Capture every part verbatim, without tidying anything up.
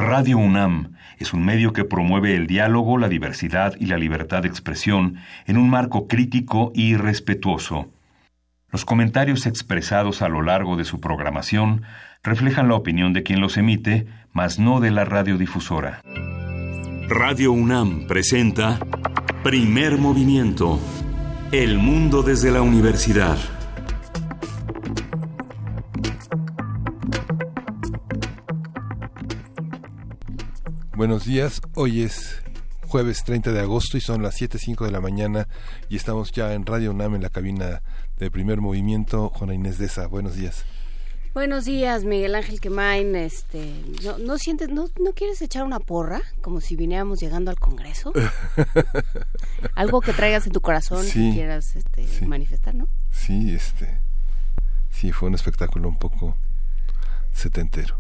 Radio UNAM es un medio que promueve el diálogo, la diversidad y la libertad de expresión en un marco crítico y respetuoso. Los comentarios expresados a lo largo de su programación reflejan la opinión de quien los emite, mas no de la radiodifusora. Radio UNAM presenta Primer Movimiento. El mundo desde la universidad. Buenos días, hoy es jueves treinta de agosto y son las siete cinco de la mañana y estamos ya en Radio UNAM en la cabina de Primer Movimiento. Juana Inés de Esa, buenos días. Buenos días, Miguel Ángel Quemain. Este, ¿no, no sientes, no, no quieres echar una porra como si viniéramos llegando al Congreso? Algo que traigas en tu corazón sí, que quieras este, sí. manifestar, ¿no? Sí, este, sí, fue un espectáculo un poco setentero.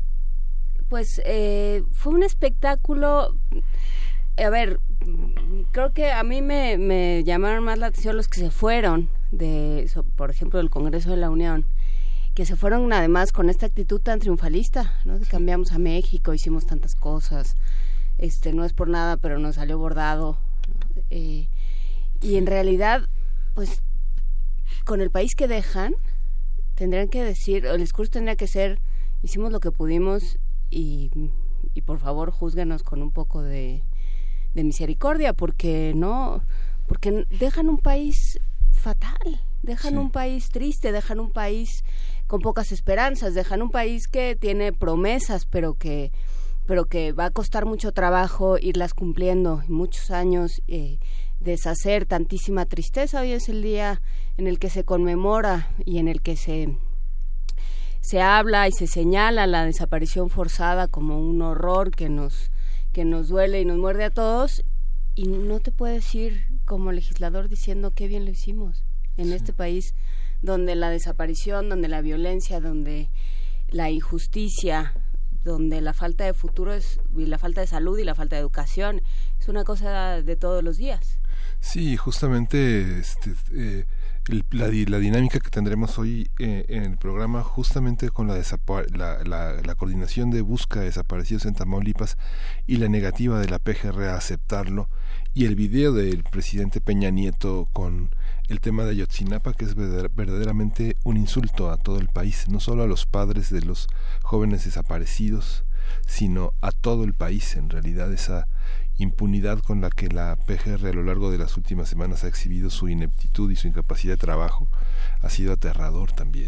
Pues eh, fue un espectáculo, a ver, creo que a mí me, me llamaron más la atención los que se fueron, de, por ejemplo, del Congreso de la Unión, que se fueron además con esta actitud tan triunfalista, ¿no? Sí. Cambiamos a México, hicimos tantas cosas, este, no es por nada, pero nos salió bordado, ¿no? eh, y en realidad, pues, con el país que dejan, tendrían que decir, el discurso tendría que ser, hicimos lo que pudimos y, y por favor júzguenos con un poco de, de misericordia, porque no, porque dejan un país fatal, dejan sí. un país triste, dejan un país con pocas esperanzas, dejan un país que tiene promesas, pero que pero que va a costar mucho trabajo irlas cumpliendo, muchos años, eh, deshacer tantísima tristeza. Hoy es el día en el que se conmemora y en el que se se habla y se señala la desaparición forzada como un horror que nos que nos duele y nos muerde a todos, y no te puedes ir como legislador diciendo qué bien lo hicimos en sí. este país donde la desaparición, donde la violencia, donde la injusticia, donde la falta de futuro es, y la falta de salud y la falta de educación es una cosa de todos los días. Sí, justamente este, eh, el, la, la dinámica que tendremos hoy eh, en el programa, justamente con la, desapa- la, la, la coordinación de búsqueda de desaparecidos en Tamaulipas y la negativa de la P G R a aceptarlo, y el video del presidente Peña Nieto con el tema de Ayotzinapa, que es verdaderamente un insulto a todo el país, no solo a los padres de los jóvenes desaparecidos, sino a todo el país. En realidad, esa impunidad con la que la P G R a lo largo de las últimas semanas ha exhibido su ineptitud y su incapacidad de trabajo ha sido aterrador también,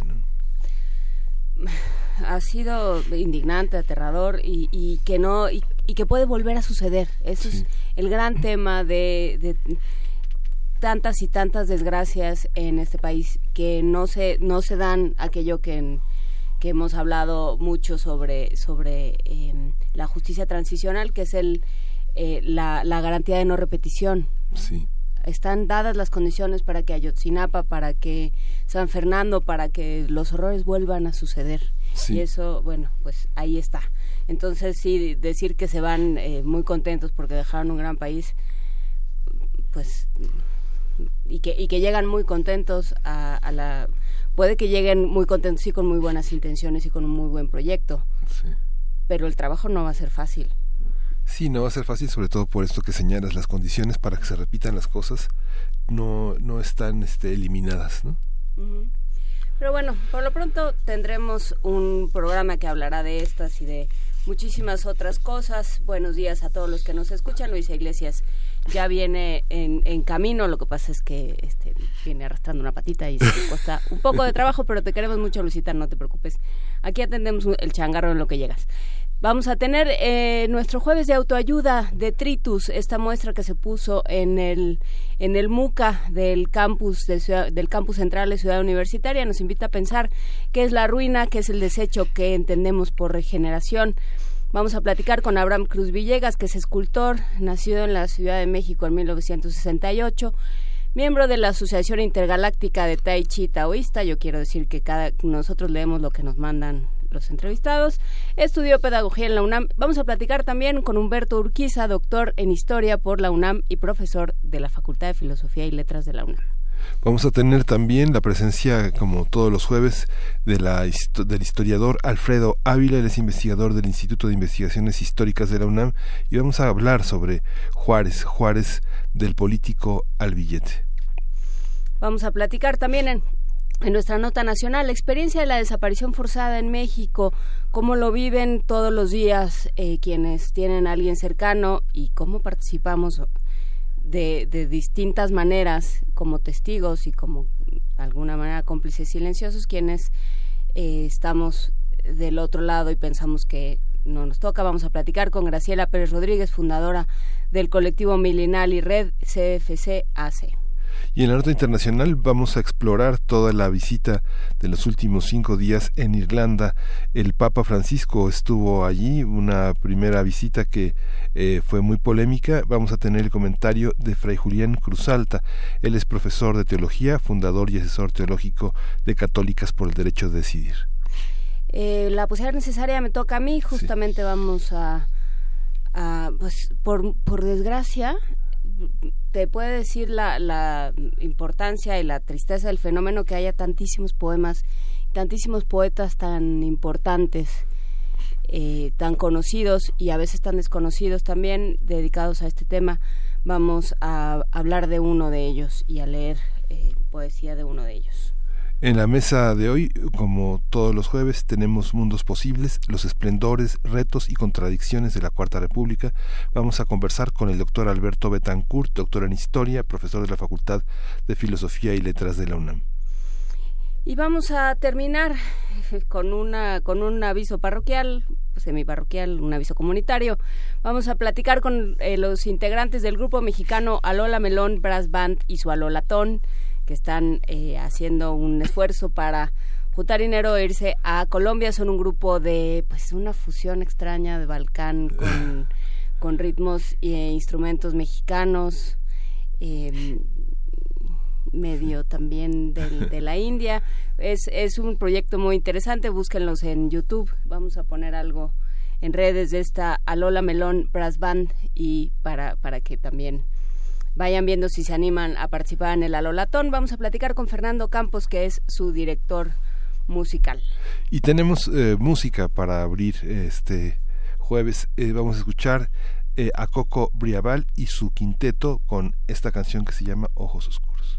¿no? Ha sido indignante, aterrador y, y que no y, y que puede volver a suceder. Eso sí. es el gran tema de, de tantas y tantas desgracias en este país, que no se no se dan aquello que en, que hemos hablado mucho sobre sobre eh, la justicia transicional, que es el eh, la, la garantía de no repetición. Sí. Están dadas las condiciones para que Ayotzinapa, para que San Fernando, para que los horrores vuelvan a suceder. Sí. Y eso, bueno, pues ahí está. Entonces, sí, decir que se van eh, muy contentos porque dejaron un gran país, pues, y que y que llegan muy contentos a, a la... Puede que lleguen muy contentos, sí, con muy buenas intenciones y con un muy buen proyecto, sí. pero el trabajo no va a ser fácil. Sí, no va a ser fácil, sobre todo por esto que señalas, las condiciones para que se repitan las cosas no no están este, eliminadas, ¿no? Uh-huh. Pero bueno, por lo pronto tendremos un programa que hablará de estas y de muchísimas otras cosas. Buenos días a todos los que nos escuchan. Luisa Iglesias ya viene en, en camino, lo que pasa es que este, viene arrastrando una patita y se cuesta un poco de trabajo, pero te queremos mucho, Luisita, no te preocupes. Aquí atendemos el changarro en lo que llegas. Vamos a tener eh, nuestro jueves de autoayuda, Detritus, esta muestra que se puso en el en el MUCA del campus de ciudad, del campus central de Ciudad Universitaria. Nos invita a pensar qué es la ruina, qué es el desecho que entendemos por regeneración. Vamos a platicar con Abraham Cruz Villegas, que es escultor, nacido en la Ciudad de México en mil novecientos sesenta y ocho, miembro de la Asociación Intergaláctica de Tai Chi Taoísta. Yo quiero decir que cada nosotros leemos lo que nos mandan los entrevistados. Estudió pedagogía en la UNAM. Vamos a platicar también con Humberto Urquiza, doctor en historia por la UNAM y profesor de la Facultad de Filosofía y Letras de la UNAM. Vamos a tener también la presencia, como todos los jueves, de la, del historiador Alfredo Ávila. Él es investigador del Instituto de Investigaciones Históricas de la UNAM, y vamos a hablar sobre Juárez, Juárez del político al billete. Vamos a platicar también en, en nuestra nota nacional la experiencia de la desaparición forzada en México, cómo lo viven todos los días eh, quienes tienen a alguien cercano y cómo participamos De, de distintas maneras como testigos y como de alguna manera cómplices silenciosos quienes eh, estamos del otro lado y pensamos que no nos toca. Vamos a platicar con Graciela Pérez Rodríguez, fundadora del colectivo Milenal y Red C F C A C. Y en la nota internacional vamos a explorar toda la visita de los últimos cinco días en Irlanda. El Papa Francisco estuvo allí, una primera visita que eh, fue muy polémica. Vamos a tener el comentario de Fray Julián Cruzalta. Él es profesor de teología, fundador y asesor teológico de Católicas por el Derecho a Decidir. Eh, la posibilidad necesaria me toca a mí. Justamente sí. Vamos a, a pues por, por desgracia, te puede decir la, la importancia y la tristeza del fenómeno que haya tantísimos poemas, tantísimos poetas tan importantes, eh, tan conocidos y a veces tan desconocidos también, dedicados a este tema. Vamos a hablar de uno de ellos y a leer eh, poesía de uno de ellos. En la mesa de hoy, como todos los jueves, tenemos Mundos Posibles, los esplendores, retos y contradicciones de la Cuarta República. Vamos a conversar con el doctor Alberto Betancourt, doctor en Historia, profesor de la Facultad de Filosofía y Letras de la UNAM. Y vamos a terminar con una con un aviso parroquial, semiparroquial, un aviso comunitario. Vamos a platicar con eh, los integrantes del grupo mexicano Alola Melón Brass Band y su Alolatón, que están eh, haciendo un esfuerzo para juntar dinero e irse a Colombia. Son un grupo de, pues, una fusión extraña de Balcán con, con ritmos e instrumentos mexicanos, eh, medio también de, de la India. Es, es un proyecto muy interesante, búsquenlos en YouTube. Vamos a poner algo en redes de esta Alola Melón Brass Band y para, para que también vayan viendo si se animan a participar en el Alolatón. Vamos a platicar con Fernando Campos, que es su director musical. Y tenemos eh, música para abrir este jueves. Eh, vamos a escuchar eh, a Coco Briabal y su quinteto con esta canción que se llama Ojos Oscuros.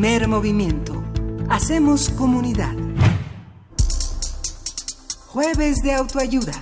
Primer movimiento. Hacemos comunidad. Jueves de autoayuda.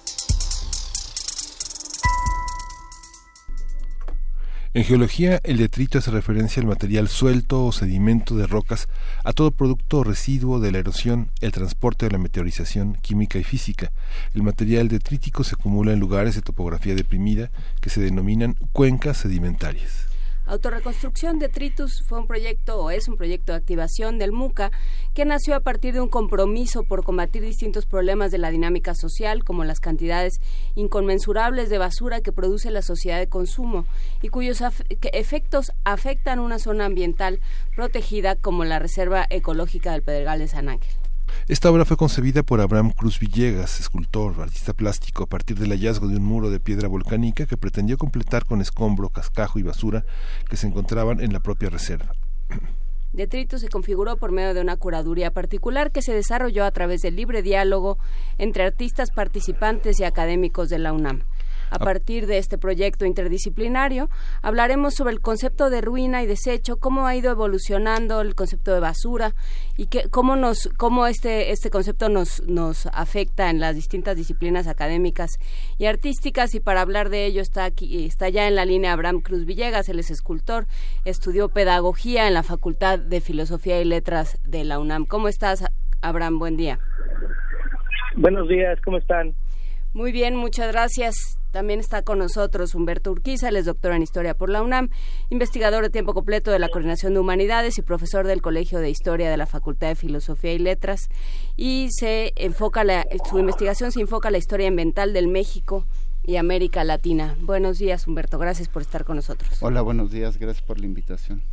En geología, el detrito hace referencia al material suelto o sedimento de rocas, a todo producto o residuo de la erosión, el transporte o la meteorización química y física. El material detrítico se acumula en lugares de topografía deprimida que se denominan cuencas sedimentarias. Autorreconstrucción Detritus fue un proyecto o es un proyecto de activación del MUCA que nació a partir de un compromiso por combatir distintos problemas de la dinámica social, como las cantidades inconmensurables de basura que produce la sociedad de consumo y cuyos af- efectos afectan una zona ambiental protegida como la Reserva Ecológica del Pedregal de San Ángel. Esta obra fue concebida por Abraham Cruz Villegas, escultor, artista plástico, a partir del hallazgo de un muro de piedra volcánica que pretendió completar con escombro, cascajo y basura que se encontraban en la propia reserva. Detritus se configuró por medio de una curaduría particular que se desarrolló a través del libre diálogo entre artistas participantes y académicos de la UNAM. A partir de este proyecto interdisciplinario, hablaremos sobre el concepto de ruina y desecho, cómo ha ido evolucionando el concepto de basura y que, cómo nos, cómo este, este concepto nos, nos afecta en las distintas disciplinas académicas y artísticas. Y para hablar de ello está aquí, está ya en la línea Abraham Cruz Villegas. Él es escultor, estudió pedagogía en la Facultad de Filosofía y Letras de la UNAM. ¿Cómo estás, Abraham? Buen día. Buenos días, ¿cómo están? Muy bien, muchas gracias. También está con nosotros Humberto Urquiza, él es doctor en Historia por la UNAM, investigador de tiempo completo de la Coordinación de Humanidades y profesor del Colegio de Historia de la Facultad de Filosofía y Letras, y se enfoca la, su investigación se enfoca en la historia ambiental del México y América Latina. Buenos días, Humberto, gracias por estar con nosotros. Hola, buenos días, gracias por la invitación.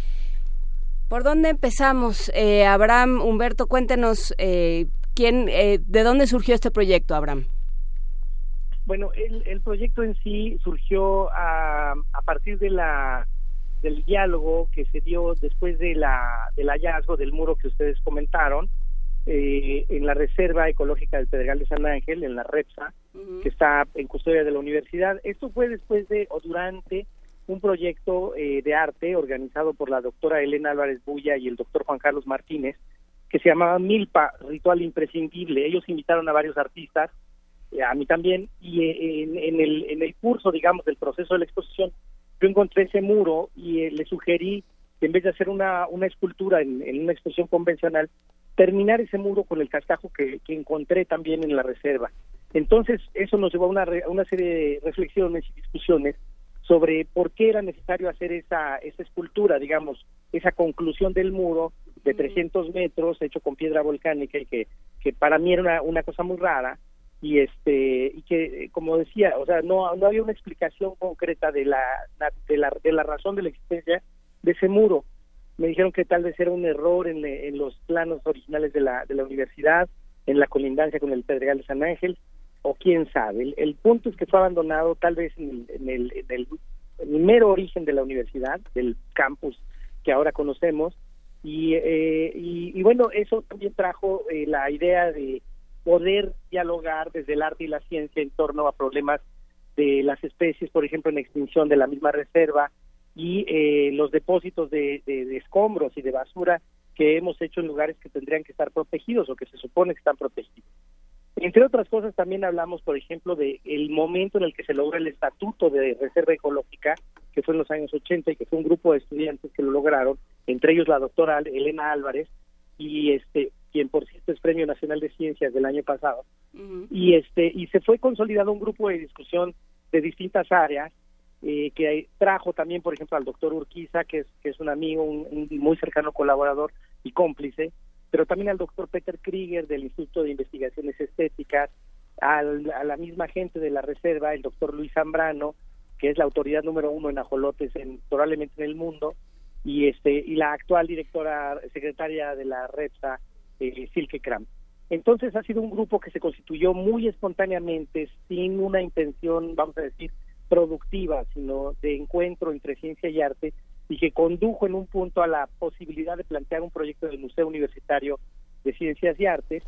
¿Por dónde empezamos? Eh, Abraham, Humberto, cuéntenos eh, quién, eh, de dónde surgió este proyecto, Abraham. Bueno, el, el proyecto en sí surgió a, a partir de la del diálogo que se dio después de la del hallazgo del muro que ustedes comentaron eh, en la Reserva Ecológica del Pedregal de San Ángel, en la REPSA, uh-huh. que está en custodia de la universidad. Esto fue después de o durante un proyecto eh, de arte organizado por la doctora Elena Álvarez Bulla y el doctor Juan Carlos Martínez, que se llamaba Milpa, Ritual Imprescindible. Ellos invitaron a varios artistas, a mí también, y en, en el en el curso, digamos, del proceso de la exposición, yo encontré ese muro y eh, le sugerí que en vez de hacer una una escultura en, en una exposición convencional, terminar ese muro con el cascajo que, que encontré también en la reserva. Entonces, eso nos llevó a una, a una serie de reflexiones y discusiones sobre por qué era necesario hacer esa esa escultura, digamos, esa conclusión del muro de trescientos metros, hecho con piedra volcánica, y que, que para mí era una, una cosa muy rara, y este y que como decía, o sea, no no había una explicación concreta de la de la de la razón de la existencia de ese muro. Me dijeron que tal vez era un error en, le, en los planos originales de la de la universidad, en la colindancia con el Pedregal de San Ángel, o quién sabe. El, el punto es que fue abandonado tal vez en el en el, en el, en el mero origen de la universidad, del campus que ahora conocemos, y eh, y, y bueno, eso también trajo eh, la idea de poder dialogar desde el arte y la ciencia en torno a problemas de las especies, por ejemplo, en extinción de la misma reserva, y eh, los depósitos de, de, de escombros y de basura que hemos hecho en lugares que tendrían que estar protegidos o que se supone que están protegidos. Entre otras cosas, también hablamos, por ejemplo, de el momento en el que se logra el estatuto de reserva ecológica, que fue en los años ochenta, y que fue un grupo de estudiantes que lo lograron, entre ellos la doctora Elena Álvarez, y este quien por cierto es Premio Nacional de Ciencias del año pasado, uh-huh. y este y se fue consolidando un grupo de discusión de distintas áreas, eh, que trajo también, por ejemplo, al doctor Urquiza, que es que es un amigo, un, un muy cercano colaborador y cómplice, pero también al doctor Peter Krieger del Instituto de Investigaciones Estéticas, al, a la misma gente de la reserva, el doctor Luis Zambrano, que es la autoridad número uno en ajolotes en, probablemente en el mundo, y este y la actual directora secretaria de la REPSA, Eh, Silke Kram. Entonces ha sido un grupo que se constituyó muy espontáneamente, sin una intención, vamos a decir, productiva, sino de encuentro entre ciencia y arte, y que condujo en un punto a la posibilidad de plantear un proyecto del Museo Universitario de Ciencias y Artes,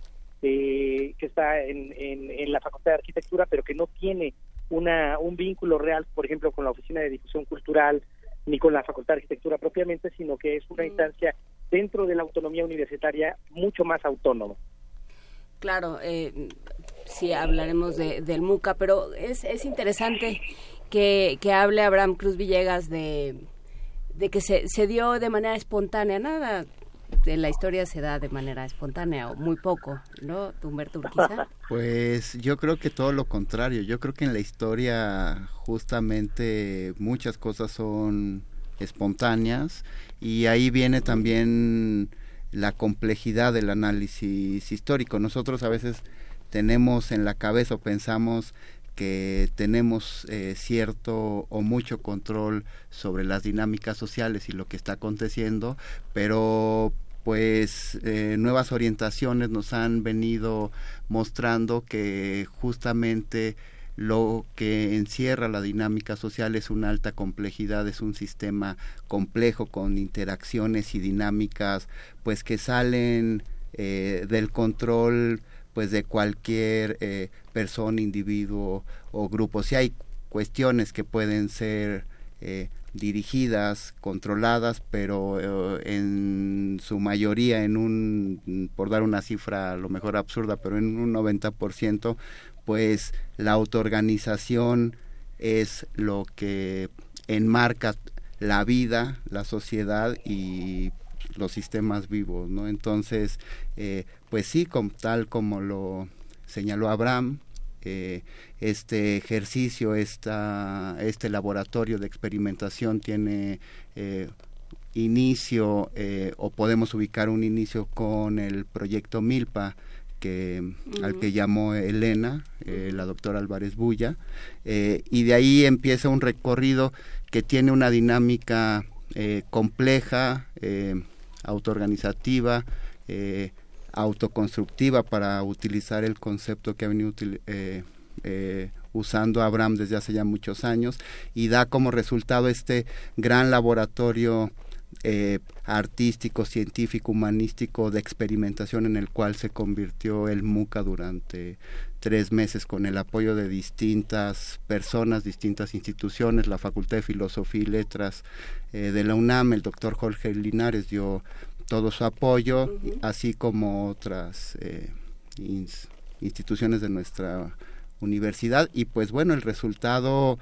eh, que está en, en, en la Facultad de Arquitectura, pero que no tiene una un vínculo real, por ejemplo, con la Oficina de Difusión Cultural ni con la Facultad de Arquitectura propiamente, sino que es una Mm. instancia dentro de la autonomía universitaria mucho más autónoma. Claro, eh, sí hablaremos de, del MUCA, pero es, es interesante que, que hable Abraham Cruz Villegas de, de que se, se dio de manera espontánea. Nada de la historia se da de manera espontánea, o muy poco, ¿no, Humberto Urquiza? Pues yo creo que todo lo contrario. Yo creo que en la historia justamente muchas cosas son espontáneas, y ahí viene también la complejidad del análisis histórico. Nosotros a veces tenemos en la cabeza o pensamos que tenemos eh, cierto o mucho control sobre las dinámicas sociales y lo que está aconteciendo, pero pues eh, nuevas orientaciones nos han venido mostrando que justamente lo que encierra la dinámica social es una alta complejidad, es un sistema complejo con interacciones y dinámicas pues que salen eh, del control pues de cualquier eh, persona, individuo o grupo. Si hay cuestiones que pueden ser eh, dirigidas, controladas, pero eh, en su mayoría, en un, por dar una cifra a lo mejor absurda, pero en un noventa por ciento, pues la autoorganización es lo que enmarca la vida, la sociedad y los sistemas vivos, ¿no? Entonces, eh, pues sí, como, tal como lo señaló Abraham, eh, este ejercicio, esta, este laboratorio de experimentación tiene eh, inicio, eh, o podemos ubicar un inicio con el proyecto Milpa, que uh-huh. al que llamó Elena, eh, la doctora Álvarez Bulla, eh, y de ahí empieza un recorrido que tiene una dinámica eh, compleja, eh, autoorganizativa, eh, autoconstructiva, para utilizar el concepto que ha venido util- eh, eh, usando Abraham desde hace ya muchos años, y da como resultado este gran laboratorio eh, artístico, científico, humanístico de experimentación en el cual se convirtió el MUCA durante tres meses con el apoyo de distintas personas, distintas instituciones. La Facultad de Filosofía y Letras eh, de la UNAM, el doctor Jorge Linares dio todo su apoyo, uh-huh. así como otras eh, ins- instituciones de nuestra universidad, y pues bueno, el resultado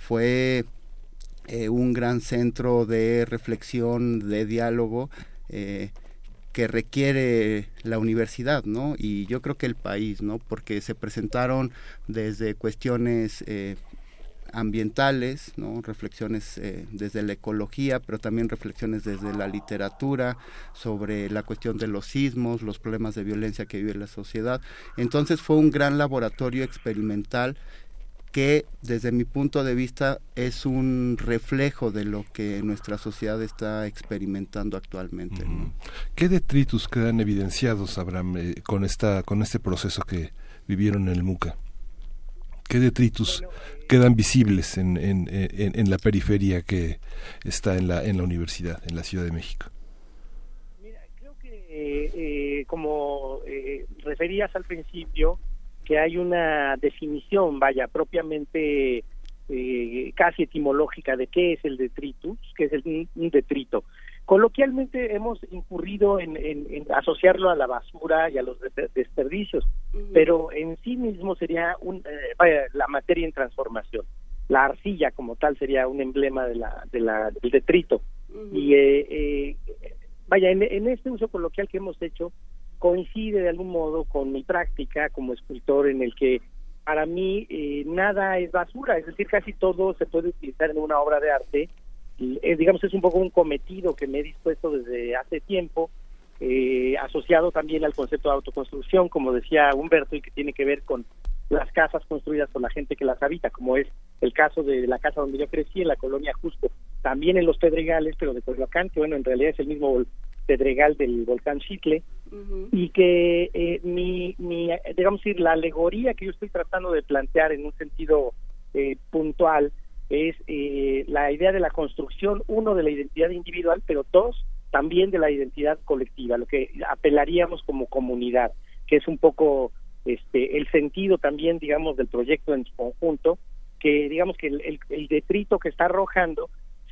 fue eh, un gran centro de reflexión, de diálogo eh, que requiere la universidad, ¿no? Y yo creo que el país, ¿no? Porque se presentaron desde cuestiones eh, ambientales, ¿no? Reflexiones eh, desde la ecología, pero también reflexiones desde la literatura sobre la cuestión de los sismos, los problemas de violencia que vive la sociedad. Entonces fue un gran laboratorio experimental que desde mi punto de vista es un reflejo de lo que nuestra sociedad está experimentando actualmente, ¿no? ¿Qué detritus quedan evidenciados, Abraham, eh, con esta con este proceso que vivieron en el MUCA? ¿Qué detritus bueno, eh, quedan visibles en, en, en, en la periferia que está en la en la universidad, en la Ciudad de México? Mira, creo que eh, eh, como eh, referías al principio, que hay una definición, vaya, propiamente eh, casi etimológica de qué es el detritus, qué es el, un detrito. Coloquialmente hemos incurrido en, en, en asociarlo a la basura y a los desperdicios, uh-huh. pero en sí mismo sería un, eh, vaya, la materia en transformación. La arcilla como tal sería un emblema de la, de la, del detrito. Uh-huh. Y eh, eh, vaya, en, en este uso coloquial que hemos hecho, coincide de algún modo con mi práctica como escultor, en el que para mí eh, nada es basura, es decir, casi todo se puede utilizar en una obra de arte. Y, eh, digamos, es un poco un cometido que me he dispuesto desde hace tiempo, eh, asociado también al concepto de autoconstrucción, como decía Humberto, y que tiene que ver con las casas construidas por la gente que las habita, como es el caso de la casa donde yo crecí, en la colonia Jusco, también en los Pedregales, pero de Coyoacán, que bueno, en realidad es el mismo Pedregal del volcán Xitle, uh-huh. y que eh, mi, mi, digamos decir, la alegoría que yo estoy tratando de plantear en un sentido eh, puntual es eh, la idea de la construcción, uno, de la identidad individual, pero dos, también de la identidad colectiva, lo que apelaríamos como comunidad, que es un poco este el sentido también, digamos, del proyecto en su conjunto, que digamos que el, el, el detrito que está arrojando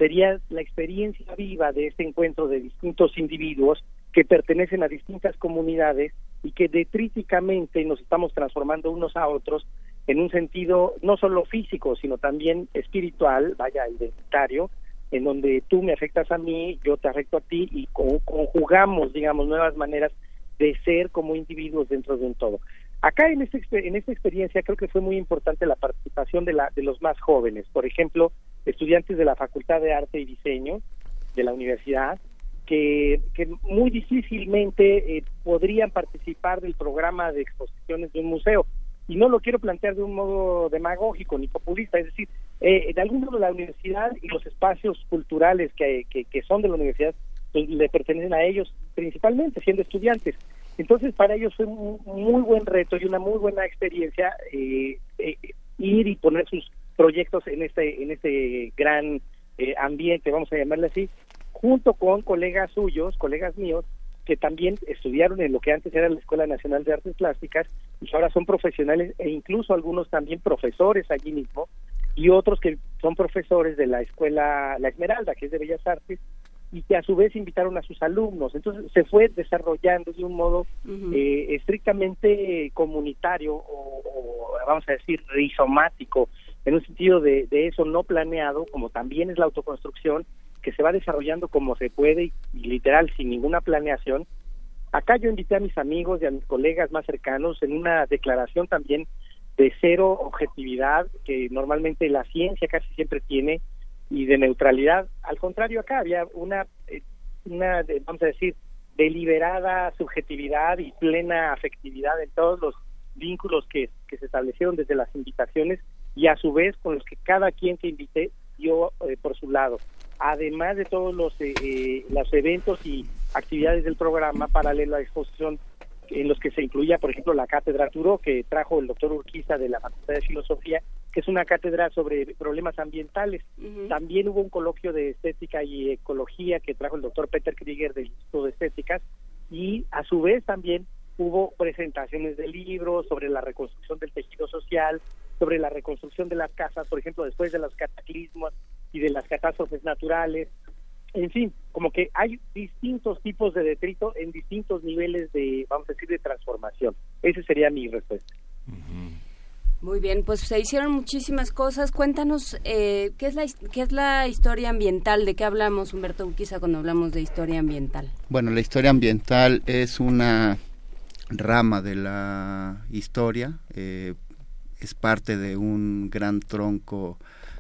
sería la experiencia viva de este encuentro de distintos individuos que pertenecen a distintas comunidades y que detríticamente nos estamos transformando unos a otros en un sentido no solo físico, sino también espiritual, vaya, identitario, en donde tú me afectas a mí, yo te afecto a ti, y conjugamos, digamos, nuevas maneras de ser como individuos dentro de un todo. Acá en, este, en esta experiencia creo que fue muy importante la participación de, la, de los más jóvenes, por ejemplo, estudiantes de la Facultad de Arte y Diseño de la universidad, que, que muy difícilmente eh, podrían participar del programa de exposiciones de un museo. Y no lo quiero plantear de un modo demagógico ni populista, es decir, eh, de algún modo la universidad y los espacios culturales que, que, que son de la universidad pues, le pertenecen a ellos principalmente, siendo estudiantes. Entonces para ellos fue un muy buen reto y una muy buena experiencia eh, eh, ir y poner sus proyectos en este en este gran eh, ambiente, vamos a llamarle así, junto con colegas suyos, colegas míos, que también estudiaron en lo que antes era la Escuela Nacional de Artes Plásticas y ahora son profesionales e incluso algunos también profesores allí mismo, y otros que son profesores de la Escuela La Esmeralda, que es de Bellas Artes, y que a su vez invitaron a sus alumnos. Entonces se fue desarrollando de un modo uh-huh. eh, estrictamente comunitario o, o vamos a decir rizomático, en un sentido de, de eso no planeado, como también es la autoconstrucción, que se va desarrollando como se puede y, y literal sin ninguna planeación. Acá yo invité a mis amigos y a mis colegas más cercanos en una declaración también de cero objetividad que normalmente la ciencia casi siempre tiene, y de neutralidad. Al contrario, acá había una, una vamos a decir, deliberada subjetividad y plena afectividad en todos los vínculos que, que se establecieron desde las invitaciones y a su vez con los que cada quien que invité dio eh, por su lado. Además de todos los, eh, los eventos y actividades del programa paralelo a la exposición, en los que se incluía, por ejemplo, la cátedra Turó, que trajo el doctor Urquiza de la Facultad de Filosofía, que es una cátedra sobre problemas ambientales. Uh-huh. También hubo un coloquio de estética y ecología que trajo el doctor Peter Krieger del Instituto de Estéticas, y a su vez también hubo presentaciones de libros sobre la reconstrucción del tejido social, sobre la reconstrucción de las casas, por ejemplo, después de los cataclismos y de las catástrofes naturales. En fin, como que hay distintos tipos de detrito en distintos niveles de, vamos a decir, de transformación. Esa sería mi respuesta. Uh-huh. Muy bien, pues se hicieron muchísimas cosas. Cuéntanos, eh, ¿qué es la qué es la historia ambiental? ¿De qué hablamos, Humberto Urquiza, cuando hablamos de historia ambiental? Bueno, la historia ambiental es una rama de la historia, eh, es parte de un gran tronco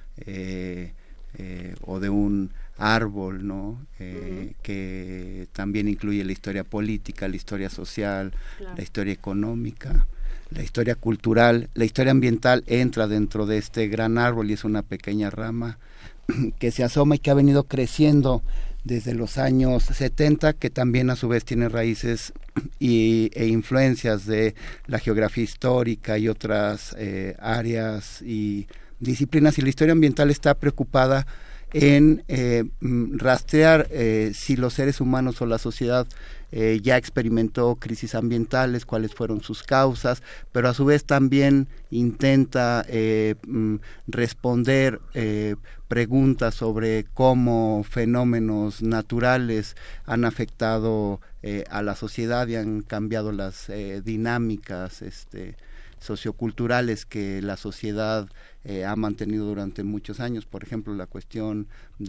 eh, eh, o de un árbol, ¿no? Eh, uh-huh. Que también incluye la historia política, la historia social, claro. La historia económica, la historia cultural. La historia ambiental entra dentro de este gran árbol y es una pequeña rama que se asoma y que ha venido creciendo desde los años setenta, que también a su vez tiene raíces y, e influencias de la geografía histórica y otras eh, áreas y disciplinas, y la historia ambiental está preocupada en eh, rastrear eh, si los seres humanos o la sociedad eh, ya experimentó crisis ambientales, cuáles fueron sus causas, pero a su vez también intenta eh, responder eh, preguntas sobre cómo fenómenos naturales han afectado eh, a la sociedad y han cambiado las eh, dinámicas este, socioculturales que la sociedad eh, ha mantenido durante muchos años. Por ejemplo, la cuestión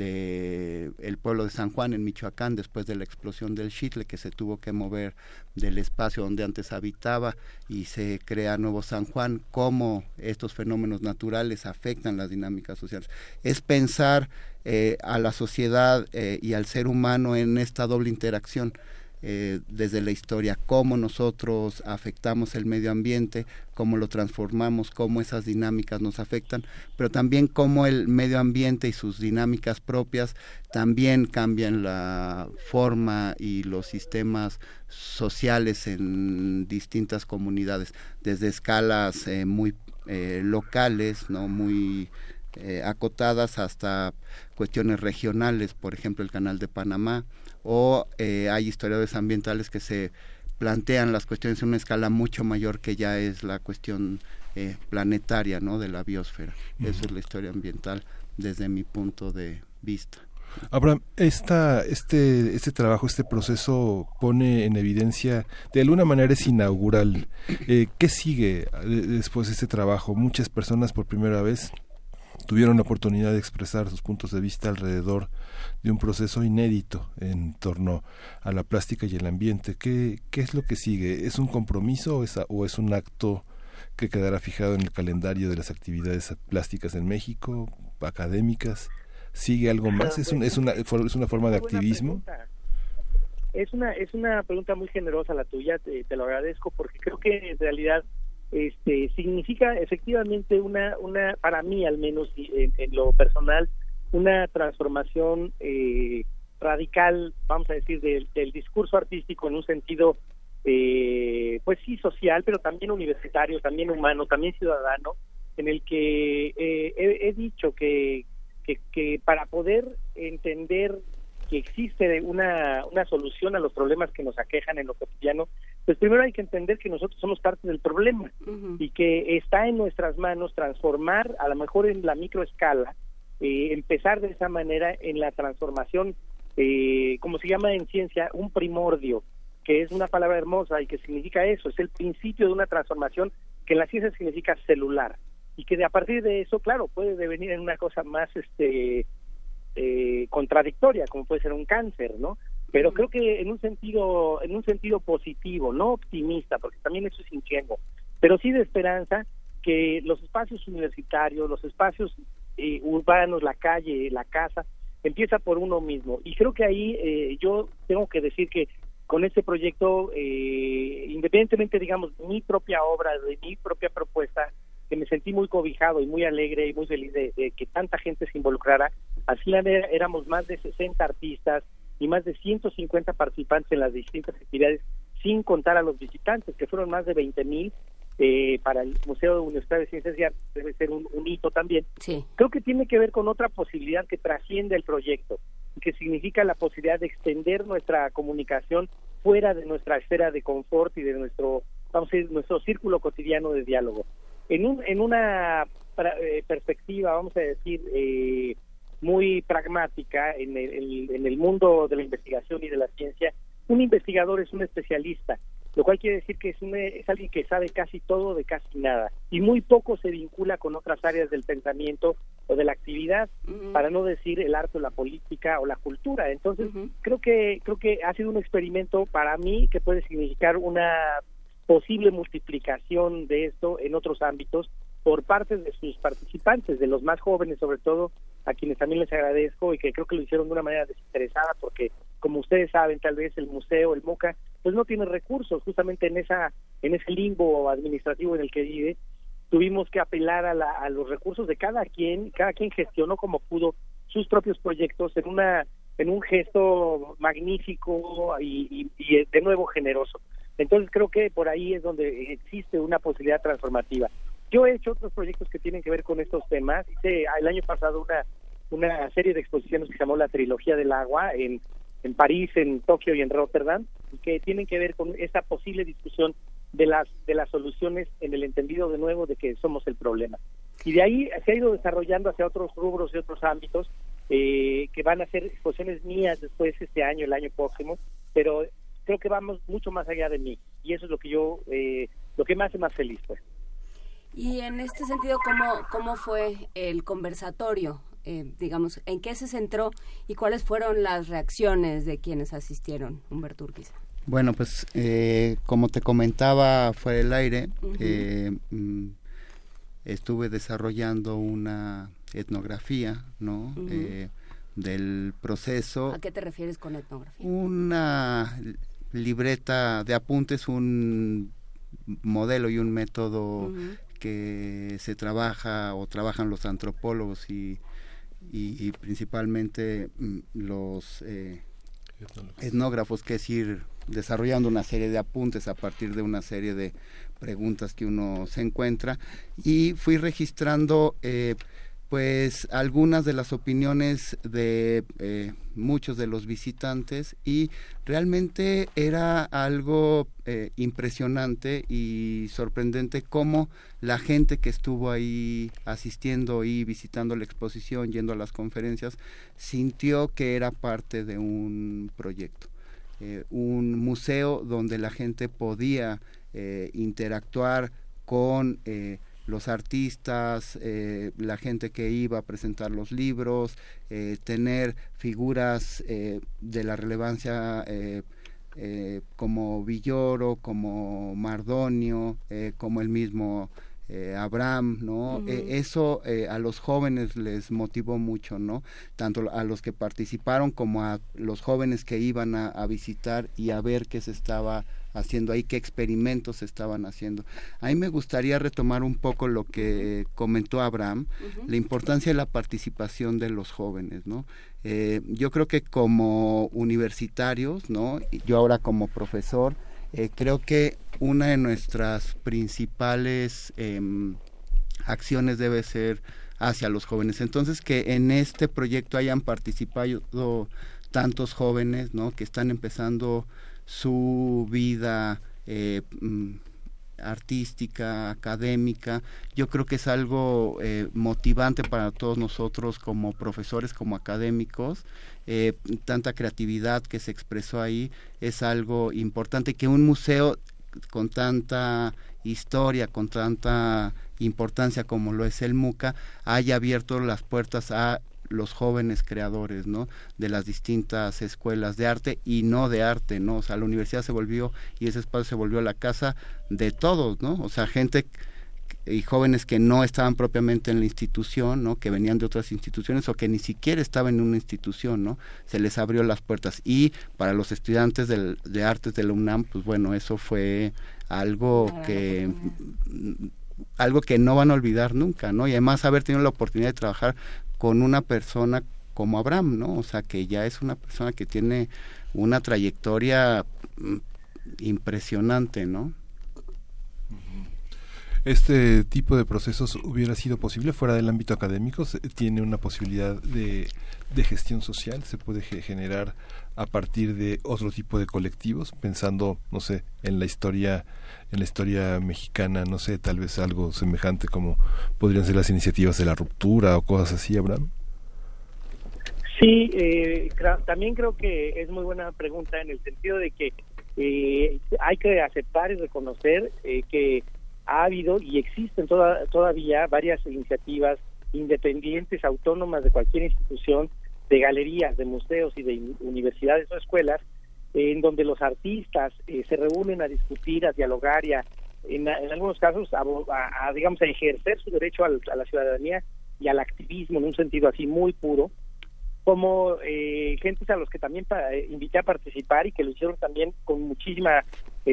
de el pueblo de San Juan en Michoacán después de la explosión del Xitle, que se tuvo que mover del espacio donde antes habitaba y se crea Nuevo San Juan, cómo estos fenómenos naturales afectan las dinámicas sociales. Es pensar eh, a la sociedad eh, y al ser humano en esta doble interacción. Eh, desde la historia, cómo nosotros afectamos el medio ambiente, cómo lo transformamos, cómo esas dinámicas nos afectan, pero también cómo el medio ambiente y sus dinámicas propias también cambian la forma y los sistemas sociales en distintas comunidades, desde escalas eh, muy eh, locales, no muy eh, acotadas, hasta cuestiones regionales, por ejemplo el Canal de Panamá, o eh, hay historiadores ambientales que se plantean las cuestiones en una escala mucho mayor, que ya es la cuestión eh, planetaria, ¿no?, de la biosfera. Uh-huh. Eso es la historia ambiental desde mi punto de, vista. Abraham, esta, este, este trabajo, este proceso pone en evidencia, de alguna manera es inaugural. Eh, ¿Qué sigue después de este trabajo? Muchas personas por primera vez tuvieron la oportunidad de expresar sus puntos de vista alrededor de un proceso inédito en torno a la plástica y el ambiente. ¿Qué, qué es lo que sigue? ¿Es un compromiso o es, o es un acto que quedará fijado en el calendario de las actividades plásticas en México, académicas? ¿Sigue algo más? ¿Es, un, es, una, es una forma de activismo? Es una, es una pregunta muy generosa la tuya, te, te lo agradezco, porque creo que en realidad este significa efectivamente una, una para mí al menos en, en lo personal, una transformación eh, radical, vamos a decir, del, del discurso artístico en un sentido, eh, pues sí, social, pero también universitario, también humano, también ciudadano, en el que eh, he, he dicho que Que, que para poder entender que existe una, una solución a los problemas que nos aquejan en lo cotidiano, pues primero hay que entender que nosotros somos parte del problema uh-huh. y que está en nuestras manos transformar, a lo mejor en la microescala, eh, empezar de esa manera en la transformación, eh, como se llama en ciencia, un primordio, que es una palabra hermosa y que significa eso, es el principio de una transformación que en la ciencia significa celular. Y que de a partir de eso, claro, puede devenir en una cosa más este eh, contradictoria, como puede ser un cáncer, ¿no? Pero creo que en un sentido en un sentido positivo, no optimista, porque también eso es ingenuo, pero sí de esperanza, que los espacios universitarios, los espacios eh, urbanos, la calle, la casa, empieza por uno mismo. Y creo que ahí eh, yo tengo que decir que con este proyecto, eh, independientemente, digamos, de mi propia obra, de mi propia propuesta, que me sentí muy cobijado y muy alegre y muy feliz de, de que tanta gente se involucrara. Al final éramos más de sesenta artistas y más de ciento cincuenta participantes en las distintas actividades, sin contar a los visitantes, que fueron más de veinte mil. Eh, para el Museo Universitario de Ciencias y Artes debe ser un, un hito también. Sí. Creo que tiene que ver con otra posibilidad que trasciende el proyecto, que significa la posibilidad de extender nuestra comunicación fuera de nuestra esfera de confort y de nuestro, vamos a decir, nuestro círculo cotidiano de diálogo. En un en una pra, eh, perspectiva, vamos a decir, eh, muy pragmática, en el, en el mundo de la investigación y de la ciencia, un investigador es un especialista, lo cual quiere decir que es, un, es alguien que sabe casi todo de casi nada, y muy poco se vincula con otras áreas del pensamiento o de la actividad, uh-huh. para no decir el arte o la política o la cultura. Entonces, uh-huh. creo que creo que ha sido un experimento para mí que puede significar una posible multiplicación de esto en otros ámbitos por parte de sus participantes, de los más jóvenes sobre todo, a quienes también les agradezco y que creo que lo hicieron de una manera desinteresada, porque como ustedes saben, tal vez el museo, el MUCA, pues no tiene recursos, justamente en esa en ese limbo administrativo en el que vive. Tuvimos que apelar a, la, a los recursos de cada quien, cada quien gestionó como pudo sus propios proyectos en una en un gesto magnífico y, y, y de nuevo generoso. Entonces creo que por ahí es donde existe una posibilidad transformativa. Yo he hecho otros proyectos que tienen que ver con estos temas. Hice el año pasado una una serie de exposiciones que se llamó la Trilogía del Agua en, en París, en Tokio y en Rotterdam, que tienen que ver con esta posible discusión de las de las soluciones en el entendido de nuevo de que somos el problema. Y de ahí se ha ido desarrollando hacia otros rubros y otros ámbitos eh, que van a ser exposiciones mías después este año, el año próximo, pero creo que vamos mucho más allá de mí y eso es lo que yo eh, lo que me hace más feliz, pues. Y en este sentido, ¿cómo cómo fue el conversatorio? Eh, digamos, ¿en qué se centró y cuáles fueron las reacciones de quienes asistieron, Humberto Urquiza? Bueno, pues eh, como te comentaba fuera del aire, uh-huh. eh, mm, estuve desarrollando una etnografía, ¿no? Uh-huh. Eh, del proceso. ¿A qué te refieres con etnografía? Una libreta de apuntes, un modelo y un método uh-huh. que se trabaja o trabajan los antropólogos y, y, y principalmente mm, los eh, etnógrafos, que es ir desarrollando una serie de apuntes a partir de una serie de preguntas que uno se encuentra, y fui registrando eh, pues algunas de las opiniones de eh, muchos de los visitantes, y realmente era algo eh, impresionante y sorprendente cómo la gente que estuvo ahí asistiendo y visitando la exposición, yendo a las conferencias, sintió que era parte de un proyecto, eh, un museo donde la gente podía eh, interactuar con eh, los artistas, eh, la gente que iba a presentar los libros, eh, tener figuras eh, de la relevancia eh, eh, como Villoro, como Mardonio, eh, como el mismo eh, Abraham, ¿no? Uh-huh. Eh, eso eh, a los jóvenes les motivó mucho, ¿no? Tanto a los que participaron como a los jóvenes que iban a, a visitar y a ver qué se estaba haciendo ahí, qué experimentos se estaban haciendo. A mí me gustaría retomar un poco lo que comentó Abraham, uh-huh. la importancia de la participación de los jóvenes, ¿no? Eh, yo creo que como universitarios, ¿no? Yo ahora como profesor, eh, creo que una de nuestras principales eh, acciones debe ser hacia los jóvenes. Entonces, que en este proyecto hayan participado tantos jóvenes, ¿no? Que están empezando su vida eh, artística, académica, yo creo que es algo eh, motivante para todos nosotros como profesores, como académicos. Eh, tanta creatividad que se expresó ahí es algo importante, que un museo con tanta historia, con tanta importancia como lo es el MUCA, haya abierto las puertas a los jóvenes creadores, ¿no? De las distintas escuelas de arte y no de arte, ¿no? O sea, la universidad se volvió, y ese espacio se volvió la casa de todos, ¿no? O sea, gente y jóvenes que no estaban propiamente en la institución, ¿no? Que venían de otras instituciones o que ni siquiera estaban en una institución, ¿no? Se les abrió las puertas. Y para los estudiantes del, de artes de la UNAM, pues bueno, eso fue algo que algo que no van a olvidar nunca, ¿no? Y además haber tenido la oportunidad de trabajar con una persona como Abraham, ¿no? O sea, que ya es una persona que tiene una trayectoria impresionante, ¿no? ¿Este tipo de procesos hubiera sido posible fuera del ámbito académico? ¿Tiene una posibilidad de, de gestión social? ¿Se puede generar a partir de otro tipo de colectivos? Pensando, no sé, en la historia en la historia mexicana, no sé, tal vez algo semejante como podrían ser las iniciativas de la ruptura o cosas así, Abraham. Sí, eh, cr- también creo que es muy buena pregunta en el sentido de que eh, hay que aceptar y reconocer eh, que ha habido y existen toda, todavía varias iniciativas independientes, autónomas de cualquier institución, de galerías, de museos y de universidades o escuelas, eh, en donde los artistas eh, se reúnen a discutir, a dialogar y a, en, en algunos casos a, a, a digamos a ejercer su derecho al, a la ciudadanía y al activismo en un sentido así muy puro, como eh, gentes a los que también pa, eh, invité a participar y que lo hicieron también con muchísima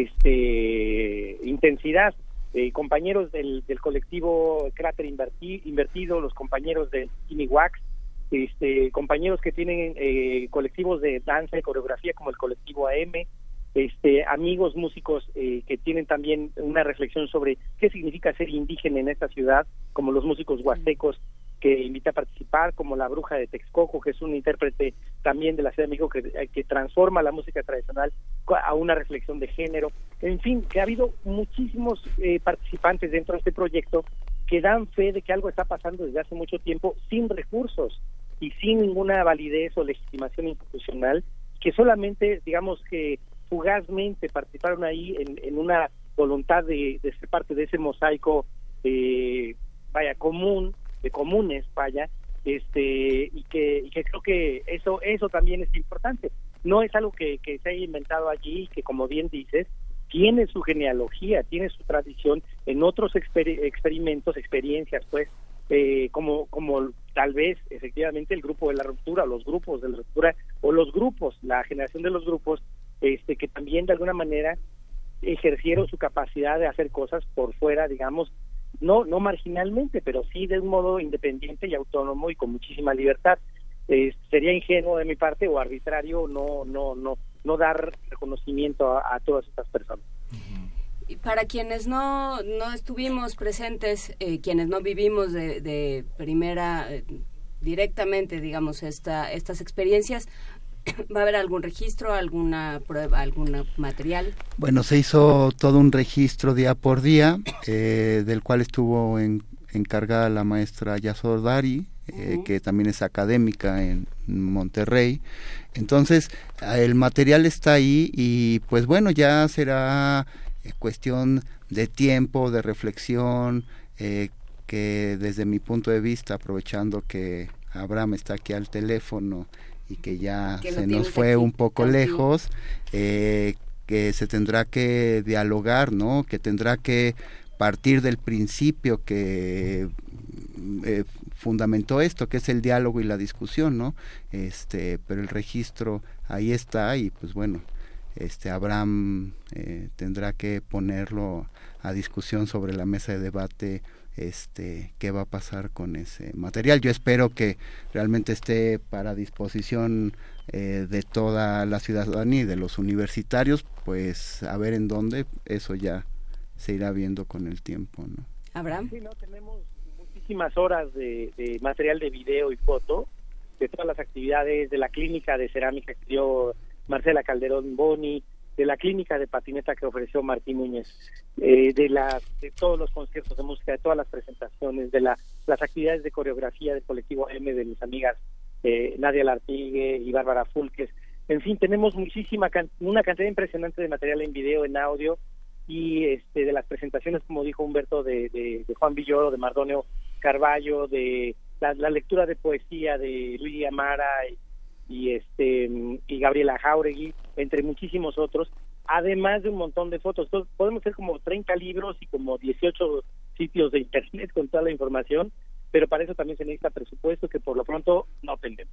este intensidad. Eh, compañeros del, del colectivo Cráter Inverti, Invertido, los compañeros de Kimi Wax, este, compañeros que tienen eh, colectivos de danza y coreografía como el colectivo A M, este, amigos músicos eh, que tienen también una reflexión sobre qué significa ser indígena en esta ciudad, como los músicos huastecos que invita a participar, como la Bruja de Texcoco, que es un intérprete también de la Ciudad de México que, que transforma la música tradicional a una reflexión de género. En fin, que ha habido muchísimos eh, participantes dentro de este proyecto que dan fe de que algo está pasando desde hace mucho tiempo sin recursos y sin ninguna validez o legitimación institucional, que solamente, digamos que fugazmente participaron ahí en, en una voluntad de, de ser parte de ese mosaico, eh, vaya, común, de comunes, vaya, este, y que, y que creo que eso, eso también es importante. No es algo que, que se haya inventado allí, que como bien dices, tiene su genealogía, tiene su tradición en otros exper- experimentos, experiencias, pues, eh, como, como tal vez efectivamente el grupo de la ruptura, o los grupos de la ruptura, o los grupos, la generación de los grupos, este, que también de alguna manera ejercieron su capacidad de hacer cosas por fuera, digamos, no, no marginalmente, pero sí de un modo independiente y autónomo y con muchísima libertad. Eh, sería ingenuo de mi parte o arbitrario no, no, no, no dar reconocimiento a, a todas estas personas. para quienes no, no estuvimos presentes, eh, quienes no vivimos de, de primera, eh, directamente, digamos, esta, estas experiencias, ¿va a haber algún registro, alguna prueba, algún material? Bueno, se hizo todo un registro día por día, eh, del cual estuvo en, encargada la maestra Yasor Dari, eh, uh-huh. que también es académica en Monterrey. Entonces, el material está ahí y pues bueno, ya será cuestión de tiempo, de reflexión, eh, que desde mi punto de vista, aprovechando que Abraham está aquí al teléfono y que ya que se nos fue un poco también lejos, eh, que se tendrá que dialogar, ¿no? Que tendrá que partir del principio que eh, fundamentó esto, que es el diálogo y la discusión, ¿no? Este, pero el registro ahí está y pues bueno, este Abraham eh, tendrá que ponerlo a discusión sobre la mesa de debate. Este, qué va a pasar con ese material. Yo espero que realmente esté para disposición eh, de toda la ciudadanía y de los universitarios, pues a ver en dónde, eso ya se irá viendo con el tiempo, ¿no? Abraham. Sí, no, tenemos muchísimas horas de, de material de video y foto de todas las actividades de la clínica de cerámica que dio Marcela Calderón Boni, de la clínica de patineta que ofreció Martín Núñez, eh, de, la, de todos los conciertos de música, de todas las presentaciones, de la, las actividades de coreografía del colectivo M, de mis amigas eh, Nadia Lartigue y Bárbara Fulques. En fin, tenemos muchísima, una cantidad impresionante de material en video, en audio, y este de las presentaciones, como dijo Humberto, de, de, de Juan Villoro, de Mardonio Carballo, de la, la lectura de poesía de Luis Amara y, y este y Gabriela Jauregui, entre muchísimos otros, además de un montón de fotos. Entonces, podemos hacer como treinta libros y como dieciocho sitios de internet con toda la información, pero para eso también se necesita presupuesto que por lo pronto no tenemos.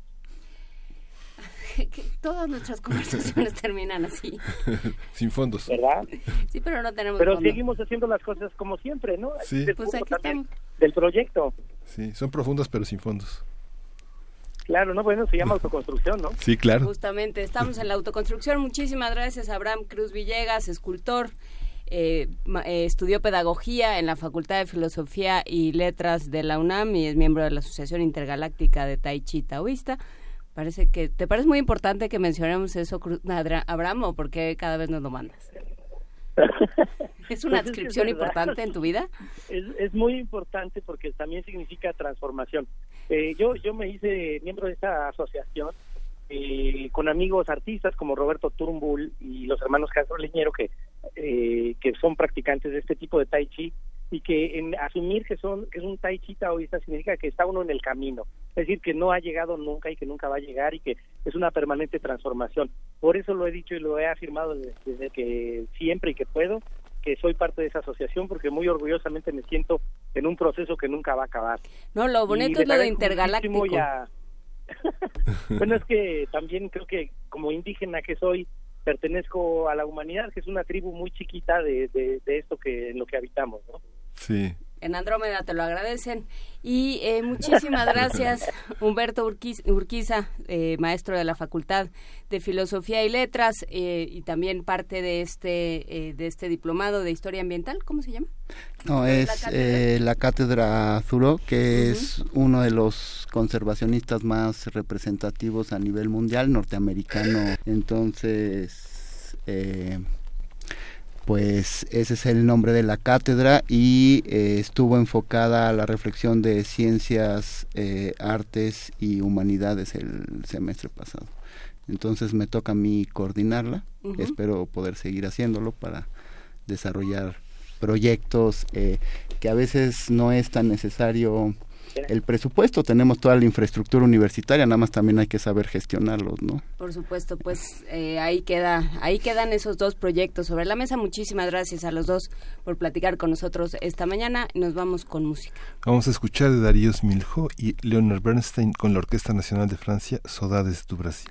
Todas nuestras conversaciones terminan así. Sin fondos. ¿Verdad? Sí, pero no tenemos Pero fondos. Seguimos haciendo las cosas como siempre, ¿no? Sí. Pues aquí estamos. Del proyecto. Sí, son profundas pero sin fondos. Claro, no, bueno, se llama autoconstrucción, ¿no? Sí, claro. Justamente, estamos en la autoconstrucción. Muchísimas gracias a Abraham Cruz Villegas, escultor, eh, eh, estudió pedagogía en la Facultad de Filosofía y Letras de la UNAM y es miembro de la Asociación Intergaláctica de Tai Chi Taoísta. Parece que te parece muy importante que mencionemos eso, Abraham, ¿o por qué cada vez nos lo mandas? ¿Es una pues adscripción es es importante en tu vida? Es, es muy importante porque también significa transformación. Eh, yo yo me hice miembro de esta asociación eh, con amigos artistas como Roberto Turnbull y los hermanos Castro Leñero que eh, que son practicantes de este tipo de Tai Chi y que en asumir que son que es un Tai Chi taoísta significa que está uno en el camino, es decir, que no ha llegado nunca y que nunca va a llegar y que es una permanente transformación. Por eso lo he dicho y lo he afirmado desde, desde que siempre y que puedo, que soy parte de esa asociación porque muy orgullosamente me siento en un proceso que nunca va a acabar. No, lo bonito es lo de intergaláctico. A... bueno, es que también creo que como indígena que soy, pertenezco a la humanidad, que es una tribu muy chiquita de, de, de esto que en lo que habitamos, ¿no? Sí. En Andrómeda te lo agradecen. Y eh, muchísimas gracias, Humberto Urquiza, Urquiza eh, maestro de la Facultad de Filosofía y Letras eh, y también parte de este eh, de este diplomado de Historia Ambiental. ¿Cómo se llama? No, es la cátedra, eh, la cátedra Thoreau, que uh-huh. es uno de los conservacionistas más representativos a nivel mundial, norteamericano. Entonces... Eh, pues ese es el nombre de la cátedra y eh, estuvo enfocada a la reflexión de ciencias, eh, artes y humanidades el semestre pasado. Entonces me toca a mí coordinarla, uh-huh. espero poder seguir haciéndolo para desarrollar proyectos eh, que a veces no es tan necesario el presupuesto, tenemos toda la infraestructura universitaria, nada más también hay que saber gestionarlos, ¿no? Por supuesto, pues eh, ahí queda, ahí quedan esos dos proyectos sobre la mesa. Muchísimas gracias a los dos por platicar con nosotros esta mañana. Nos vamos con música. Vamos a escuchar de Darío Milhaud y Leonard Bernstein con la Orquesta Nacional de Francia, Saudades do Brasil.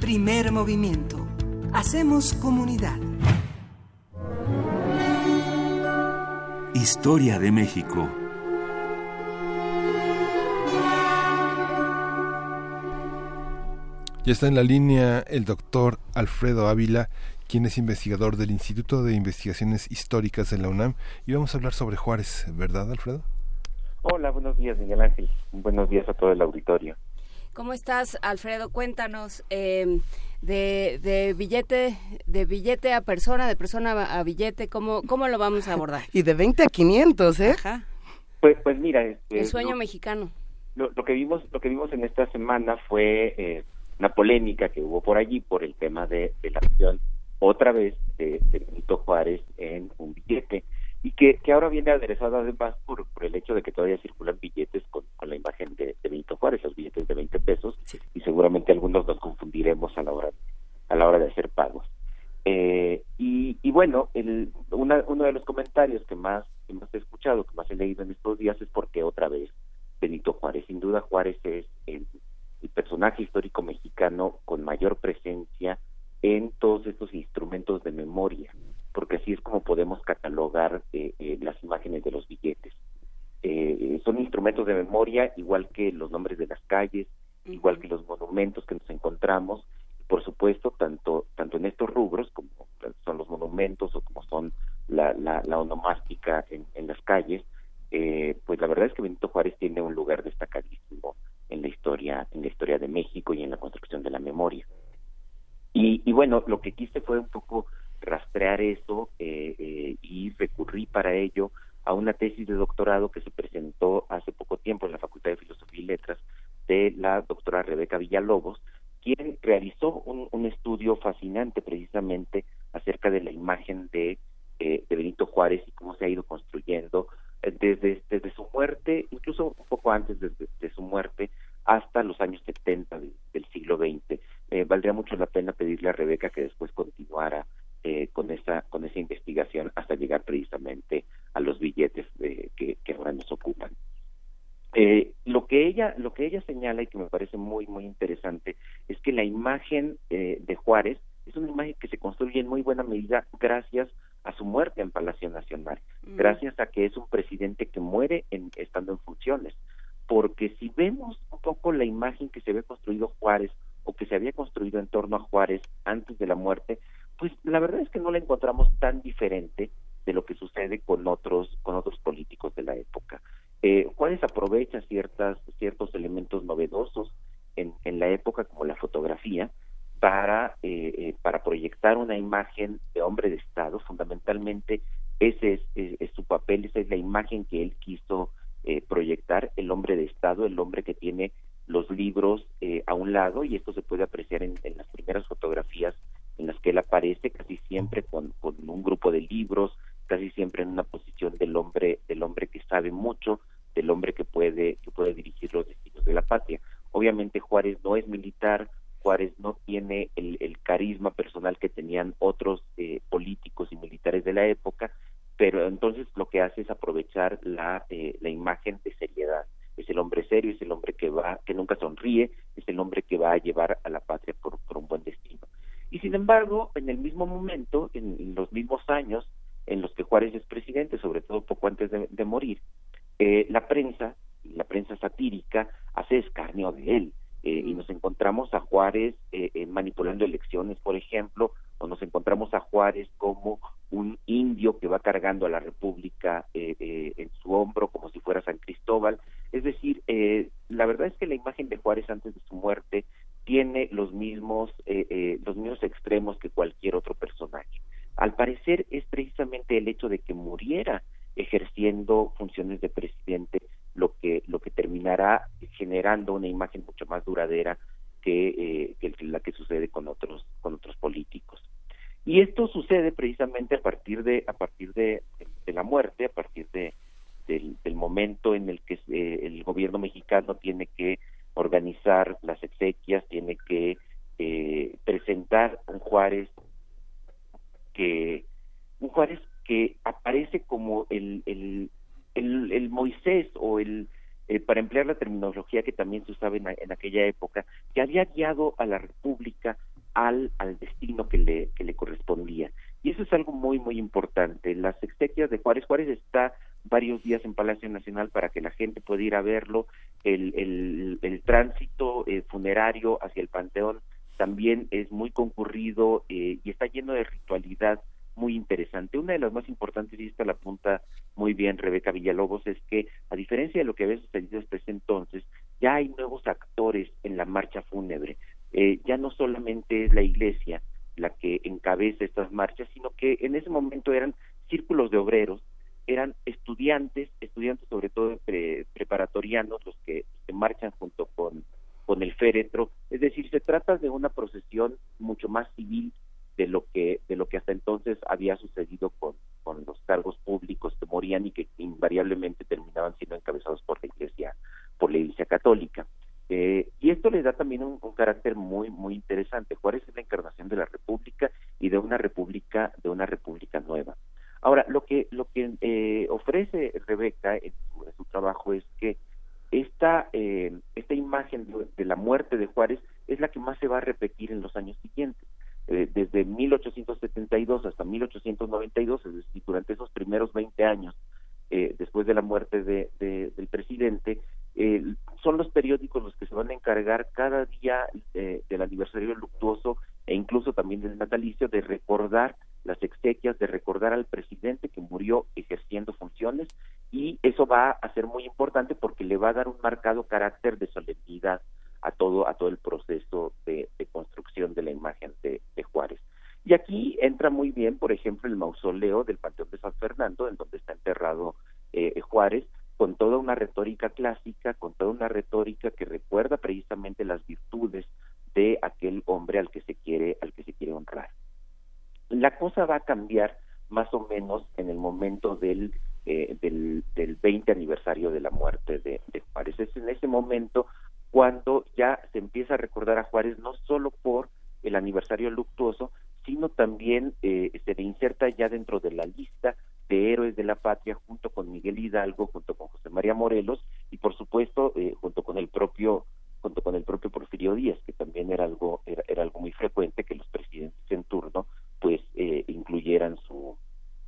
Primer movimiento. Hacemos comunidad. Historia de México. Ya está en la línea el doctor Alfredo Ávila, quien es investigador del Instituto de Investigaciones Históricas de la UNAM, y vamos a hablar sobre Juárez, ¿verdad, Alfredo? Hola, buenos días, Miguel Ángel. Buenos días a todo el auditorio. ¿Cómo estás, Alfredo? Cuéntanos eh, de, de billete de billete a persona, de persona a billete, ¿cómo, cómo lo vamos a abordar? Y de veinte a quinientos, ¿eh? Ajá. Pues, pues mira, este, el sueño lo, mexicano. Lo, lo que vimos, lo que vimos en esta semana fue eh, una polémica que hubo por allí por el tema de, de la acción otra vez de, de Benito Juárez en un billete, y que, que ahora viene aderezada además por, por el hecho de que todavía circulan billetes con, con la imagen de, de Benito Juárez, los billetes de veinte pesos, sí. Y seguramente algunos nos confundiremos a la hora a la hora de hacer pagos. Eh, y, y bueno, el, una, uno de los comentarios que más, que más he escuchado, que más he leído en estos días es porque otra vez Benito Juárez. Sin duda Juárez es el, el personaje histórico mexicano con mayor presencia en todos estos instrumentos de memoria, porque así es como podemos catalogar eh, eh, las imágenes de los billetes. Eh, son instrumentos de memoria, igual que los nombres de las calles, uh-huh. Igual que los monumentos que nos encontramos, y por supuesto, tanto tanto en estos rubros, como son los monumentos o como son la, la, la onomástica en, en las calles, eh, pues la verdad es que Benito Juárez tiene un lugar destacadísimo en la historia, en la historia de México y en la construcción de la memoria. Y, y bueno, lo que quise fue un poco rastrear eso eh, eh, y recurrí para ello a una tesis de doctorado que se presentó hace poco tiempo en la Facultad de Filosofía y Letras de la doctora Rebeca Villalobos, quien realizó un, un estudio fascinante precisamente acerca de la imagen de, eh, de Benito Juárez y cómo se ha ido construyendo desde, desde su muerte, incluso un poco antes de, de, de su muerte, hasta los años setenta de, del siglo veinte. Eh, valdría mucho la pena pedirle a Rebeca que después continuara eh, con esa con esa investigación hasta llegar precisamente a los billetes eh, que, que ahora nos ocupan. Eh, lo que ella lo que ella señala y que me parece muy muy interesante es que la imagen eh, de Juárez es una imagen que se construye en muy buena medida gracias a su muerte en Palacio Nacional, mm. gracias a que es un presidente que muere en, estando en funciones, porque si vemos un poco la imagen que se había construido Juárez o que se había construido en torno a Juárez antes de la muerte, pues la verdad es que no la encontramos tan diferente de lo que sucede con otros con otros políticos de la época. Eh, Juárez aprovecha ciertas ciertos elementos novedosos en, en la época, como la fotografía, para eh, eh, para proyectar una imagen de hombre de Estado. Fundamentalmente ese es, es, es su papel, esa es la imagen que él quiso eh, proyectar, el hombre de Estado, el hombre que tiene los libros eh, a un lado, y esto se puede apreciar en, en las primeras fotografías en las que él aparece, casi siempre con, con un grupo de libros, casi siempre en una posición del hombre del hombre que sabe mucho, del hombre que puede que puede dirigir los destinos de la patria. Obviamente Juárez no es militar, Juárez no tiene el, el carisma personal que tenían otros eh, políticos y militares de la época, pero entonces lo que hace es aprovechar la eh, la imagen de seriedad. Es el hombre serio, es el hombre que va, que nunca sonríe, es el hombre que va a llevar a la patria por, por un buen destino. Y sin embargo, en el mismo momento, en, en los mismos años en los que Juárez es presidente, sobre todo poco antes de, de morir, eh, la prensa, la prensa satírica, hace escarnio de él. Eh, y nos encontramos a Juárez eh, eh, manipulando elecciones, por ejemplo, o nos encontramos a Juárez como un indio que va cargando a la República eh, eh, en su hombro como si fuera San Cristóbal. Es decir, eh, la verdad es que la imagen de Juárez antes de su muerte tiene los mismos eh, eh, los mismos extremos que cualquier otro personaje. Al parecer es precisamente el hecho de que muriera ejerciendo funciones de presidente lo que lo que terminará generando una imagen mucho más duradera que, eh, que la que sucede con otros con otros políticos. Y esto sucede precisamente a partir de a partir de, de la muerte, a partir de del, del momento en el que eh, el gobierno mexicano tiene que organizar las exequias, tiene que eh, presentar un Juárez que un Juárez que aparece como el el el, el Moisés o el eh, para emplear la terminología que también se usaba en, en aquella época, que había guiado a la República al, al destino que le, que le correspondía. Y eso es algo muy, muy importante. Las exequias de Juárez, Juárez está varios días en Palacio Nacional para que la gente pueda ir a verlo. El, el, el tránsito eh, funerario hacia el Panteón también es muy concurrido eh, y está lleno de ritualidad muy interesante. Una de las más importantes, y esta la apunta muy bien Rebeca Villalobos, es que a diferencia de lo que había sucedido hasta ese entonces, ya hay nuevos actores en la marcha fúnebre. Eh, ya no solamente es la iglesia la que encabeza estas marchas, sino que en ese momento eran círculos de obreros, eran estudiantes, estudiantes sobre todo pre, preparatorianos, los que, que marchan junto con, con el féretro. Es decir, se trata de una procesión mucho más civil de lo que de lo que hasta entonces había sucedido con, con los cargos públicos que morían y que invariablemente terminaban siendo encabezados por la iglesia, por la iglesia católica. Eh, y esto le da también un, un carácter muy muy interesante. Juárez es la encarnación de la república y de una república de una república nueva. Ahora, lo que lo que eh, ofrece Rebeca en su, en su trabajo es que esta eh, esta imagen de, de la muerte de Juárez es la que más se va a repetir en los años siguientes. Eh, desde mil ochocientos setenta y dos hasta mil ochocientos noventa y dos, es decir, durante esos primeros veinte años, eh, después de la muerte de, de, del presidente, eh, son los periódicos los que se van a encargar cada día eh, del aniversario luctuoso e incluso también del natalicio de recordar las exequias, de recordar al presidente que murió ejerciendo funciones, y eso va a ser muy importante porque le va a dar un marcado carácter de solemnidad a todo a todo el proceso de, de construcción de la imagen de, de Juárez. Y aquí entra muy bien, por ejemplo, el mausoleo del Panteón de San Fernando, en donde está enterrado eh, Juárez, con toda una retórica clásica, con toda una retórica que recuerda precisamente las virtudes de aquel hombre al que se quiere al que se quiere honrar. La cosa va a cambiar más o menos en el momento del eh, del, del veinte aniversario de la muerte de, de Juárez. Es en ese momento cuando ya se empieza a recordar a Juárez no solo por el aniversario luctuoso, sino también eh, se le inserta ya dentro de la lista de héroes de la patria, junto con Miguel Hidalgo, junto con José María Morelos y por supuesto eh, junto con el propio junto con el propio Porfirio Díaz, que también era algo era, era algo muy frecuente que los presidentes en turno pues eh, incluyeran su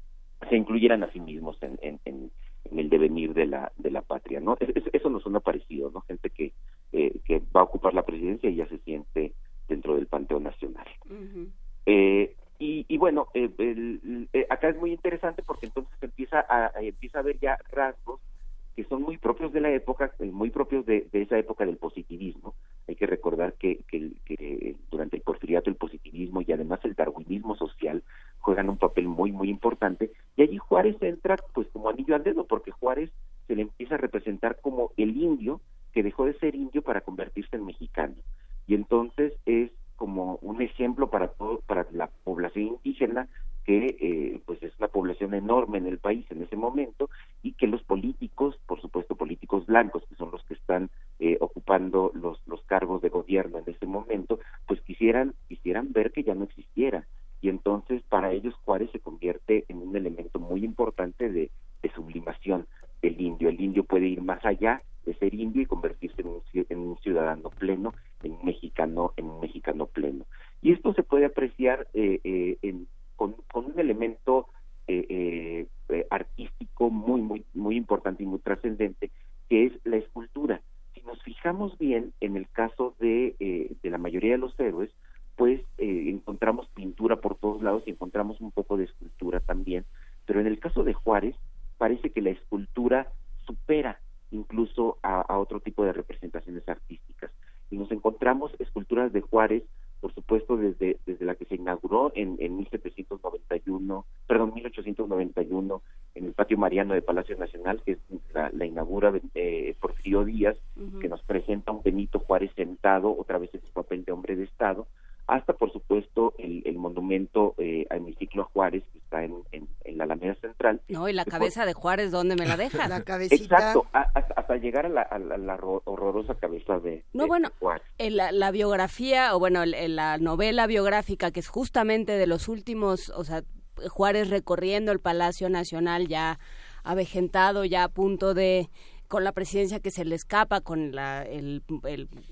se incluyeran a sí mismos en, en, en, en el devenir de la de la patria, ¿no? Es, es, eso nos suena parecido, ¿no? Gente que eh, que va a ocupar la presidencia y ya se siente dentro del Panteón Nacional. Uh-huh. Eh, y, y bueno, eh, el, eh, acá es muy interesante porque entonces empieza a, a empieza a haber ya rasgos que son muy propios de la época, eh, muy propios de, de esa época del positivismo. Hay que recordar que, que, que durante el porfiriato el positivismo y además el darwinismo social juegan un papel muy muy importante, y allí Juárez entra pues como anillo al dedo, porque Juárez se le empieza a representar como el indio que dejó de ser indio para convertirse en mexicano, y entonces es como un ejemplo para todo, para la población indígena, que eh, pues es una población enorme en el país en ese momento, y que los políticos, por supuesto políticos blancos, que son los que están eh, ocupando los los cargos de gobierno en ese momento, pues quisieran quisieran ver que ya no existiera, y entonces para ellos Juárez se convierte en un elemento muy importante de, de sublimación del indio. El indio puede ir más allá de ser indio y convertirse en un, en un ciudadano pleno, en un mexicano, en un mexicano pleno. Y esto se puede apreciar eh, eh, en, con, con un elemento eh, eh, eh, artístico muy, muy, muy importante y muy trascendente, que es la escultura. Si nos fijamos bien en el caso de, eh, de la mayoría de los héroes, pues eh, encontramos pintura por todos lados y encontramos un poco de escultura también, pero en el caso de Juárez parece que la escultura supera incluso a, a otro tipo de representaciones artísticas, y nos encontramos esculturas de Juárez, por supuesto desde desde la que se inauguró en, en mil setecientos noventa y uno, perdón, mil ochocientos noventa y uno en el Patio Mariano de Palacio Nacional, que es la, la inaugura eh, Porfirio Díaz, uh-huh. que nos presenta un Benito Juárez sentado otra vez en su papel de hombre de Estado, hasta por supuesto el, el monumento eh, al hemiciclo a Juárez, que está en, en, en la Alameda Central. No, y la cabeza de Juárez, ¿dónde me la deja? La cabecita. Exacto, a, a, hasta llegar a la, a la, a la horrorosa cabeza de, no, de bueno, Juárez. En la, la biografía, o bueno, en la novela biográfica, que es justamente de los últimos, o sea, Juárez recorriendo el Palacio Nacional ya avejentado, ya a punto de, con la presidencia que se le escapa, con la, el... el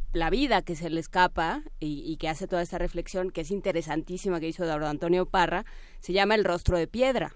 la vida que se le escapa y, y que hace toda esta reflexión, que es interesantísima, que hizo Eduardo Antonio Parra, se llama El rostro de piedra.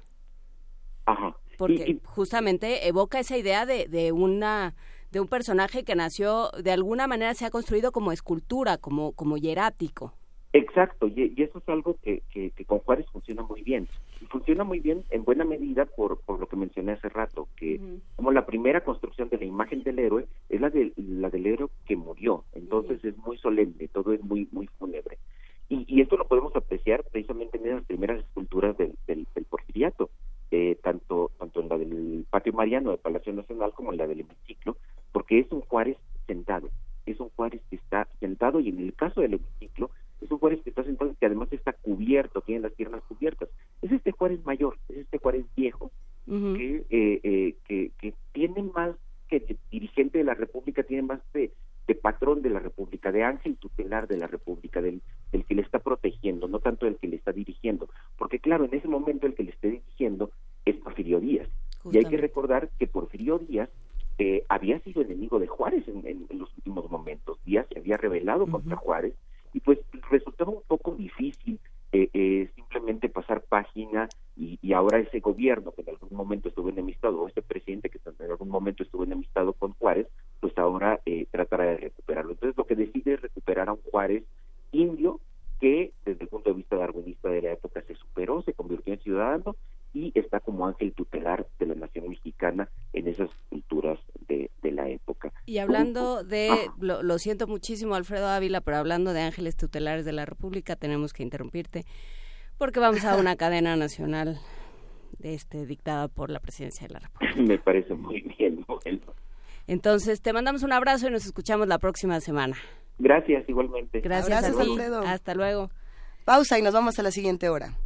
Ajá. Porque y, y... justamente evoca esa idea de, de una de un personaje que nació, de alguna manera se ha construido como escultura, como, como hierático. Exacto, y, y eso es algo que, que, que con Juárez funciona muy bien. Y funciona muy bien en buena medida por, por lo que mencioné hace rato, que uh-huh. como la primera construcción de la imagen del héroe es la, de, la del héroe que murió. Entonces uh-huh. es muy solemne, todo es muy muy fúnebre. Y, y esto lo podemos apreciar precisamente en las primeras esculturas del, del, del Porfiriato, eh, tanto, tanto en la del Patio Mariano del Palacio Nacional como en la del Hemiciclo, porque es un Juárez sentado, es un Juárez que está sentado, y en el caso del Hemiciclo es un Juárez que está sentado, que además está cubierto, tiene las piernas cubiertas. Es este Juárez mayor, es este Juárez viejo, uh-huh. que, eh, eh, que que tiene más que de dirigente de la República, tiene más de, de patrón de la República, de ángel tutelar de la República, del, del que le está protegiendo, no tanto del que le está dirigiendo, porque claro, en ese momento el que le esté dirigiendo es Porfirio Díaz. Justamente. Y hay que recordar que Porfirio Díaz eh, había sido enemigo de Juárez en, en, en los últimos momentos. Díaz se había rebelado uh-huh. contra Juárez, y pues resultaba un poco difícil eh, eh, simplemente pasar página, y, y ahora ese gobierno que en algún momento estuvo enemistado, o ese presidente que en algún momento estuvo enemistado con Juárez, pues ahora eh, tratará de recuperarlo. Entonces lo que decide es recuperar a un Juárez indio que desde el punto de vista darwinista de la época se superó, se convirtió en ciudadano y está como ángel tutelar de la nación mexicana en esas culturas de, de la época. Y hablando de, lo, lo siento muchísimo Alfredo Ávila, pero hablando de ángeles tutelares de la República, tenemos que interrumpirte porque vamos a una cadena nacional de este dictada por la Presidencia de la República. Me parece muy bien, bueno. Entonces te mandamos un abrazo y nos escuchamos la próxima semana. Gracias, igualmente. Gracias Abrazos, a ti. Alfredo. Hasta luego. Pausa y nos vamos a la siguiente hora.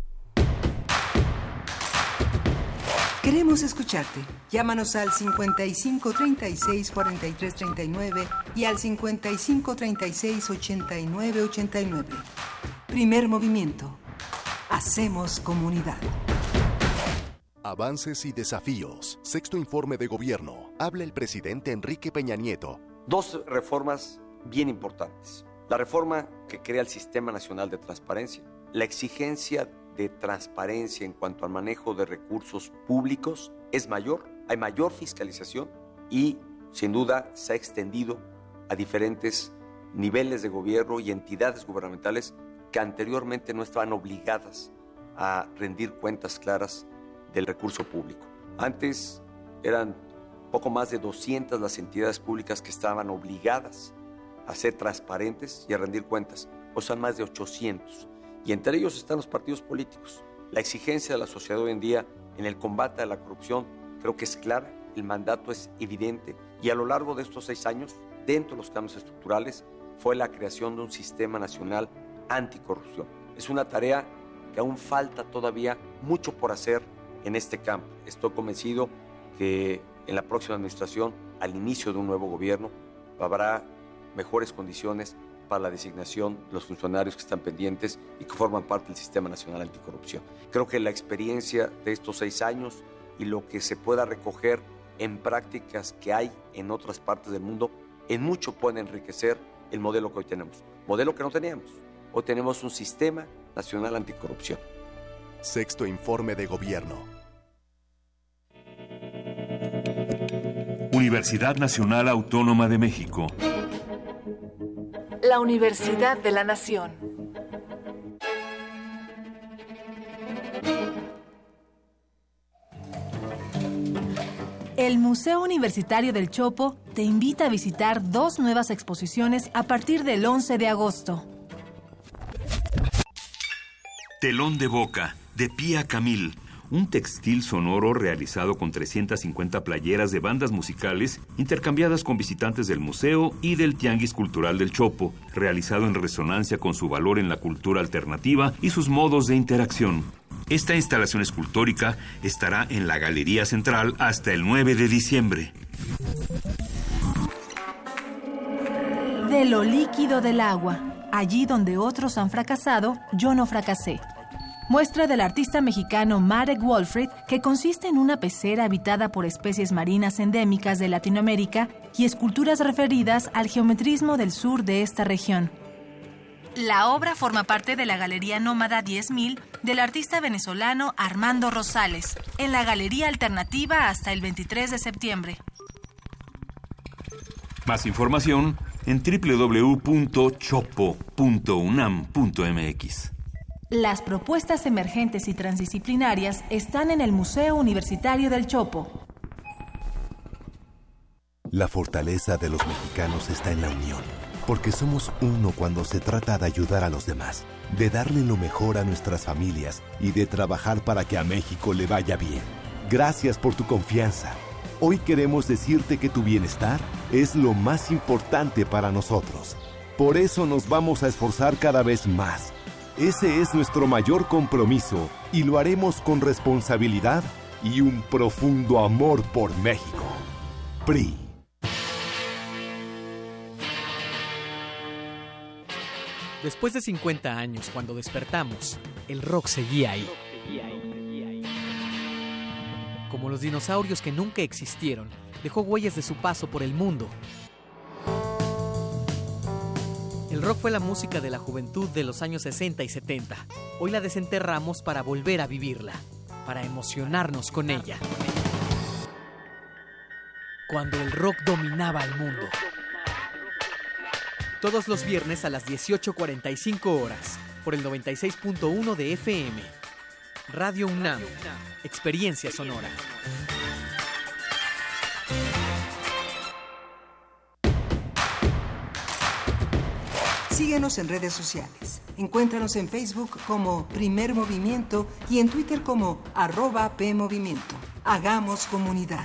Queremos escucharte. Llámanos al cincuenta y cinco treinta y seis cuarenta y tres treinta y nueve y al cincuenta y cinco treinta y seis ochenta y nueve ochenta y nueve. Primer movimiento. Hacemos comunidad. Avances y desafíos. Sexto informe de gobierno. Habla el presidente Enrique Peña Nieto. Dos reformas bien importantes. La reforma que crea el Sistema Nacional de Transparencia. La exigencia de transparencia en cuanto al manejo de recursos públicos es mayor, hay mayor fiscalización y, sin duda, se ha extendido a diferentes niveles de gobierno y entidades gubernamentales que anteriormente no estaban obligadas a rendir cuentas claras del recurso público. Antes eran poco más de doscientas las entidades públicas que estaban obligadas a ser transparentes y a rendir cuentas, o son más de ochocientos. Y entre ellos están los partidos políticos. La exigencia de la sociedad hoy en día en el combate a la corrupción creo que es clara, el mandato es evidente, y a lo largo de estos seis años, dentro de los cambios estructurales, fue la creación de un sistema nacional anticorrupción. Es una tarea que aún falta todavía mucho por hacer en este campo. Estoy convencido que en la próxima administración, al inicio de un nuevo gobierno, habrá mejores condiciones para la designación de los funcionarios que están pendientes y que forman parte del Sistema Nacional Anticorrupción. Creo que la experiencia de estos seis años y lo que se pueda recoger en prácticas que hay en otras partes del mundo, en mucho puede enriquecer el modelo que hoy tenemos. Modelo que no teníamos. Hoy tenemos un Sistema Nacional Anticorrupción. Sexto informe de gobierno. Universidad Nacional Autónoma de México. La Universidad de la Nación. El Museo Universitario del Chopo te invita a visitar dos nuevas exposiciones a partir del once de agosto. Telón de Boca, de Pía Camil. Un textil sonoro realizado con trescientas cincuenta playeras de bandas musicales intercambiadas con visitantes del museo y del Tianguis Cultural del Chopo, realizado en resonancia con su valor en la cultura alternativa y sus modos de interacción. Esta instalación escultórica estará en la Galería Central hasta el nueve de diciembre. De lo líquido del agua, allí donde otros han fracasado, yo no fracasé. muestra del artista mexicano Marek Wolfried, que consiste en una pecera habitada por especies marinas endémicas de Latinoamérica y esculturas referidas al geometrismo del sur de esta región. La obra forma parte de la Galería Nómada diez mil del artista venezolano Armando Rosales, en la Galería Alternativa hasta el veintitrés de septiembre. Más información en doble u doble u doble u punto chopo punto unam punto m x. Las propuestas emergentes y transdisciplinarias están en el Museo Universitario del Chopo. La fortaleza de los mexicanos está en la unión, porque somos uno cuando se trata de ayudar a los demás, de darle lo mejor a nuestras familias y de trabajar para que a México le vaya bien. Gracias por tu confianza. Hoy queremos decirte que tu bienestar es lo más importante para nosotros. Por eso nos vamos a esforzar cada vez más. Ese es nuestro mayor compromiso y lo haremos con responsabilidad y un profundo amor por México. P R I. Después de cincuenta años, cuando despertamos, el rock seguía ahí. Como los dinosaurios que nunca existieron, dejó huellas de su paso por el mundo. El rock fue la música de la juventud de los años sesenta y setenta. Hoy la desenterramos para volver a vivirla, para emocionarnos con ella. Cuando el rock dominaba el mundo. Todos los viernes a las dieciocho cuarenta y cinco horas, por el noventa y seis punto uno de F M. Radio UNAM, experiencia sonora. Síguenos en redes sociales. Encuéntranos en Facebook como Primer Movimiento y en Twitter como arroba PMovimiento. Hagamos comunidad.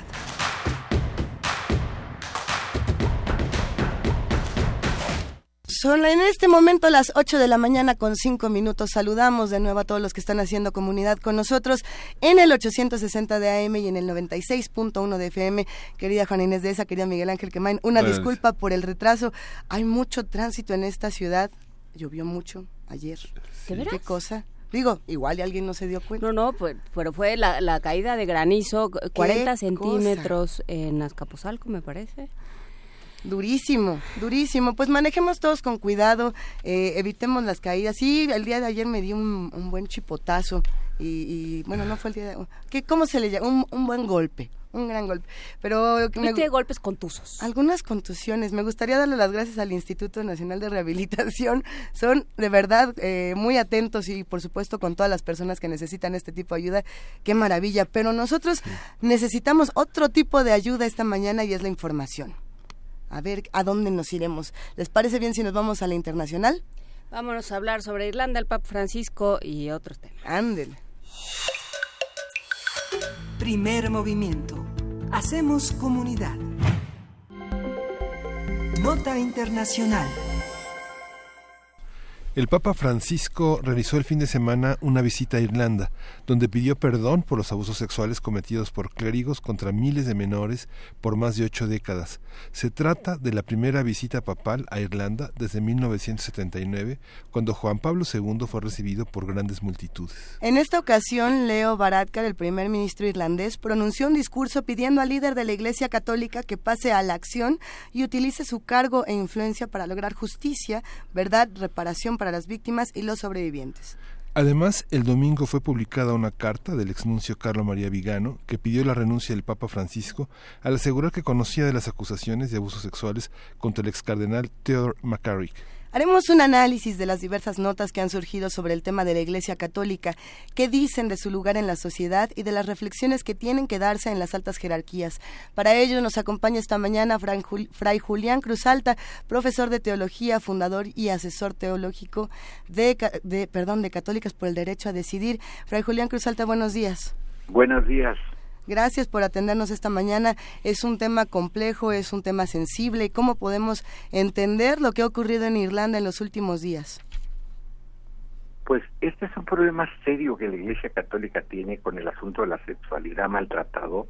Son en este momento las ocho de la mañana con cinco minutos. Saludamos de nuevo a todos los que están haciendo comunidad con nosotros en el ochocientos sesenta de A M y en el noventa y seis punto uno de F M. Querida Juana Inés de esa, querida Miguel Ángel Quemain, una bueno, disculpa por el retraso. Hay mucho tránsito en esta ciudad. Llovió mucho ayer. ¿De veras? ¿Qué cosa? Digo, igual alguien no se dio cuenta. No, no, pues, pero fue la, la caída de granizo, cuarenta centímetros cosa? En Azcapotzalco, me parece. Durísimo, durísimo. Pues manejemos todos con cuidado, eh, evitemos las caídas. Sí, el día de ayer me di un, un buen chipotazo y, y bueno, no fue el día de... ¿qué, ¿Cómo se le llama? Un, un buen golpe, un gran golpe. Pero me, de golpes contusos. Algunas contusiones. Me gustaría darle las gracias al Instituto Nacional de Rehabilitación. Son de verdad eh, muy atentos y por supuesto con todas las personas que necesitan este tipo de ayuda. Qué maravilla. Pero nosotros sí. necesitamos otro tipo de ayuda esta mañana y es la información. A ver, ¿a dónde nos iremos? ¿Les parece bien si nos vamos a la internacional? Vámonos a hablar sobre Irlanda, el Papa Francisco y otros temas. Ándele. Primer movimiento. Hacemos comunidad. Nota internacional. El Papa Francisco realizó el fin de semana una visita a Irlanda, donde pidió perdón por los abusos sexuales cometidos por clérigos contra miles de menores por más de ocho décadas. Se trata de la primera visita papal a Irlanda desde mil novecientos setenta y nueve, cuando Juan Pablo segundo fue recibido por grandes multitudes. En esta ocasión, Leo Varadkar, el primer ministro irlandés, pronunció un discurso pidiendo al líder de la Iglesia Católica que pase a la acción y utilice su cargo e influencia para lograr justicia, verdad, reparación para las víctimas y los sobrevivientes. Además, el domingo fue publicada una carta del exnuncio Carlo María Vigano que pidió la renuncia del Papa Francisco al asegurar que conocía de las acusaciones de abusos sexuales contra el excardenal Theodore McCarrick. Haremos un análisis de las diversas notas que han surgido sobre el tema de la Iglesia Católica, qué dicen de su lugar en la sociedad y de las reflexiones que tienen que darse en las altas jerarquías. Para ello nos acompaña esta mañana Fray Julián Cruzalta, profesor de teología, fundador y asesor teológico de, de, perdón, de Católicas por el Derecho a Decidir. Fray Julián Cruzalta, buenos días. Buenos días. Gracias por atendernos esta mañana. Es un tema complejo, es un tema sensible. ¿Cómo podemos entender lo que ha ocurrido en Irlanda en los últimos días? Pues este es un problema serio que la Iglesia Católica tiene con el asunto de la sexualidad maltratado.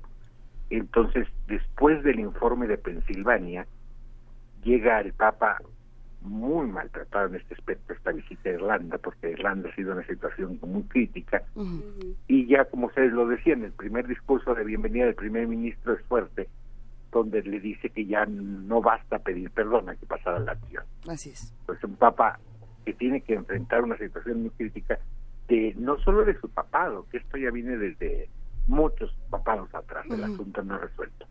Entonces, después del informe de Pensilvania, llega el Papa muy maltratado en este aspecto esta visita a Irlanda, porque Irlanda ha sido una situación muy crítica, uh-huh. y ya como ustedes lo decían, el primer discurso de bienvenida del primer ministro es fuerte, donde le dice que ya no basta pedir perdón, hay que pasar a la acción. Así es. Pues un papa que tiene que enfrentar una situación muy crítica, de no solo de su papado, que esto ya viene desde muchos papados atrás, uh-huh. el asunto no resuelto.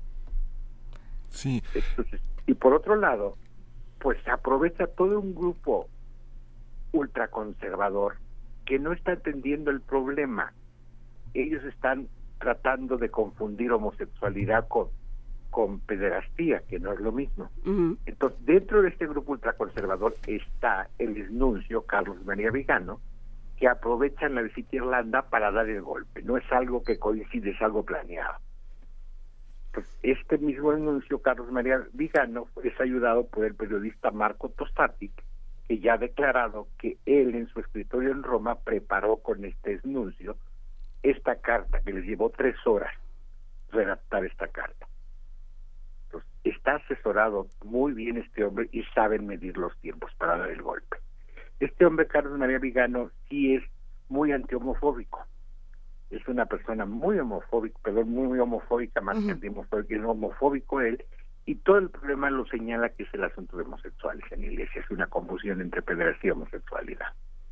Sí. Entonces, y por otro lado, pues se aprovecha todo un grupo ultraconservador que no está entendiendo el problema. Ellos están tratando de confundir homosexualidad con, con pederastía, que no es lo mismo. Uh-huh. Entonces, dentro de este grupo ultraconservador está el exnuncio Carlos María Vigano, que aprovechan la visita a Irlanda para dar el golpe. No es algo que coincide, es algo planeado. Este mismo anuncio, Carlos María Vigano, es ayudado por el periodista Marco Tostati, que ya ha declarado que él en su escritorio en Roma preparó con este anuncio esta carta, que les llevó tres horas redactar esta carta. Entonces, está asesorado muy bien este hombre y saben medir los tiempos para dar el golpe. Este hombre, Carlos María Vigano, sí es muy antihomofóbico. Es una persona muy homofóbica, perdón, muy homofóbica, más uh-huh. que antihomofóbica, es homofóbico él, y todo el problema lo señala que es el asunto de homosexuales en la iglesia, es una confusión entre pederastía y homosexualidad.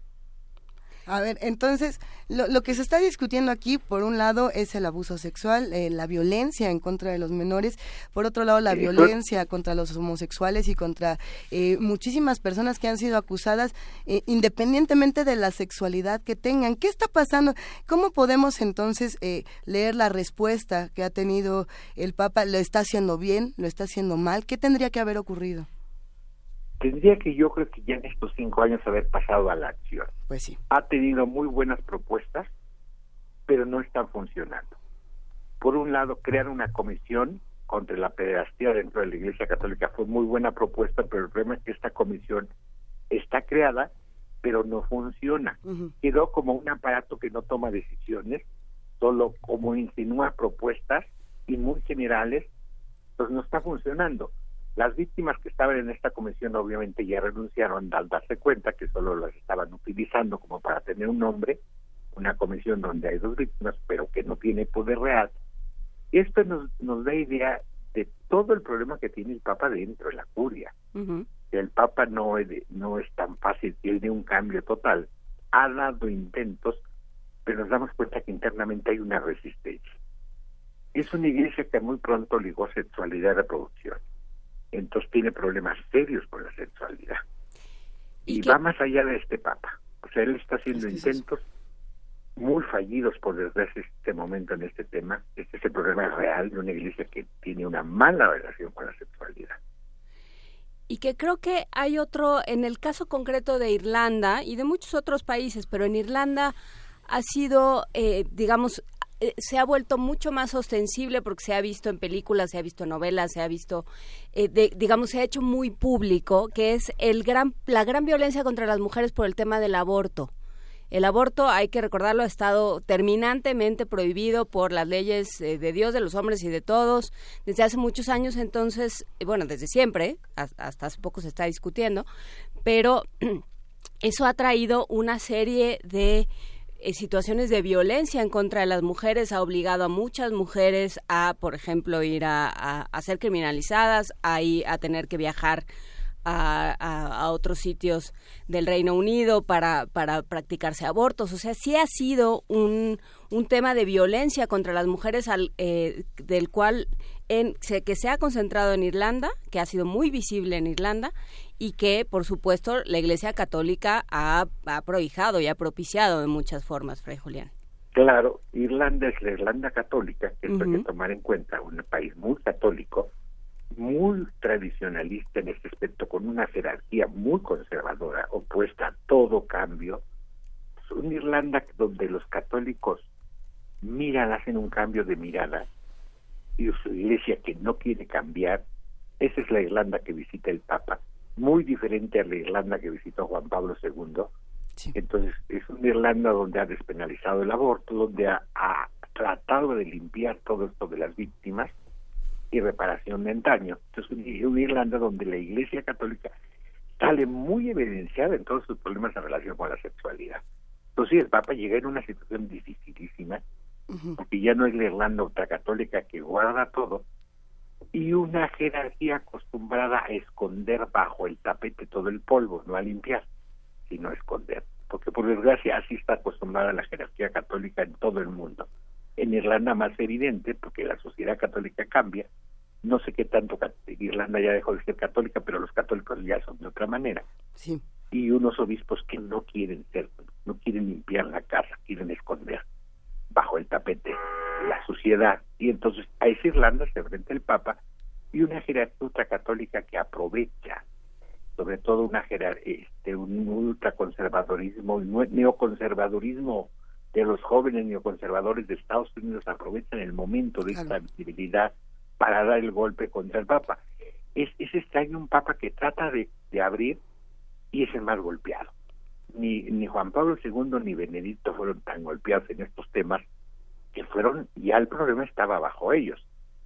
A ver, entonces, lo, lo que se está discutiendo aquí, por un lado, es el abuso sexual, eh, la violencia en contra de los menores, por otro lado, la sí, violencia pues... contra los homosexuales y contra eh, muchísimas personas que han sido acusadas, eh, independientemente de la sexualidad que tengan. ¿Qué está pasando? ¿Cómo podemos entonces eh, leer la respuesta que ha tenido el Papa? ¿Lo está haciendo bien? ¿Lo está haciendo mal? ¿Qué tendría que haber ocurrido? Tendría que yo creo que ya en estos cinco años haber pasado a la acción. Pues sí. Ha tenido muy buenas propuestas, pero no están funcionando. Por un lado, crear una comisión contra la pederastía dentro de la Iglesia Católica fue muy buena propuesta, pero el problema es que esta comisión está creada, pero no funciona. Uh-huh. Quedó como un aparato que no toma decisiones, solo como insinúa propuestas y muy generales, pues no está funcionando. Las víctimas que estaban en esta comisión obviamente ya renunciaron al darse cuenta que solo las estaban utilizando como para tener un nombre, una comisión donde hay dos víctimas, pero que no tiene poder real. Esto nos, nos da idea de todo el problema que tiene el Papa dentro de la curia. Uh-huh. El Papa no es, de, no es tan fácil, tiene un cambio total. Ha dado intentos, pero nos damos cuenta que internamente hay una resistencia. Es una iglesia que muy pronto ligó sexualidad y reproducción. Entonces tiene problemas serios con la sexualidad. Y, y va más allá de este Papa. O sea, él está haciendo es que intentos es muy fallidos, por desgracia, en este momento en este tema. Este es el problema real de una iglesia que tiene una mala relación con la sexualidad. Y que creo que hay otro, en el caso concreto de Irlanda y de muchos otros países, pero en Irlanda ha sido, eh, digamos, se ha vuelto mucho más ostensible porque se ha visto en películas, se ha visto en novelas, se ha visto, eh, de, digamos, se ha hecho muy público, que es el gran, la gran violencia contra las mujeres por el tema del aborto. El aborto, hay que recordarlo, ha estado terminantemente prohibido por las leyes eh, de Dios, de los hombres y de todos, desde hace muchos años. Entonces, bueno, desde siempre, hasta hace poco se está discutiendo, pero eso ha traído una serie de situaciones de violencia en contra de las mujeres, ha obligado a muchas mujeres a, por ejemplo, ir a, a, a ser criminalizadas, a, ir, a tener que viajar a, a, a otros sitios del Reino Unido para, para practicarse abortos. O sea, sí ha sido un, un tema de violencia contra las mujeres al, eh, del cual en, se, que se ha concentrado en Irlanda, que ha sido muy visible en Irlanda, y que, por supuesto, la Iglesia Católica ha, ha prohijado y ha propiciado de muchas formas, Fray Julián. Claro, Irlanda es la Irlanda católica, que uh-huh. hay que tomar en cuenta, un país muy católico, muy tradicionalista en este aspecto, con una jerarquía muy conservadora, opuesta a todo cambio. Es una Irlanda donde los católicos miran, hacen un cambio de mirada, y su iglesia que no quiere cambiar. Esa es la Irlanda que visita el Papa, muy diferente a la Irlanda que visitó Juan Pablo segundo. Sí. Entonces es una Irlanda donde ha despenalizado el aborto, donde ha, ha tratado de limpiar todo esto de las víctimas y reparación de antaño. Entonces una Irlanda donde la Iglesia Católica sale muy evidenciada en todos sus problemas en relación con la sexualidad. Entonces el Papa llega en una situación dificilísima, uh-huh. porque ya no es la Irlanda ultracatólica que guarda todo, y una jerarquía acostumbrada a esconder bajo el tapete todo el polvo, no a limpiar, sino a esconder. Porque por desgracia así está acostumbrada la jerarquía católica en todo el mundo. En Irlanda más evidente, porque la sociedad católica cambia. No sé qué tanto Irlanda ya dejó de ser católica, pero los católicos ya son de otra manera. Sí. Y unos obispos que no quieren ser, no quieren limpiar la casa, quieren esconder bajo el tapete la suciedad. Y entonces a esa Irlanda se enfrenta el Papa y una jerarquía ultracatólica que aprovecha, sobre todo una jerar- este, un ultraconservadorismo, un neoconservadurismo de los jóvenes neoconservadores de Estados Unidos, aprovechan el momento de esta visibilidad para dar el golpe contra el Papa. Es, es extraño un Papa que trata de, de abrir y es el más golpeado. Ni, ni Juan Pablo segundo ni Benedicto fueron tan golpeados en estos temas, que fueron, ya el problema estaba bajo ellos.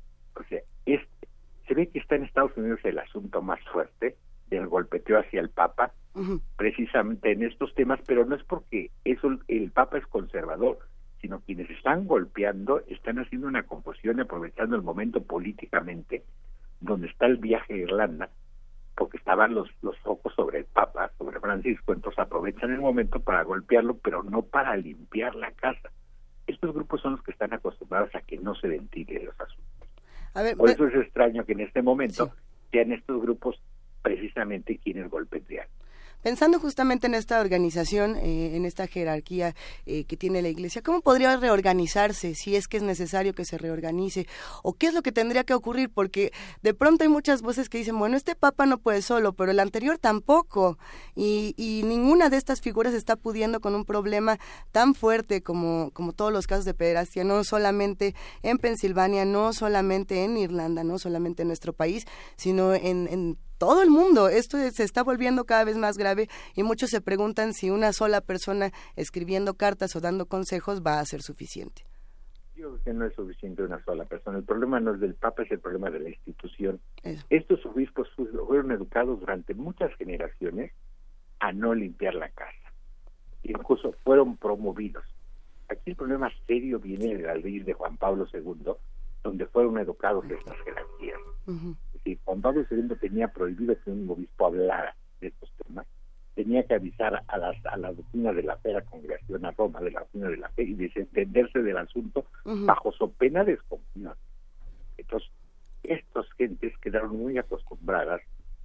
O sea, es, se ve que está en Estados Unidos el asunto más fuerte del golpeteo hacia el Papa, uh-huh. precisamente en estos temas, pero no es porque eso el Papa es conservador, sino quienes están golpeando están haciendo una confusión, aprovechando el momento políticamente, donde está el viaje a Irlanda, porque estaban los, los focos sobre el Papa, sobre Francisco, entonces aprovechan el momento para golpearlo, pero no para limpiar la casa. Estos grupos son los que están acostumbrados a que no se ventilen los asuntos. A ver, Por eso es extraño que en este momento sí. sean estos grupos precisamente quienes golpetean. Pensando justamente en esta organización, eh, en esta jerarquía eh, que tiene la Iglesia, ¿cómo podría reorganizarse si es que es necesario que se reorganice? ¿O qué es lo que tendría que ocurrir? Porque de pronto hay muchas voces que dicen, bueno, este Papa no puede solo, pero el anterior tampoco. Y, y ninguna de estas figuras está pudiendo con un problema tan fuerte como, como todos los casos de pederastia, no solamente en Pensilvania, no solamente en Irlanda, no solamente en nuestro país, sino en, en todo el mundo. Esto se está volviendo cada vez más grave y muchos se preguntan si una sola persona escribiendo cartas o dando consejos va a ser suficiente. Yo creo que no es suficiente una sola persona. El problema no es del Papa, es el problema de la institución. Eso. Estos obispos fueron educados durante muchas generaciones a no limpiar la casa. Incluso fueron promovidos. Aquí el problema serio viene de la ley de Juan Pablo segundo, donde fueron educados de estas jerarquías. Uh-huh. Si Juan Pablo segundo tenía prohibido que un obispo hablara de estos temas, tenía que avisar a las a la doctrina de la fe, a la congregación a Roma de la doctrina de la fe y desentenderse del asunto uh-huh. bajo so pena de excomunión. Entonces, estas gentes quedaron muy acostumbradas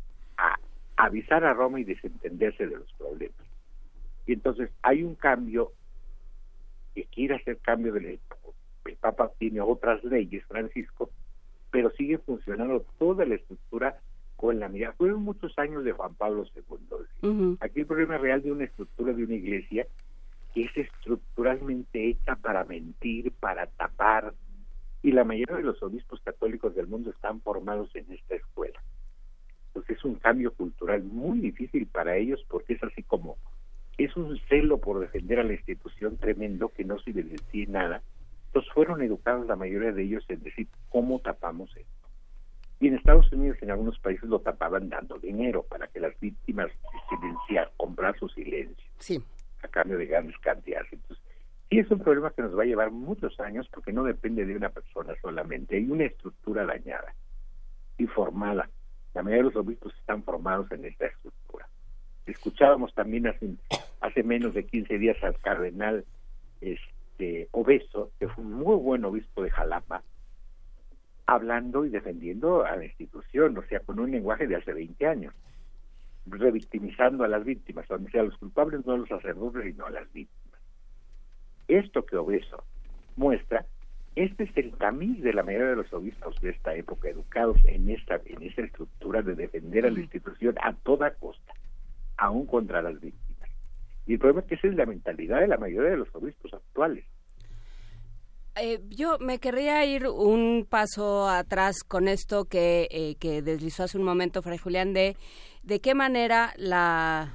a avisar a Roma y desentenderse de los problemas. Y entonces hay un cambio que quiere hacer cambio del el Papa tiene otras leyes, Francisco, pero sigue funcionando toda la estructura con la mirada. Fueron muchos años de Juan Pablo segundo. Uh-huh. Aquí el problema real de una estructura de una iglesia que es estructuralmente hecha para mentir, para tapar, y la mayoría de los obispos católicos del mundo están formados en esta escuela. Entonces es un cambio cultural muy difícil para ellos, porque es así como, es un celo por defender a la institución tremendo que no se evidencia nada. Entonces fueron educados la mayoría de ellos en decir, ¿cómo tapamos esto? Y en Estados Unidos, en algunos países, lo tapaban dando dinero para que las víctimas se silenciaran, comprar su silencio, sí, a cambio de grandes cantidades. Entonces, sí es un problema que nos va a llevar muchos años, porque no depende de una persona solamente, hay una estructura dañada y formada. La mayoría de los obispos están formados en esta estructura. Escuchábamos también hace, hace menos de quince días al cardenal este, De Obeso, que fue un muy buen obispo de Jalapa, hablando y defendiendo a la institución, o sea, con un lenguaje de hace veinte años, revictimizando a las víctimas, o sea, a los culpables no a los sacerdotes, sino a las víctimas. Esto que Obeso muestra, este es el tamiz de la mayoría de los obispos de esta época, educados en esta, en esta estructura de defender a la institución a toda costa, aún contra las víctimas. Y el problema es que esa es la mentalidad de la mayoría de los obispos actuales. Eh, yo me querría ir un paso atrás con esto que, eh, que deslizó hace un momento Fray Julián, de, de qué manera la,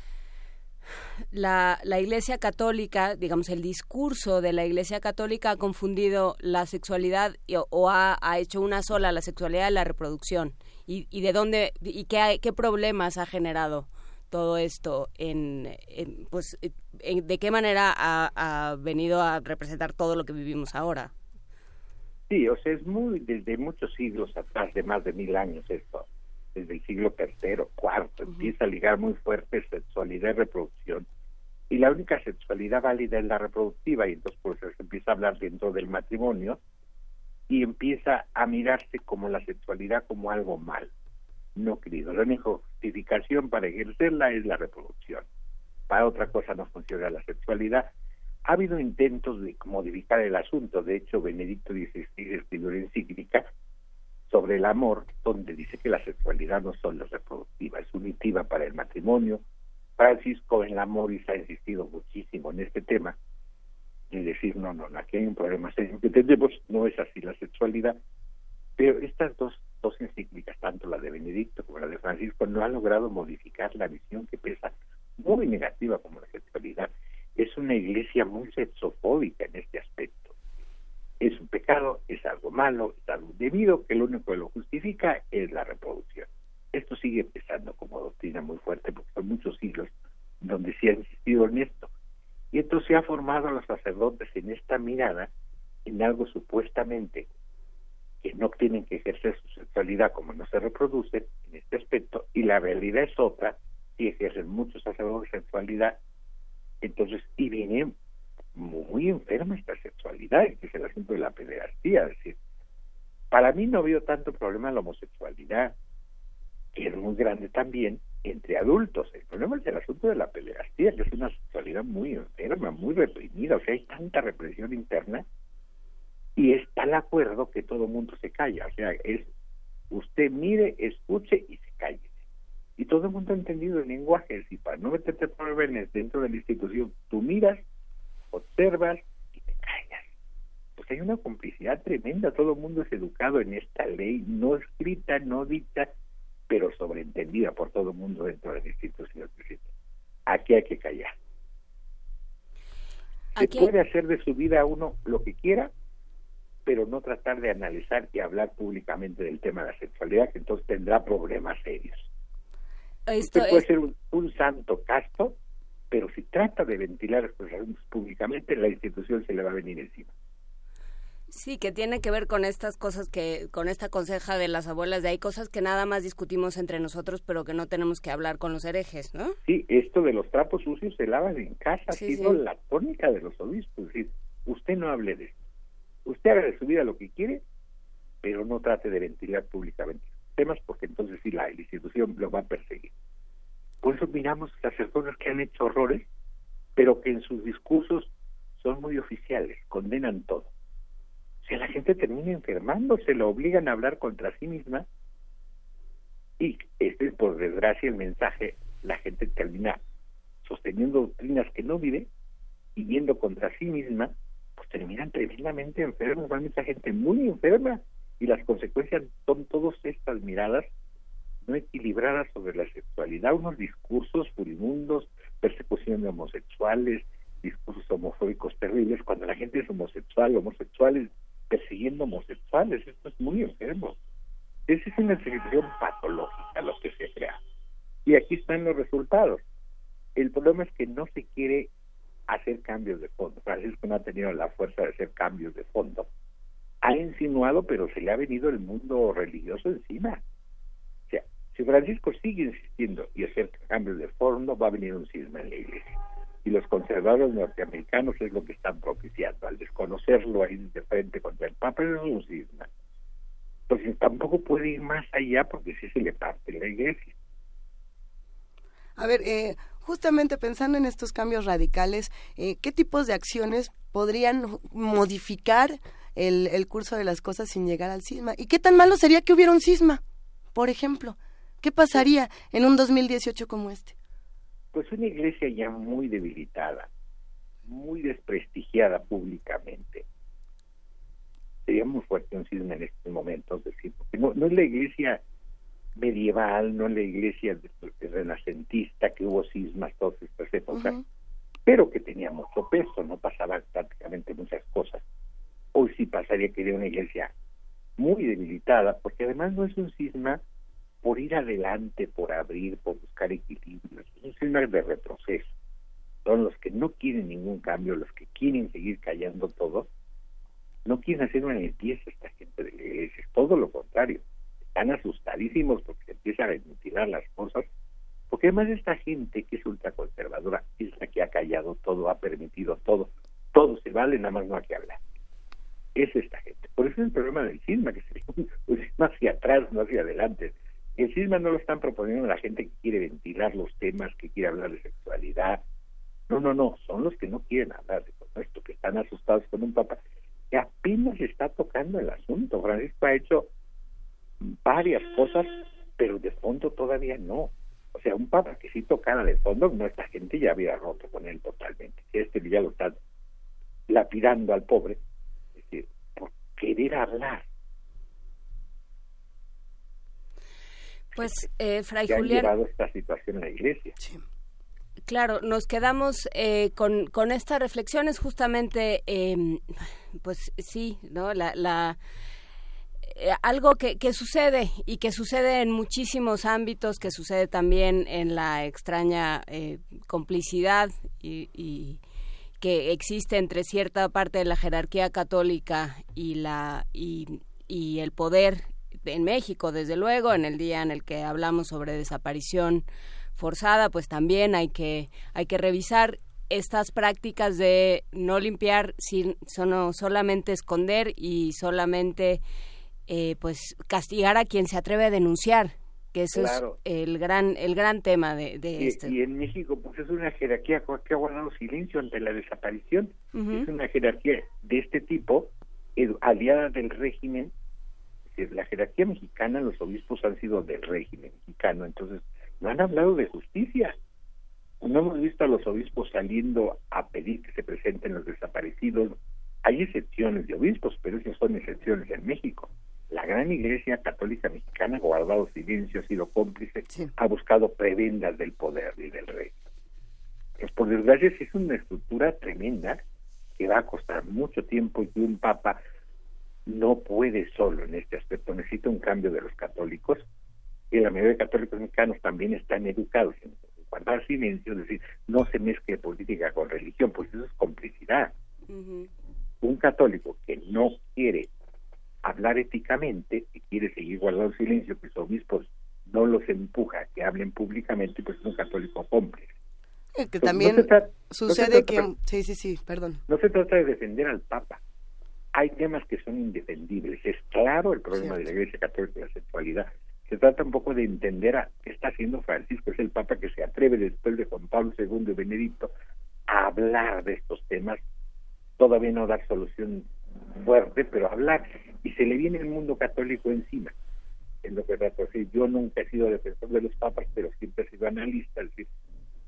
la, la Iglesia Católica, digamos, el discurso de la Iglesia Católica ha confundido la sexualidad y, o ha, ha hecho una sola, la sexualidad y la reproducción. Y, y de dónde, y qué, qué problemas ha generado todo esto en, en pues en, de qué manera ha, ha venido a representar todo lo que vivimos ahora. Sí, o sea, es muy desde muchos siglos atrás, de más de mil años esto, desde el siglo tercero, cuarto, uh-huh. empieza a ligar muy fuerte sexualidad y reproducción, y la única sexualidad válida es la reproductiva, y entonces por eso se empieza a hablar dentro del matrimonio, y empieza a mirarse como la sexualidad como algo mal, no querido. La única justificación para ejercerla es la reproducción. Para otra cosa no funciona la sexualidad. Ha habido intentos de modificar el asunto. De hecho, Benedicto dieciséis escribió una encíclica sobre el amor, donde dice que la sexualidad no solo es reproductiva, es unitiva para el matrimonio. Francisco en la Moris ha insistido muchísimo en este tema, y decir, no, no, aquí hay un problema serio que tenemos, no es así la sexualidad. Pero estas dos, dos encíclicas, tanto la de Benedicto como la de Francisco, no han logrado modificar la visión que pesa muy negativa como la sexualidad. Es una iglesia muy sexofóbica en este aspecto. Es un pecado, es algo malo, es algo indebido, que lo único que lo justifica es la reproducción. Esto sigue pesando como doctrina muy fuerte, porque son muchos siglos donde se ha insistido en esto. Y entonces se ha formado a los sacerdotes en esta mirada, en algo supuestamente que no tienen que ejercer su sexualidad como no se reproducen en este aspecto, y la realidad es otra, si ejercen muchos sacerdotes sexualidad, entonces, y viene muy enferma esta sexualidad, que es el asunto de la pederastía. Es decir, para mí no veo tanto problema en la homosexualidad, que es muy grande también entre adultos. El problema es el asunto de la pederastía, que es una sexualidad muy enferma, muy reprimida. O sea, hay tanta represión interna, y está el acuerdo que todo mundo se calla. O sea, es usted mire, escuche y se calle. Y todo el mundo ha entendido el lenguaje. Si para no meterte problemas dentro de la institución, tú miras, observas y te callas. Pues hay una complicidad tremenda. Todo el mundo es educado en esta ley, no escrita, no dicha, pero sobreentendida por todo el mundo dentro de la institución. Aquí hay que callar. Aquí... Se puede hacer de su vida uno lo que quiera, pero no tratar de analizar y hablar públicamente del tema de la sexualidad, que entonces tendrá problemas serios. Esto Usted puede es... ser un, un santo casto, pero si trata de ventilar estos asuntos públicamente, la institución se le va a venir encima. Sí, que tiene que ver con estas cosas que, con esta conseja de las abuelas, de hay cosas que nada más discutimos entre nosotros, pero que no tenemos que hablar con los herejes, ¿no? Sí, esto de los trapos sucios se lavan en casa, sí, ha sido sí. la tónica de los obispos. Es decir, usted no hable de esto. Usted haga de su vida lo que quiere, pero no trate de ventilar públicamente temas, porque entonces sí la, la institución lo va a perseguir. Por eso miramos sacerdotes que han hecho horrores, pero que en sus discursos son muy oficiales, condenan todo. O sea, la gente termina enfermando, se lo obligan a hablar contra sí misma, y este es, por desgracia, el mensaje. La gente termina sosteniendo doctrinas que no vive y yendo contra sí misma, pues terminan tremendamente enfermos. Hay mucha gente muy enferma, y las consecuencias son todas estas miradas no equilibradas sobre la sexualidad, unos discursos furibundos, persecución de homosexuales, discursos homofóbicos terribles, cuando la gente es homosexual, homosexuales persiguiendo homosexuales. Esto es muy enfermo. Esa es una situación patológica lo que se crea. Y aquí están los resultados. El problema es que no se quiere hacer cambios de fondo. Francisco no ha tenido la fuerza de hacer cambios de fondo. Ha insinuado, pero se le ha venido el mundo religioso encima. O sea, si Francisco sigue insistiendo y hacer cambios de fondo, va a venir un cisma en la iglesia. Y los conservadores norteamericanos es lo que están propiciando. Al desconocerlo ahí de frente contra el Papa, es un cisma. Entonces tampoco puede ir más allá, porque si se le parte la iglesia. A ver, eh, justamente pensando en estos cambios radicales, eh, ¿qué tipos de acciones podrían modificar el, el curso de las cosas sin llegar al cisma? ¿Y qué tan malo sería que hubiera un cisma, por ejemplo? ¿Qué pasaría en un dos mil dieciocho como este? Pues una iglesia ya muy debilitada, muy desprestigiada públicamente. Sería muy fuerte un cisma en estos momentos, decir, porque no, no es la iglesia medieval, no es la iglesia de, de renacentista, que hubo cismas todas estas épocas, uh-huh. pero que tenía mucho peso, no pasaban prácticamente muchas cosas. Hoy sí pasaría que era una iglesia muy debilitada, porque además no es un cisma por ir adelante, por abrir, por buscar equilibrio. Es un de retroceso. Son los que no quieren ningún cambio, los que quieren seguir callando todo. No quieren hacer una limpieza esta gente de la iglesia, es todo lo contrario. Están asustadísimos porque empiezan a ventilar las cosas, porque además esta gente que es ultraconservadora es la que ha callado todo, ha permitido todo, todo se vale, nada más no hay que hablar. Es esta gente. Por eso es el problema del cisma, que sería un, un cisma hacia atrás, no hacia adelante. El cisma no lo están proponiendo la gente que quiere ventilar los temas, que quiere hablar de sexualidad. No, no, no, son los que no quieren hablar de todo esto, que están asustados con un papa que apenas está tocando el asunto. Francisco ha hecho varias cosas, pero de fondo todavía no. O sea, un papa que sí tocara de fondo, no, esta gente ya había roto con él totalmente. Este ya lo está lapidando al pobre, es decir, por querer hablar. Pues, eh, Fray ya Julián... han llevado esta situación a la iglesia. Sí. Claro, nos quedamos eh, con, con estas reflexiones justamente, eh, pues sí, ¿no? La, la eh, algo que, que sucede y que sucede en muchísimos ámbitos, que sucede también en la extraña eh, complicidad y, y que existe entre cierta parte de la jerarquía católica y la y, y el poder en México, desde luego, en el día en el que hablamos sobre desaparición forzada, pues también hay que hay que revisar estas prácticas de no limpiar, sin, sino solamente esconder y solamente eh, pues castigar a quien se atreve a denunciar, que ese claro. es el gran el gran tema de, de y, este. Y en México pues es una jerarquía que ha guardado silencio ante la desaparición. Uh-huh. Es una jerarquía de este tipo, aliada del régimen. Es decir, la jerarquía mexicana, los obispos han sido del régimen mexicano, entonces no han hablado de justicia. No hemos visto a los obispos saliendo a pedir que se presenten los desaparecidos. Hay excepciones de obispos, pero esas son excepciones en México. La gran Iglesia Católica Mexicana ha guardado silencio, ha sido cómplice, sí. ha buscado prebendas del poder y del rey. Pues por desgracia es una estructura tremenda que va a costar mucho tiempo y que un papa no puede solo en este aspecto. Necesita un cambio de los católicos, y la mayoría de católicos mexicanos también están educados en guardar silencio, es decir, no se mezcle política con religión, pues eso es complicidad. Uh-huh. Un católico que no quiere hablar éticamente, que quiere seguir guardando silencio, que sus obispos no los empuja a que hablen públicamente, pues es un católico cómplice. Eh, que también no tra- sucede no que... Trata, sí, sí, sí, perdón. No se trata de defender al Papa. Hay temas que son indefendibles. Es claro el problema Cierto. de la Iglesia Católica y la sexualidad. Se trata un poco de entender a qué está haciendo Francisco. Es el Papa que se atreve después de Juan Pablo segundo y Benedicto a hablar de estos temas, todavía no dar solución fuerte, pero hablar, y se le viene el mundo católico encima. Es lo que trato de decir. Yo nunca he sido defensor de los papas, pero siempre he sido analista. Es decir,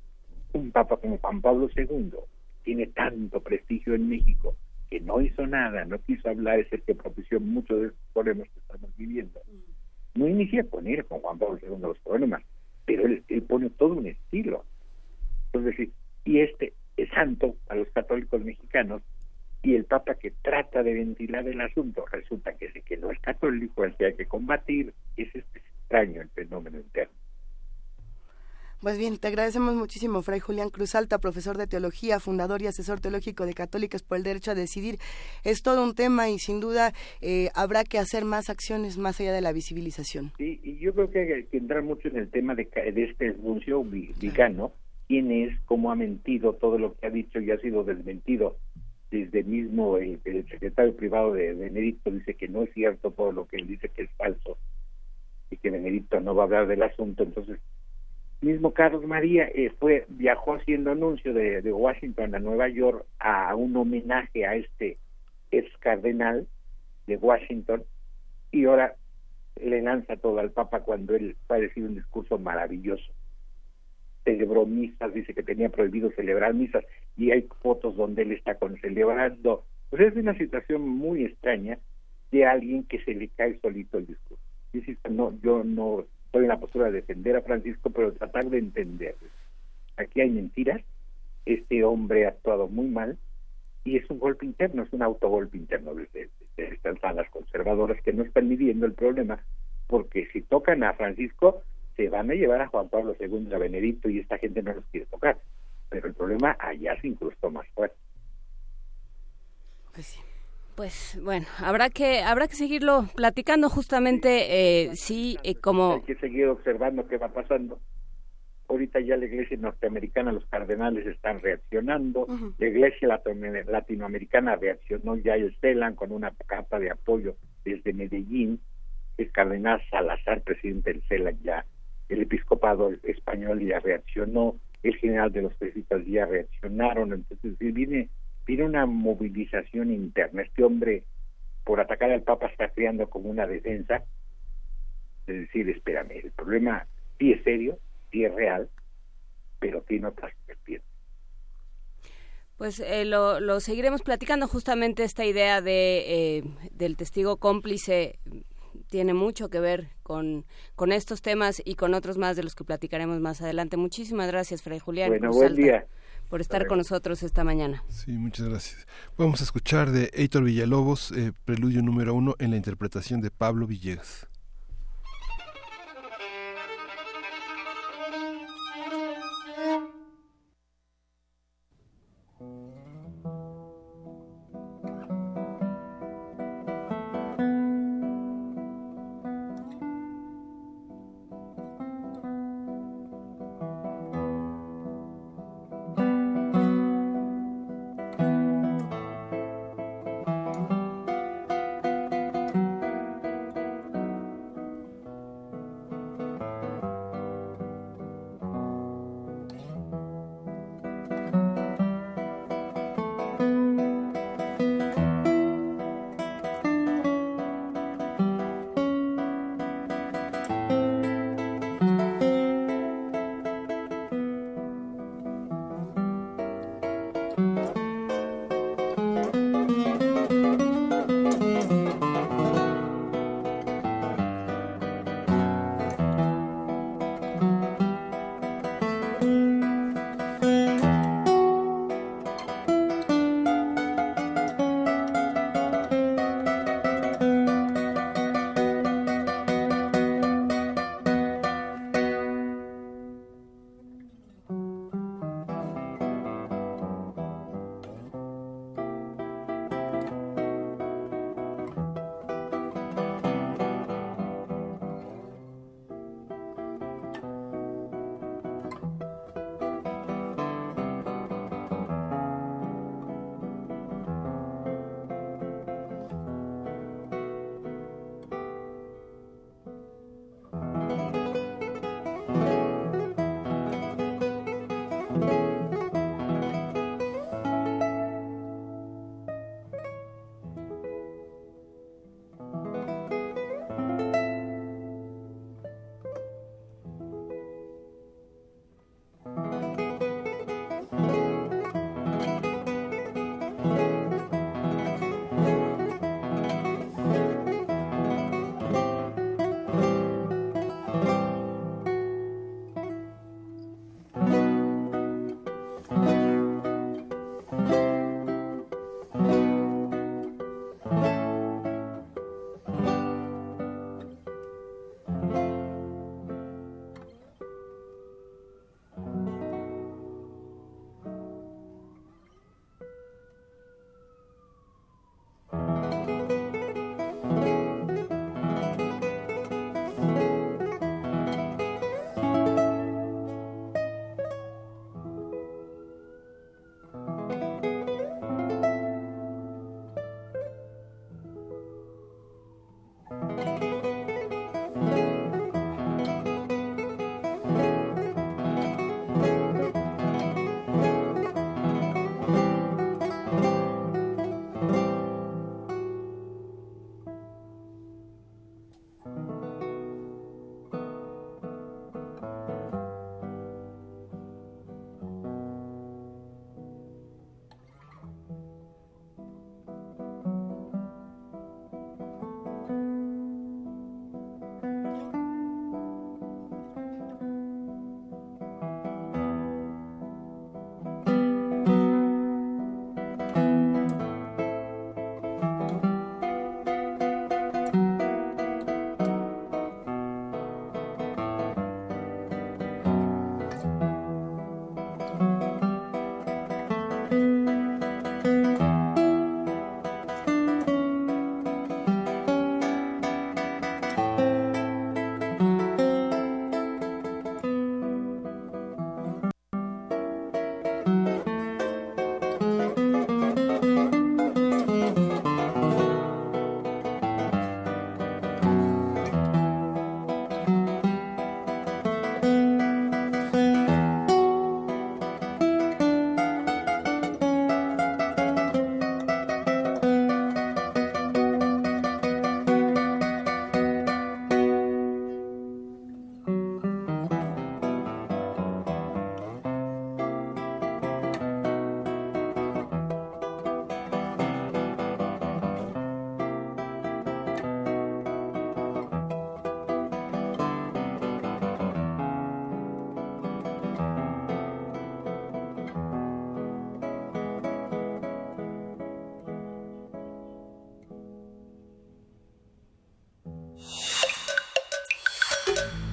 un papa como Juan Pablo segundo tiene tanto prestigio en México, que no hizo nada, no quiso hablar, es el que propició muchos de estos problemas que estamos viviendo. No inicia con él, con Juan Pablo segundo, los problemas, pero él, él pone todo un estilo. Entonces, y este es santo a los católicos mexicanos, y el Papa que trata de ventilar el asunto resulta que ese que no es católico, el que hay que combatir. Es este extraño el fenómeno interno. Pues bien, te agradecemos muchísimo, Fray Julián Cruz Alta, profesor de teología, fundador y asesor teológico de Católicos por el Derecho a Decidir. Es todo un tema y sin duda eh, habrá que hacer más acciones más allá de la visibilización. Sí, y yo creo que hay que entrar mucho en el tema de, de este anuncio vicano, quién es, cómo ha mentido, todo lo que ha dicho y ha sido desmentido. Desde mismo el, el secretario privado de Benedicto dice que no es cierto todo lo que él dice, que es falso, y que Benedicto no va a hablar del asunto. Entonces, mismo Carlos María eh, fue viajó haciendo anuncio de, de Washington a Nueva York a un homenaje a este ex cardenal de Washington, y ahora le lanza todo al Papa cuando él va a decir un discurso maravilloso. Celebró misas, dice que tenía prohibido celebrar misas, y hay fotos donde él está con celebrando. Pues es una situación muy extraña de alguien que se le cae solito el discurso. Dice, no, yo no estoy en la postura de defender a Francisco, pero tratar de entender. Aquí hay mentiras, este hombre ha actuado muy mal, y es un golpe interno, es un autogolpe interno de, de, de estas salas conservadoras que no están midiendo el problema, porque si tocan a Francisco, se van a llevar a Juan Pablo segundo, a Benedicto, y esta gente no los quiere tocar. Pero el problema allá se incrustó más fuerte. Pues sí. Pues bueno, habrá que habrá que seguirlo platicando justamente, eh, sí, eh, como... Hay que seguir observando qué va pasando. Ahorita ya la iglesia norteamericana, los cardenales están reaccionando, uh-huh. La iglesia latinoamericana reaccionó ya el CELAM con una carta de apoyo desde Medellín, el cardenal Salazar, presidente del CELAM ya, el episcopado español ya reaccionó, el general de los jesuitas ya reaccionaron, entonces viene... Viene una movilización interna. Este hombre, por atacar al Papa, está creando como una defensa. Es decir, espérame, el problema sí es serio, sí es real, pero tiene otras vertientes. Pues eh, lo, lo seguiremos platicando. Justamente esta idea de eh, del testigo cómplice tiene mucho que ver con, con estos temas y con otros más de los que platicaremos más adelante. Muchísimas gracias, Fray Julián. Bueno, buen día. Por estar con nosotros esta mañana. Sí, muchas gracias. Vamos a escuchar de Héctor Villalobos, eh, Preludio número uno, en la interpretación de Pablo Villegas.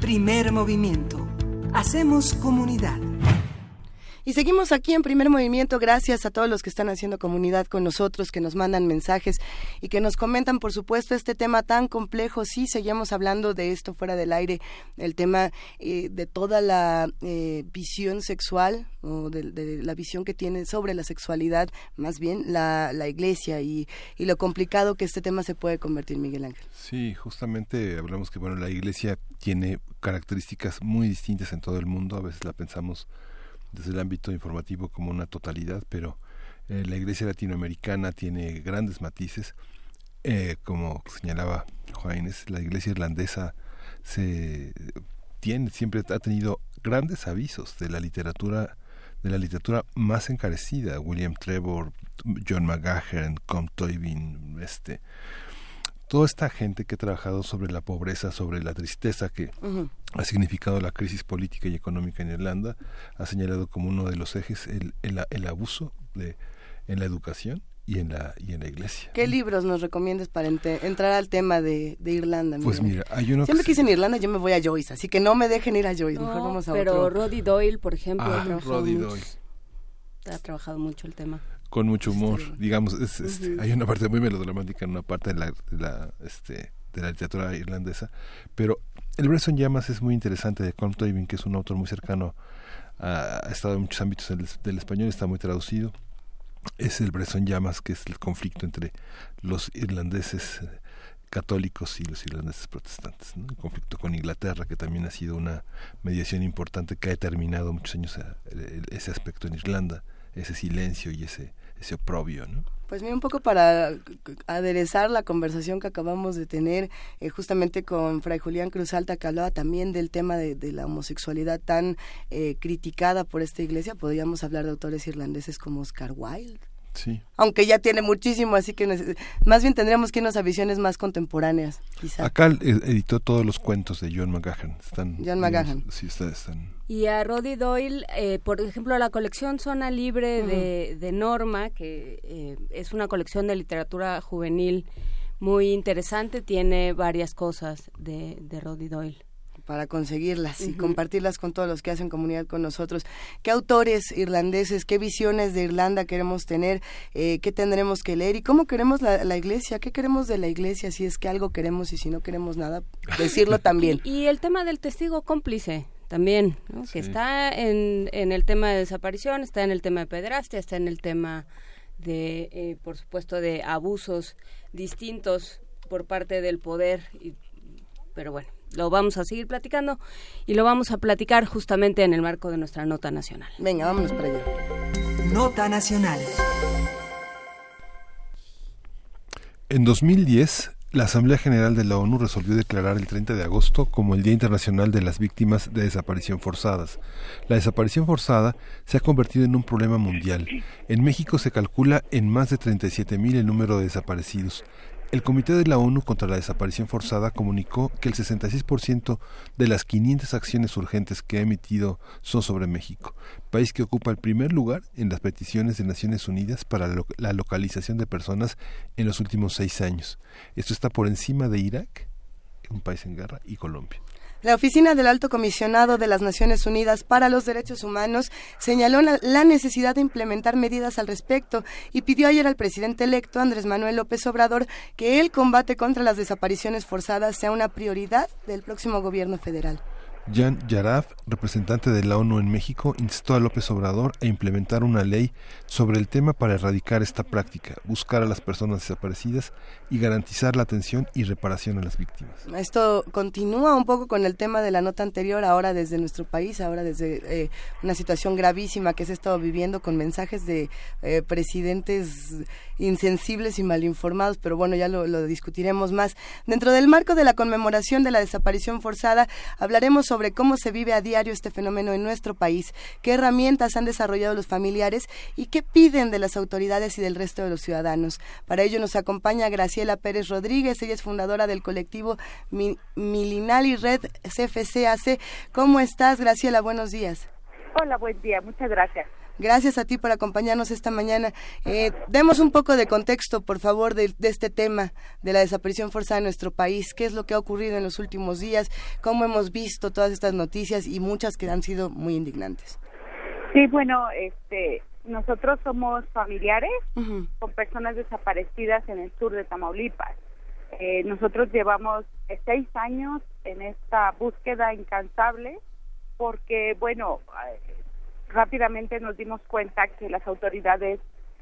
Primer movimiento. Hacemos comunidad. Y seguimos aquí en Primer Movimiento, gracias a todos los que están haciendo comunidad con nosotros, que nos mandan mensajes y que nos comentan, por supuesto, este tema tan complejo. Sí, seguimos hablando de esto fuera del aire, el tema eh, de toda la eh, visión sexual, o de, de la visión que tiene sobre la sexualidad, más bien la, la Iglesia, y, y lo complicado que este tema se puede convertir, Miguel Ángel. Sí, justamente hablamos que bueno, la Iglesia tiene características muy distintas en todo el mundo, a veces la pensamos desde el ámbito informativo como una totalidad, pero eh, la Iglesia latinoamericana tiene grandes matices, eh, como señalaba Juan Inés, la Iglesia irlandesa se tiene, siempre ha tenido grandes avisos de la literatura, de la literatura más encarecida, William Trevor, John McGahern, Com Toibin, este toda esta gente que ha trabajado sobre la pobreza, sobre la tristeza que uh-huh. ha significado la crisis política y económica en Irlanda, ha señalado como uno de los ejes el, el, el abuso de, en la educación y en la y en la Iglesia. ¿Qué libros nos recomiendas para ent- entrar al tema de, de Irlanda? Pues mira, hay uno siempre que que hice en Irlanda yo me voy a Joyce, así que no me dejen ir a Joyce, no, mejor vamos a pero otro. Pero Roddy Doyle, por ejemplo, ah, ha trabajado Roddy mucho, Doyle. ha trabajado mucho el tema. Con mucho humor, este, digamos, es, este, uh-huh. hay una parte muy melodramática en una parte de la, de la, este, de la literatura irlandesa, pero El Brezo en Llamas es muy interesante, de Colm Toibin, que es un autor muy cercano, a, ha estado en muchos ámbitos del, del español, está muy traducido. Es El Brezo en Llamas, que es el conflicto entre los irlandeses católicos y los irlandeses protestantes, ¿no? El conflicto con Inglaterra, que también ha sido una mediación importante que ha determinado muchos años a, a, a ese aspecto en Irlanda, ese silencio y ese ese oprobio, ¿no? Pues mira, un poco para aderezar la conversación que acabamos de tener eh, justamente con Fray Julián Cruz Alta, que hablaba también del tema de, de la homosexualidad tan eh, criticada por esta iglesia, podríamos hablar de autores irlandeses como Oscar Wilde. Sí. Aunque ya tiene muchísimo, así que neces- más bien tendríamos que irnos a visiones más contemporáneas, quizá. Acá editó todos los cuentos de John McGahern. Están, John McGahern. Digamos, sí, está, están. Y a Roddy Doyle, eh, por ejemplo, la colección Zona Libre uh-huh. de, de Norma, que eh, es una colección de literatura juvenil muy interesante, tiene varias cosas de, de Roddy Doyle. Para conseguirlas uh-huh. y compartirlas con todos los que hacen comunidad con nosotros. ¿Qué autores irlandeses, qué visiones de Irlanda queremos tener, eh, qué tendremos que leer y cómo queremos la, la iglesia, qué queremos de la iglesia, si es que algo queremos y si no queremos nada, decirlo también? Y, y el tema del testigo cómplice también, ¿no? Sí. Que está en, en el tema de desaparición, está en el tema de pederastia, está en el tema de, eh, por supuesto, de abusos distintos por parte del poder, y, pero bueno, lo vamos a seguir platicando y lo vamos a platicar justamente en el marco de nuestra nota nacional. Venga, vámonos para allá. Nota nacional. En dos mil diez, la Asamblea General de la ONU resolvió declarar el treinta de agosto como el Día Internacional de las Víctimas de Desaparición Forzadas. La desaparición forzada se ha convertido en un problema mundial. En México se calcula en más de treinta y siete mil el número de desaparecidos. El Comité de la ONU contra la Desaparición Forzada comunicó que el sesenta y seis por ciento de las quinientas acciones urgentes que ha emitido son sobre México, país que ocupa el primer lugar en las peticiones de Naciones Unidas para lo- la localización de personas en los últimos seis años. Esto está por encima de Irak, un país en guerra, y Colombia. La Oficina del Alto Comisionado de las Naciones Unidas para los Derechos Humanos señaló la necesidad de implementar medidas al respecto y pidió ayer al presidente electo, Andrés Manuel López Obrador, que el combate contra las desapariciones forzadas sea una prioridad del próximo gobierno federal. Jan Yaraf, representante de la ONU en México, instó a López Obrador a implementar una ley sobre el tema para erradicar esta práctica, buscar a las personas desaparecidas y garantizar la atención y reparación a las víctimas. Esto continúa un poco con el tema de la nota anterior, ahora desde nuestro país, ahora desde eh, una situación gravísima que se ha estado viviendo con mensajes de eh, presidentes insensibles y malinformados, pero bueno, ya lo, lo discutiremos más. Dentro del marco de la conmemoración de la desaparición forzada, hablaremos sobre cómo se vive a diario este fenómeno en nuestro país, qué herramientas han desarrollado los familiares y qué piden de las autoridades y del resto de los ciudadanos. Para ello nos acompaña Graciela Pérez Rodríguez, ella es fundadora del colectivo Mi- Milinali Red C F C A C. ¿Cómo estás, Graciela? Buenos días. Hola, buen día, muchas gracias. Gracias a ti por acompañarnos esta mañana. Eh, demos un poco de contexto, por favor, de, de este tema de la desaparición forzada en nuestro país. ¿Qué es lo que ha ocurrido en los últimos días? ¿Cómo hemos visto todas estas noticias y muchas que han sido muy indignantes? Sí, bueno, este, nosotros somos familiares uh-huh. con personas desaparecidas en el sur de Tamaulipas. Eh, nosotros llevamos eh, seis años en esta búsqueda incansable porque, bueno, eh, rápidamente nos dimos cuenta que las autoridades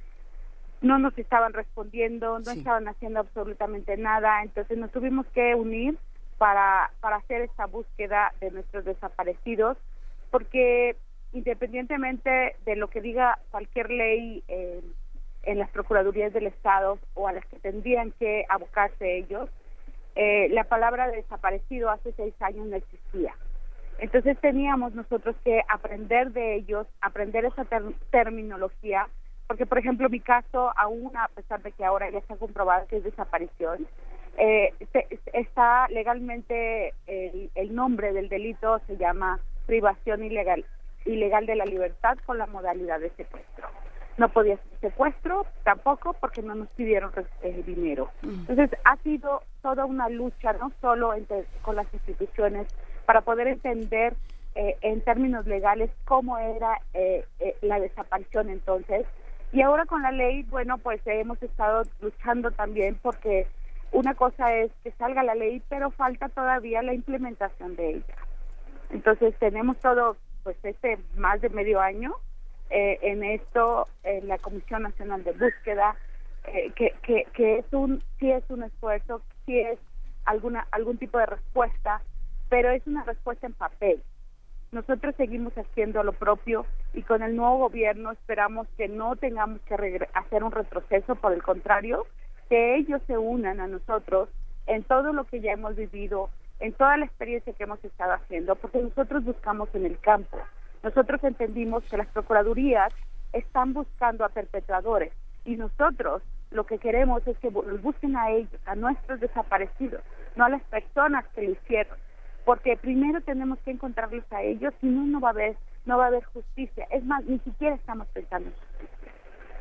no nos estaban respondiendo, no sí. estaban haciendo absolutamente nada, entonces nos tuvimos que unir para, para hacer esta búsqueda de nuestros desaparecidos, porque independientemente de lo que diga cualquier ley eh, en las procuradurías del Estado o a las que tendrían que abocarse ellos, eh, la palabra desaparecido hace seis años no existía. Entonces teníamos nosotros que aprender de ellos, aprender esa ter- terminología, porque por ejemplo mi caso, aún a pesar de que ahora ya está comprobado que es desaparición, eh, se, está legalmente, el, el nombre del delito se llama privación ilegal, ilegal de la libertad con la modalidad de secuestro. No podía ser secuestro tampoco porque no nos pidieron eh, dinero. Entonces ha sido toda una lucha, no solo entre, con las instituciones, para poder entender eh, en términos legales cómo era eh, eh, la desaparición entonces. Y ahora con la ley, bueno, pues eh, hemos estado luchando también porque una cosa es que salga la ley, pero falta todavía la implementación de ella. Entonces tenemos todo, pues este más de medio año eh, en esto, en la Comisión Nacional de Búsqueda, eh, que, que, que es un, sí es un esfuerzo, sí es alguna algún tipo de respuesta, pero es una respuesta en papel. Nosotros seguimos haciendo lo propio y con el nuevo gobierno esperamos que no tengamos que regre- hacer un retroceso, por el contrario, que ellos se unan a nosotros en todo lo que ya hemos vivido, en toda la experiencia que hemos estado haciendo, porque nosotros buscamos en el campo. Nosotros entendimos que las procuradurías están buscando a perpetradores y nosotros lo que queremos es que los busquen a ellos, a nuestros desaparecidos, no a las personas que lo hicieron. Porque primero tenemos que encontrarlos a ellos, si no, no va a haber, no va a haber justicia. Es más, ni siquiera estamos pensando en justicia.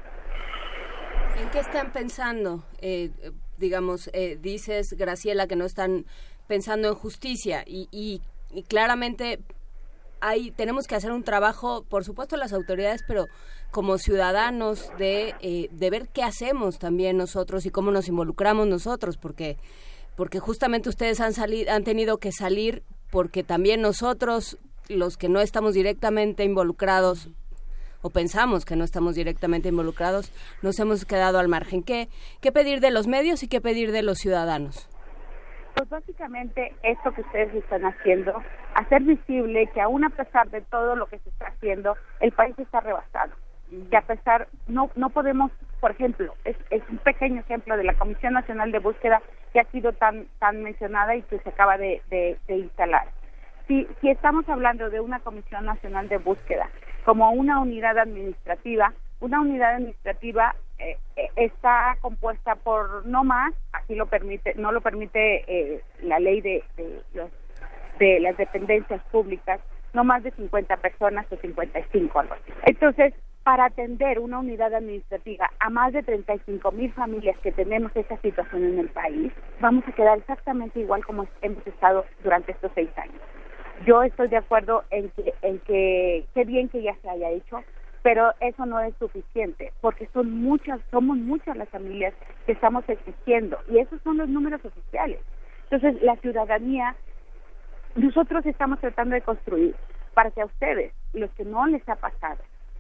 ¿En qué están pensando? Eh, digamos, eh, dices, Graciela, que no están pensando en justicia y, y, y claramente hay, tenemos que hacer un trabajo, por supuesto las autoridades, pero como ciudadanos de, eh, de ver qué hacemos también nosotros y cómo nos involucramos nosotros, porque... porque justamente ustedes han salido, han tenido que salir porque también nosotros, los que no estamos directamente involucrados, o pensamos que no estamos directamente involucrados, nos hemos quedado al margen. ¿Qué, qué pedir de los medios y qué pedir de los ciudadanos? Pues básicamente esto que ustedes están haciendo, hacer visible que aún a pesar de todo lo que se está haciendo, el país está rebasado. Que a pesar, no no podemos, por ejemplo, es, es un pequeño ejemplo de la Comisión Nacional de Búsqueda que ha sido tan tan mencionada y que se acaba de, de, de instalar. Si, si estamos hablando de una Comisión Nacional de Búsqueda como una unidad administrativa, una unidad administrativa eh, eh, está compuesta por no más, así lo permite, no lo permite eh, la ley de, de, los, de las dependencias públicas, no más de cincuenta personas o cincuenta y cinco, algo así. Entonces, para atender una unidad administrativa a más de treinta y cinco mil familias que tenemos esa situación en el país, vamos a quedar exactamente igual como hemos estado durante estos seis años. Yo estoy de acuerdo en que, en que qué bien que ya se haya hecho, pero eso no es suficiente, porque son muchas, somos muchas las familias que estamos exigiendo, y esos son los números oficiales. Entonces, la ciudadanía, nosotros estamos tratando de construir para que a ustedes, los que no les ha pasado,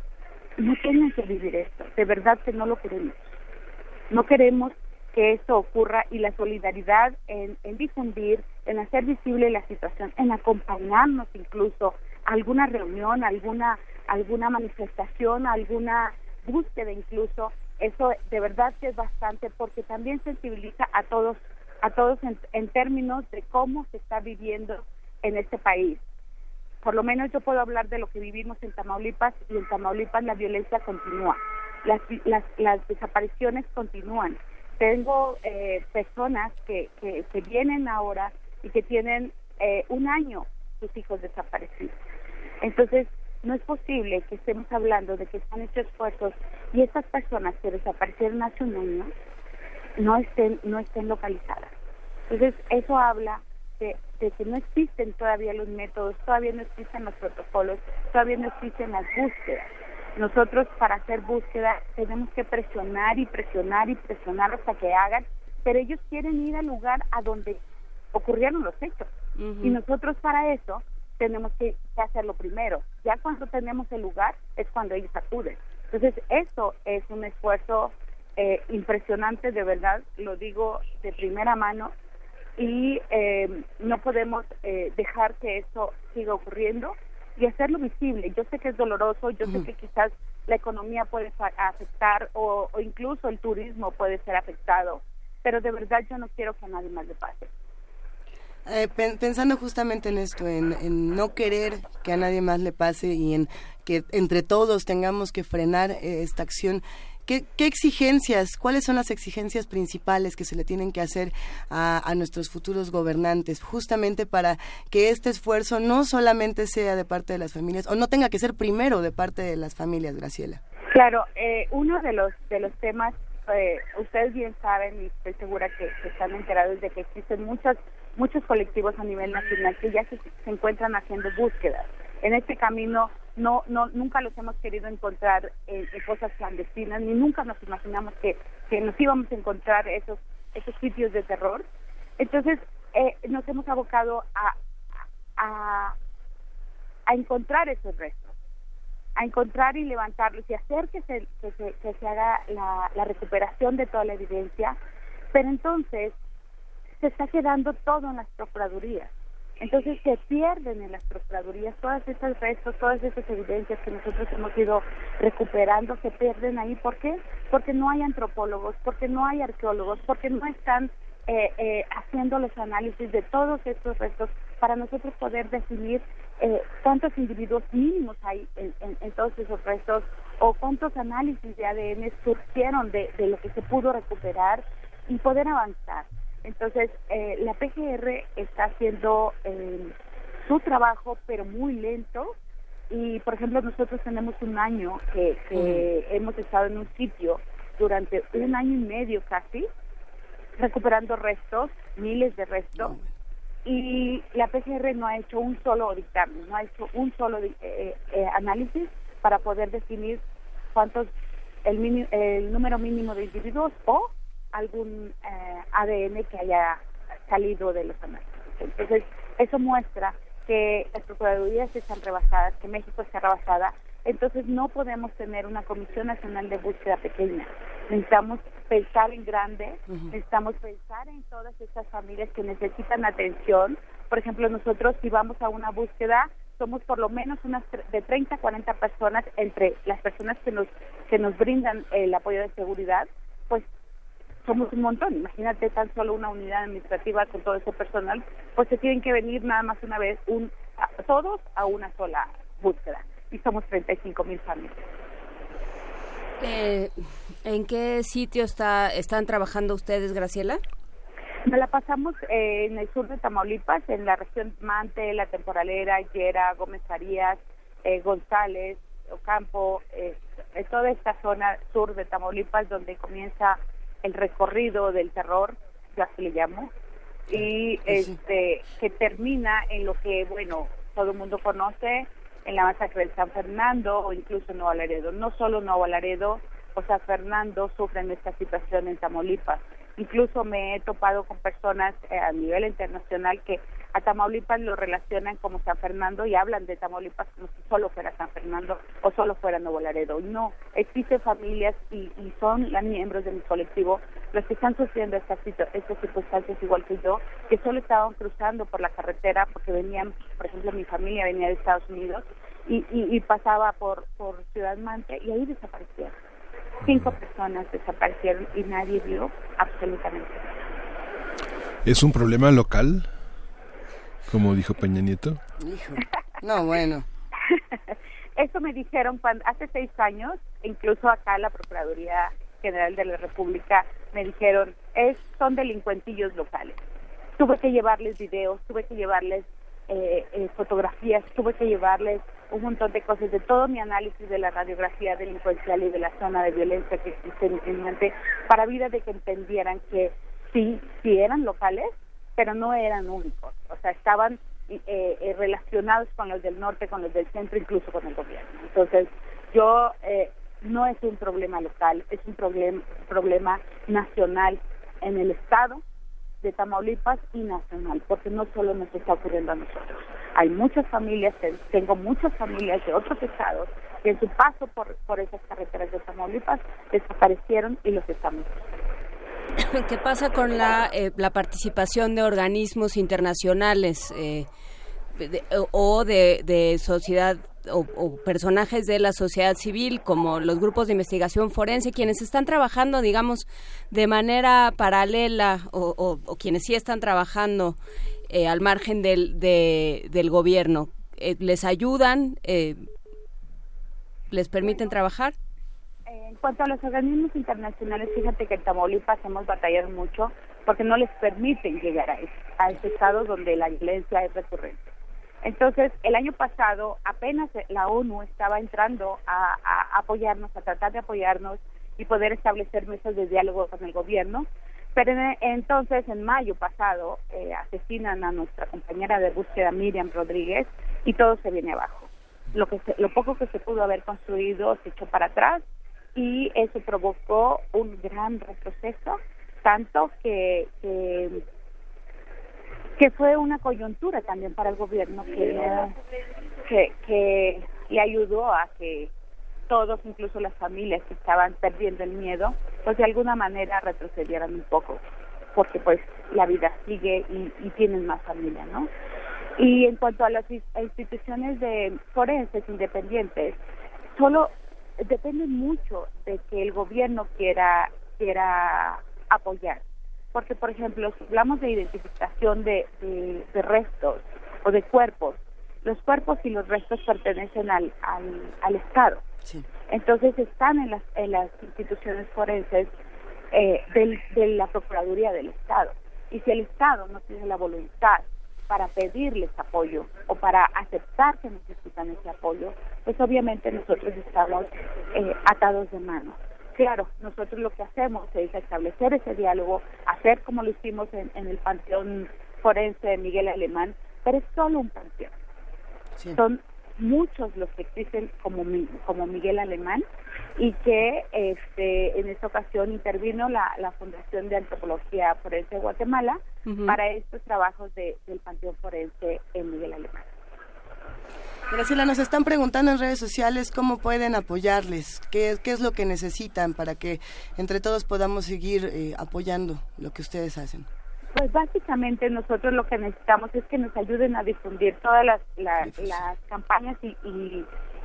no tengan que vivir esto, de verdad que no lo queremos. No queremos que esto ocurra y la solidaridad en, en difundir, en hacer visible la situación, en acompañarnos incluso a alguna reunión, alguna alguna manifestación, alguna búsqueda incluso, eso de verdad que es bastante porque también sensibiliza a todos, a todos en, en términos de cómo se está viviendo en este país. Por lo menos yo puedo hablar de lo que vivimos en Tamaulipas, y en Tamaulipas la violencia continúa, las, las, las desapariciones continúan. Tengo eh, personas que, que, que vienen ahora y que tienen eh, un año sus hijos desaparecidos. Entonces, no es posible que estemos hablando de que se han hecho esfuerzos y estas personas que desaparecieron hace un año no estén, no estén localizadas. Entonces, eso habla de, de que no existen todavía los métodos, todavía no existen los protocolos, todavía no existen las búsquedas. Nosotros, para hacer búsqueda, tenemos que presionar y presionar y presionar hasta que hagan, pero ellos quieren ir al lugar a donde ocurrieron los hechos. Uh-huh. Y nosotros, para eso, tenemos que, que hacerlo primero. Ya cuando tenemos el lugar, es cuando ellos acuden. Entonces, eso es un esfuerzo eh, impresionante, de verdad, lo digo de primera mano, y eh, no podemos eh, dejar que eso siga ocurriendo y hacerlo visible. Yo sé que es doloroso, yo uh-huh. sé que quizás la economía puede afectar o, o incluso el turismo puede ser afectado, pero de verdad yo no quiero que a nadie más le pase. Eh, pensando justamente en esto, en, en no querer que a nadie más le pase y en que entre todos tengamos que frenar eh, esta acción, ¿qué, ¿qué exigencias, cuáles son las exigencias principales que se le tienen que hacer a, a nuestros futuros gobernantes, justamente para que este esfuerzo no solamente sea de parte de las familias, o no tenga que ser primero de parte de las familias, Graciela? Claro, eh, uno de los, de los temas, eh, ustedes bien saben, y estoy segura que, que están enterados de que existen muchas muchos colectivos a nivel nacional que ya se, se encuentran haciendo búsquedas. En este camino no no nunca los hemos querido encontrar en, en cosas clandestinas, ni nunca nos imaginamos que, que nos íbamos a encontrar esos esos sitios de terror. Entonces eh, nos hemos abocado a, a a encontrar esos restos, a encontrar y levantarlos y hacer que se que se, que se haga la, la recuperación de toda la evidencia, pero entonces se está quedando todo en las procuradurías. Entonces se pierden en las procuradurías todas esas restos, todas esas evidencias que nosotros hemos ido recuperando, se pierden ahí. ¿Por qué? Porque no hay antropólogos, porque no hay arqueólogos, porque no están eh, eh, haciendo los análisis de todos estos restos para nosotros poder definir eh, cuántos individuos mínimos hay en, en, en todos esos restos o cuántos análisis de A D N surgieron de, de lo que se pudo recuperar y poder avanzar. Entonces, eh, la P G R está haciendo eh, su trabajo, pero muy lento. Y, por ejemplo, nosotros tenemos un año que, que mm. hemos estado en un sitio durante un año y medio casi, recuperando restos, miles de restos. Mm. Y la P G R no ha hecho un solo dictamen, no ha hecho un solo eh, eh, análisis para poder definir cuántos, el, mini, el número mínimo de individuos o algún eh, A D N que haya salido de los análisis. Entonces, eso muestra que las procuradurías están rebasadas, que México está rebasada. Entonces, no podemos tener una Comisión Nacional de Búsqueda pequeña. Necesitamos pensar en grande, uh-huh. necesitamos pensar en todas estas familias que necesitan atención. Por ejemplo, nosotros, si vamos a una búsqueda, somos por lo menos unas de treinta a cuarenta personas entre las personas que nos que nos brindan el apoyo de seguridad, pues somos un montón. Imagínate tan solo una unidad administrativa con todo ese personal, pues se tienen que venir nada más una vez, un a, todos a una sola búsqueda. Y somos treinta y cinco mil familias. Eh, ¿En qué sitio está están trabajando ustedes, Graciela? Nos la pasamos eh, en el sur de Tamaulipas, en la región Mante, La Temporalera, Llera, Gómez Farías, eh, González, Ocampo, eh, en toda esta zona sur de Tamaulipas donde comienza el recorrido del terror, ya se le llamo, y este que termina en lo que, bueno, todo el mundo conoce, en la masacre de San Fernando o incluso en Nuevo Laredo. No solo Nuevo Laredo o San Fernando sufren esta situación en Tamaulipas. Incluso me he topado con personas eh, a nivel internacional que a Tamaulipas lo relacionan como San Fernando y hablan de Tamaulipas como si solo fuera San Fernando o solo fuera Nuevo Laredo. No, existen familias y, y son las miembros de mi colectivo los que están sufriendo estas, estas circunstancias igual que yo, que solo estaban cruzando por la carretera porque venían, por ejemplo, mi familia venía de Estados Unidos y, y, y pasaba por, por Ciudad Mante y ahí desaparecieron. Cinco personas desaparecieron y nadie vio absolutamente nada. ¿Es un problema local, como dijo Peña Nieto? Hijo. No, bueno. Eso me dijeron cuando hace seis años, incluso acá la Procuraduría General de la República me dijeron, es son delincuentillos locales. Tuve que llevarles videos, tuve que llevarles eh, eh, fotografías, tuve que llevarles un montón de cosas, de todo mi análisis de la radiografía delincuencial y de la zona de violencia que existe en mi mente, para vida de que entendieran que sí, sí eran locales, pero no eran únicos, o sea, estaban eh, eh, relacionados con los del norte, con los del centro, incluso con el gobierno. Entonces, yo, eh, no es un problema local, es un problem, problema nacional en el estado de Tamaulipas y nacional, porque no solo nos está ocurriendo a nosotros. Hay muchas familias, tengo muchas familias de otros estados que en su paso por, por esas carreteras de Tamaulipas desaparecieron y los estamos. ¿Qué pasa con la, eh, la participación de organismos internacionales eh, de, o de, de sociedad o, o personajes de la sociedad civil, como los grupos de investigación forense, quienes están trabajando, digamos, de manera paralela o, o, o quienes sí están trabajando eh, al margen del, de, del gobierno? Eh, ¿Les ayudan? Eh, ¿Les permiten trabajar? En cuanto a los organismos internacionales, fíjate que en Tamaulipas hemos batallado mucho porque no les permiten llegar a ese, a ese estado donde la violencia es recurrente. Entonces, el año pasado apenas la ONU estaba entrando a, a apoyarnos, a tratar de apoyarnos y poder establecer mesas de diálogo con el gobierno, pero en, entonces en mayo pasado eh, asesinan a nuestra compañera de búsqueda Miriam Rodríguez y todo se viene abajo. Lo que se, lo poco que se pudo haber construido se echó para atrás y eso provocó un gran retroceso, tanto que, que que fue una coyuntura también para el gobierno que, no, que, que le ayudó a que todos, incluso las familias que estaban perdiendo el miedo, pues de alguna manera retrocedieran un poco, porque pues la vida sigue y, y tienen más familia, ¿no? Y en cuanto a las instituciones de forenses independientes, solo depende mucho de que el gobierno quiera quiera apoyar. Porque, por ejemplo, si hablamos de identificación de, de, de restos o de cuerpos, los cuerpos y los restos pertenecen al, al, al Estado. Sí. Entonces están en las, en las instituciones forenses eh, del, de la Procuraduría del Estado. Y si el Estado no tiene la voluntad para pedirles apoyo o para aceptar que necesitan ese apoyo, pues obviamente nosotros estamos eh, atados de manos. Claro, nosotros lo que hacemos es establecer ese diálogo, hacer como lo hicimos en, en el Panteón Forense de Miguel Alemán, pero es solo un panteón. Sí. Son muchos los que existen como, como Miguel Alemán y que este, en esta ocasión intervino la, la Fundación de Antropología Forense de Guatemala uh-huh. para estos trabajos de, del Panteón Forense en Miguel Alemán. Graciela, nos están preguntando en redes sociales cómo pueden apoyarles, qué, qué es lo que necesitan para que entre todos podamos seguir eh, apoyando lo que ustedes hacen. Pues básicamente nosotros lo que necesitamos es que nos ayuden a difundir todas las, la, las campañas y, y,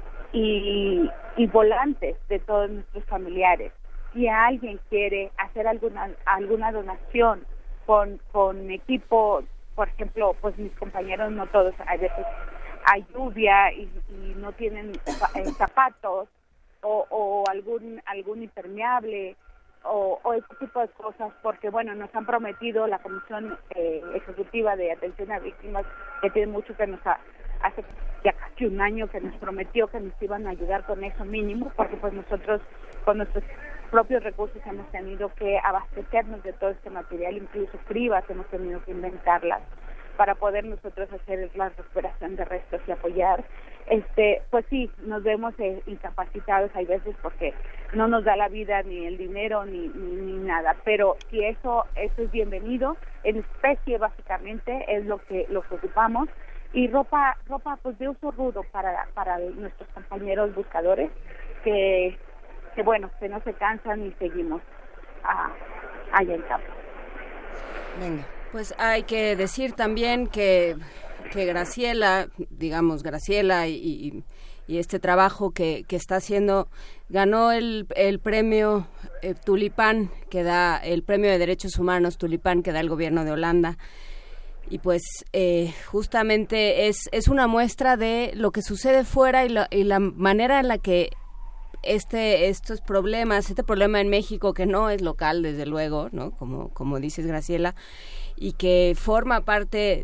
y, y volantes de todos nuestros familiares. Si alguien quiere hacer alguna alguna donación con, con equipo, por ejemplo, pues mis compañeros no todos, a veces hay lluvia y, y no tienen eh, zapatos o, o algún algún impermeable o, o ese tipo de cosas, porque bueno, nos han prometido la Comisión eh, Ejecutiva de Atención a Víctimas, que tiene mucho que nos ha, hace ya casi un año que nos prometió que nos iban a ayudar con eso mínimo, porque pues nosotros con nuestros propios recursos hemos tenido que abastecernos de todo este material, incluso cribas hemos tenido que inventarlas para poder nosotros hacer la recuperación de restos y apoyar. Este, pues sí, nos vemos eh, incapacitados hay veces porque no nos da la vida ni el dinero ni, ni, ni nada, pero si eso eso es bienvenido, en especie básicamente es lo que lo que ocupamos, y ropa ropa pues de uso rudo para para nuestros compañeros buscadores que que bueno, que no se cansan y seguimos a, allá en campo. Venga. Pues hay que decir también que, que Graciela, digamos Graciela y, y, y este trabajo que, que está haciendo, ganó el, el premio eh, Tulipán, que da el premio de Derechos Humanos Tulipán que da el gobierno de Holanda. Y pues eh, justamente es, es una muestra de lo que sucede fuera y la, y la manera en la que este estos problemas, este problema en México que no es local desde luego, ¿no? Como como dices Graciela, y que forma parte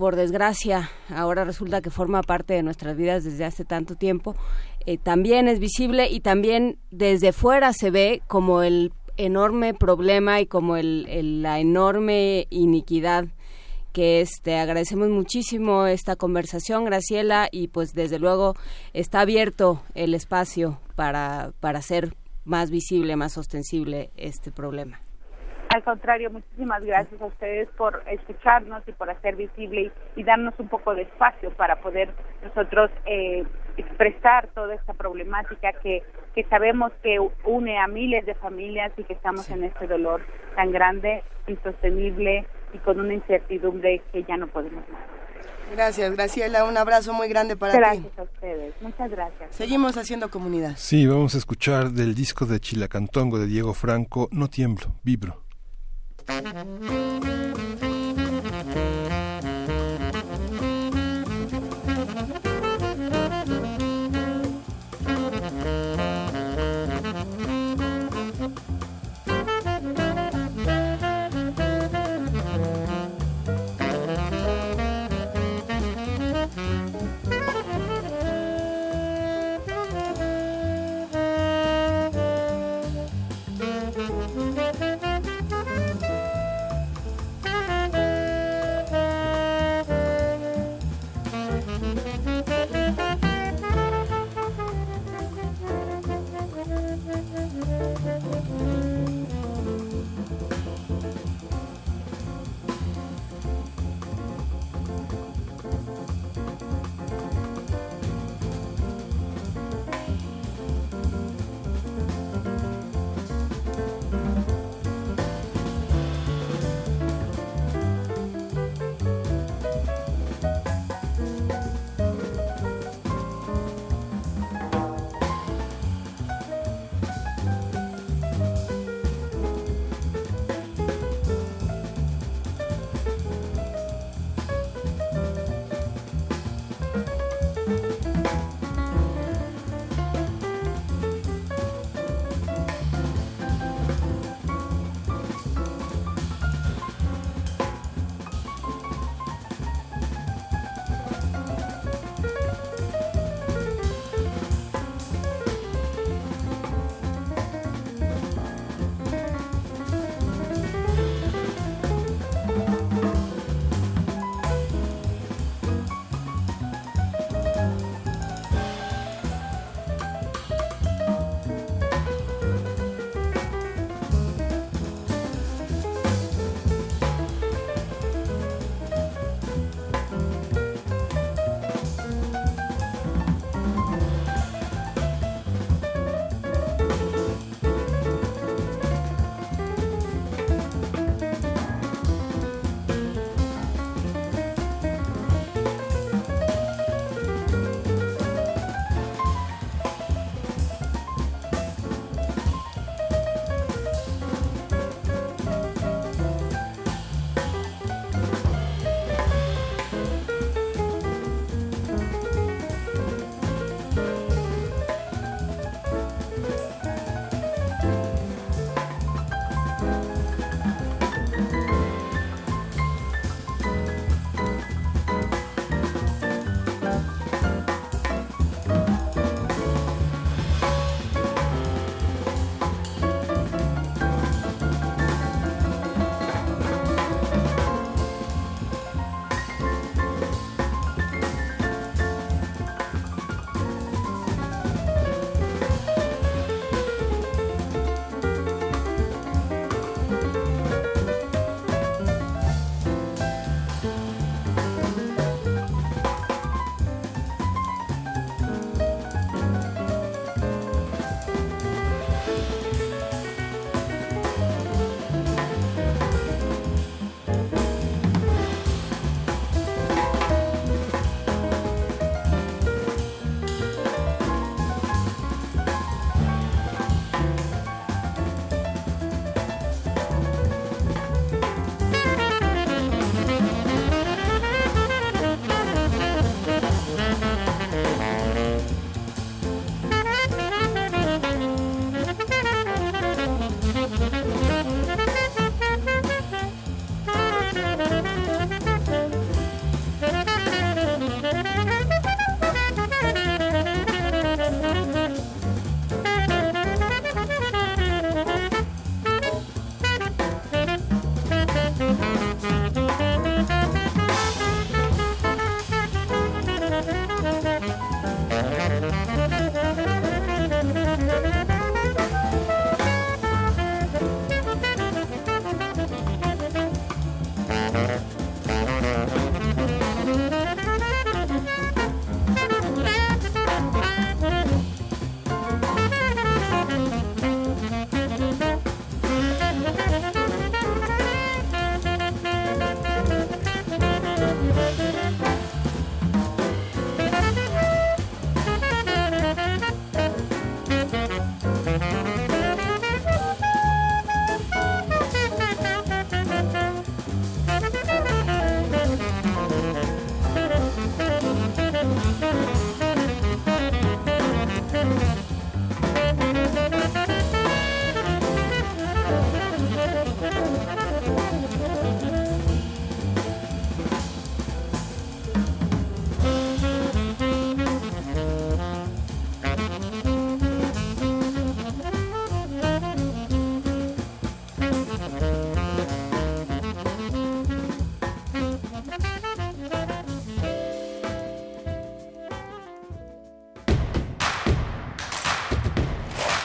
por desgracia, ahora resulta que forma parte de nuestras vidas desde hace tanto tiempo, eh, también es visible y también desde fuera se ve como el enorme problema y como el, el, la enorme iniquidad que este agradecemos muchísimo esta conversación, Graciela, y pues desde luego está abierto el espacio para, para hacer más visible, más ostensible este problema. Al contrario, muchísimas gracias a ustedes por escucharnos y por hacer visible y, y darnos un poco de espacio para poder nosotros eh, expresar toda esta problemática que, que sabemos que une a miles de familias y que estamos en este dolor tan grande, insostenible y con una incertidumbre que ya no podemos más. Gracias, Graciela, un abrazo muy grande para gracias ti. Gracias a ustedes, muchas gracias. Seguimos haciendo comunidad. Sí, vamos a escuchar del disco de Chilacantongo de Diego Franco, No tiemblo, vibro.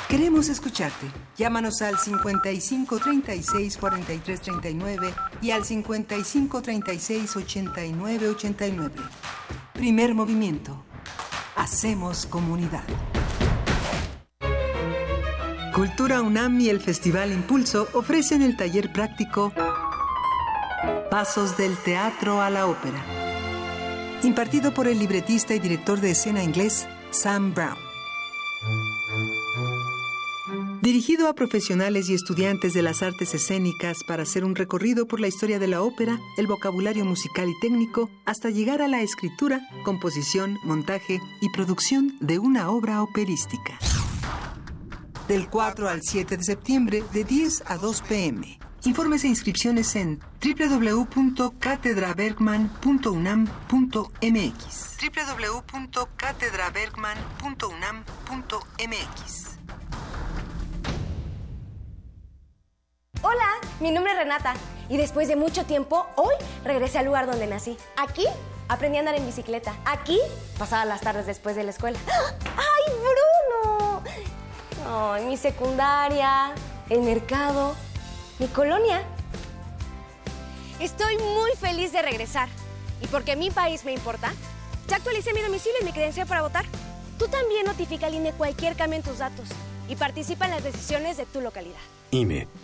Queremos escucharte. Llámanos al cincuenta y cinco treinta y seis cuarenta y tres treinta y nueve y al cincuenta y cinco treinta y seis ochenta y nueve ochenta y nueve. Primer movimiento. Hacemos comunidad. Cultura UNAM y el Festival Impulso ofrecen el taller práctico Pasos del teatro a la ópera, impartido por el libretista y director de escena inglés Sam Brown. Dirigido a profesionales y estudiantes de las artes escénicas para hacer un recorrido por la historia de la ópera, el vocabulario musical y técnico, hasta llegar a la escritura, composición, montaje y producción de una obra operística. Del cuatro al siete de septiembre, de diez a dos pm. Informes e inscripciones en doble u doble u doble u punto cátedra bergman punto unam punto m x. doble u doble u doble u punto cátedra bergman punto unam punto m x. Hola, mi nombre es Renata y después de mucho tiempo, hoy regresé al lugar donde nací. Aquí aprendí a andar en bicicleta. Aquí pasaba las tardes después de la escuela. ¡Ay, Bruno! Ay, mi secundaria, el mercado, mi colonia. Estoy muy feliz de regresar. Y porque mi país me importa, ya actualicé mi domicilio y mi credencial para votar. Tú también notifica al I N E cualquier cambio en tus datos y participa en las decisiones de tu localidad. I N E.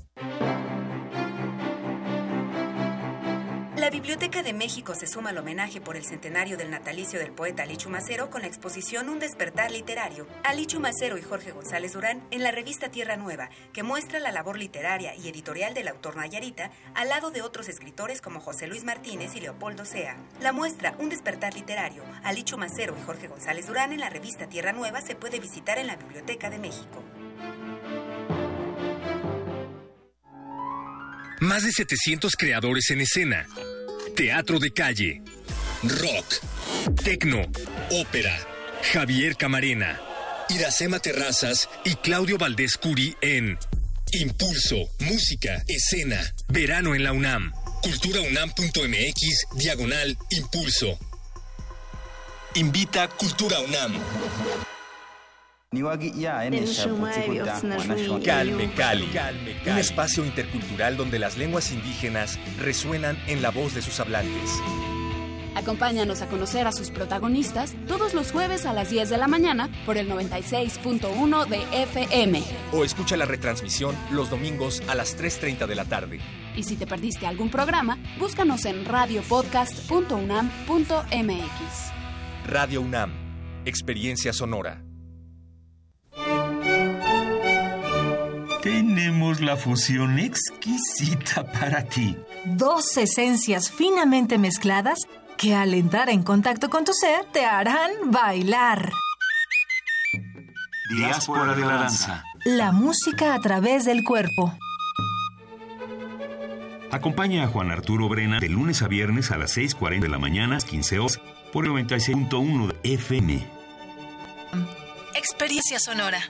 La Biblioteca de México se suma al homenaje por el centenario del natalicio del poeta Ali Chumacero con la exposición Un despertar literario, Ali Chumacero y Jorge González Durán en la revista Tierra Nueva, que muestra la labor literaria y editorial del autor nayarita al lado de otros escritores como José Luis Martínez y Leopoldo Sea. La muestra Un despertar literario, Ali Chumacero y Jorge González Durán en la revista Tierra Nueva se puede visitar en la Biblioteca de México. Más de setecientos creadores en escena. Teatro de calle, rock, tecno, ópera. Javier Camarena, Iracema Terrazas y Claudio Valdés Curi en Impulso, Música, Escena, Verano en la UNAM. cultura unam punto m x, diagonal, Impulso. Invita Cultura UNAM. Calme Cali, un espacio intercultural donde las lenguas indígenas resuenan en la voz de sus hablantes. Acompáñanos a conocer a sus protagonistas todos los jueves a las diez de la mañana por el noventa y seis punto uno de F M. O escucha la retransmisión los domingos a las tres treinta de la tarde. Y si te perdiste algún programa, búscanos en radio podcast punto unam punto m x. Radio UNAM, experiencia sonora. Tenemos la fusión exquisita para ti. Dos esencias finamente mezcladas que al entrar en contacto con tu ser te harán bailar. Diáspora de la danza. La música a través del cuerpo. Acompaña a Juan Arturo Brena de lunes a viernes a las seis cuarenta de la mañana, quince horas, por el noventa y seis punto uno de F M. Experiencia sonora.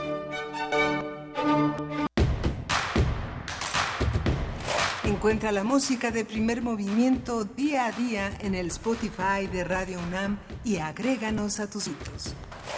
Encuentra la música de Primer Movimiento día a día en el Spotify de Radio UNAM y agréganos a tus hitos.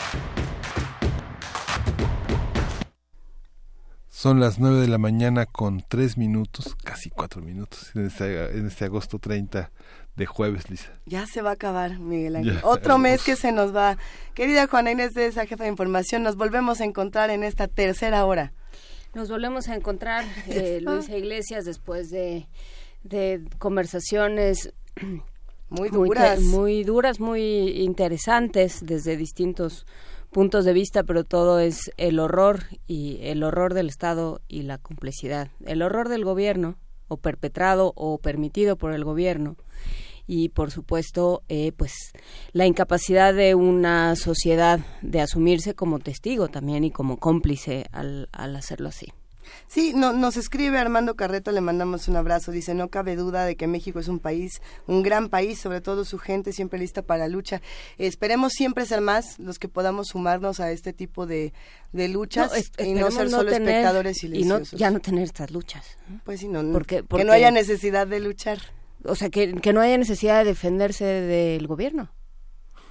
Son las nueve de la mañana con tres minutos, casi cuatro minutos, en este, en este agosto treinta de jueves, Lisa. Ya se va a acabar, Miguel Ángel. Ya. Otro mes que se nos va. Querida Juana Inés de esa jefa de información, nos volvemos a encontrar en esta tercera hora. Nos volvemos a encontrar, eh, Luisa Iglesias, después de, de conversaciones muy duras. Muy, muy duras, muy interesantes desde distintos puntos de vista, pero todo es el horror y el horror del Estado y la complicidad. El horror del gobierno, o perpetrado o permitido por el gobierno, y por supuesto eh, pues la incapacidad de una sociedad de asumirse como testigo también y como cómplice al, al hacerlo así. Sí, no, nos escribe Armando Carreto, le mandamos un abrazo, dice, no cabe duda de que México es un país, un gran país, sobre todo su gente siempre lista para la lucha. Eh, esperemos siempre ser más los que podamos sumarnos a este tipo de, de luchas no, es, y no ser no solo tener, espectadores silenciosos. Y no, ya no tener estas luchas. Pues sí, no, porque, porque, que no haya necesidad de luchar. O sea, que, que no haya necesidad de defenderse del gobierno.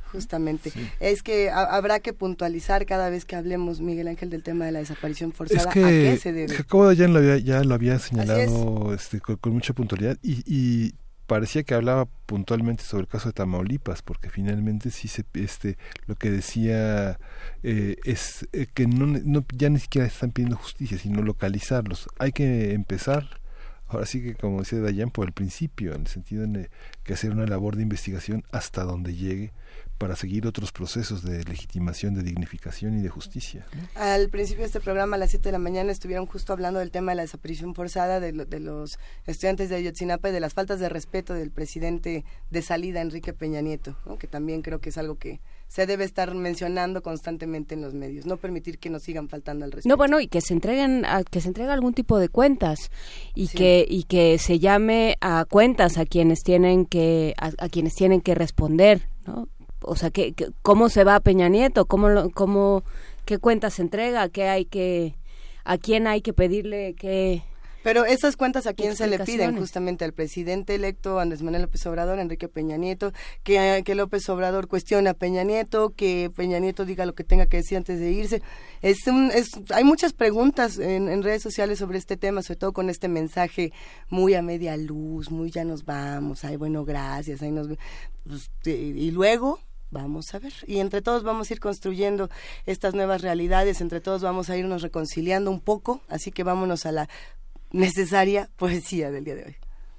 Justamente. Sí. Es que a, habrá que puntualizar cada vez que hablemos, Miguel Ángel, del tema de la desaparición forzada. Es que, ¿a qué se debe? Jacobo ya lo había, ya lo había señalado este, con, con mucha puntualidad y, y parecía que hablaba puntualmente sobre el caso de Tamaulipas, porque finalmente sí se, este, lo que decía eh, es eh, que no, no ya ni siquiera están pidiendo justicia, sino localizarlos. Hay que empezar, ahora sí que como decía Dayan, por el principio, en el sentido de que hacer una labor de investigación hasta donde llegue, para seguir otros procesos de legitimación, de dignificación y de justicia, ¿no? Al principio de este programa, a las siete de la mañana, estuvieron justo hablando del tema de la desaparición forzada de, lo, de los estudiantes de Ayotzinapa y de las faltas de respeto del presidente de salida, Enrique Peña Nieto, ¿no? Que también creo que es algo que se debe estar mencionando constantemente en los medios, no permitir que nos sigan faltando al respeto. No, bueno, y que se entreguen, a, que se entregue algún tipo de cuentas y sí. que y que se llame a cuentas a quienes tienen que a, a quienes tienen que responder, ¿no? O sea, ¿qué, qué, ¿cómo se va a Peña Nieto? ¿Cómo, lo, cómo, ¿Qué cuentas se entrega? ¿Qué hay que, ¿A quién hay que pedirle qué? Pero esas cuentas, ¿a quién se le piden? Justamente al presidente electo, Andrés Manuel López Obrador, Enrique Peña Nieto, que, que López Obrador cuestione a Peña Nieto, que Peña Nieto diga lo que tenga que decir antes de irse. Es un, es, hay muchas preguntas en, en redes sociales sobre este tema, sobre todo con este mensaje muy a media luz, muy ya nos vamos, ay bueno, gracias, ahí nos pues, y, y luego... Vamos a ver, y entre todos vamos a ir construyendo estas nuevas realidades, entre todos vamos a irnos reconciliando un poco, así que vámonos a la necesaria poesía del día de hoy.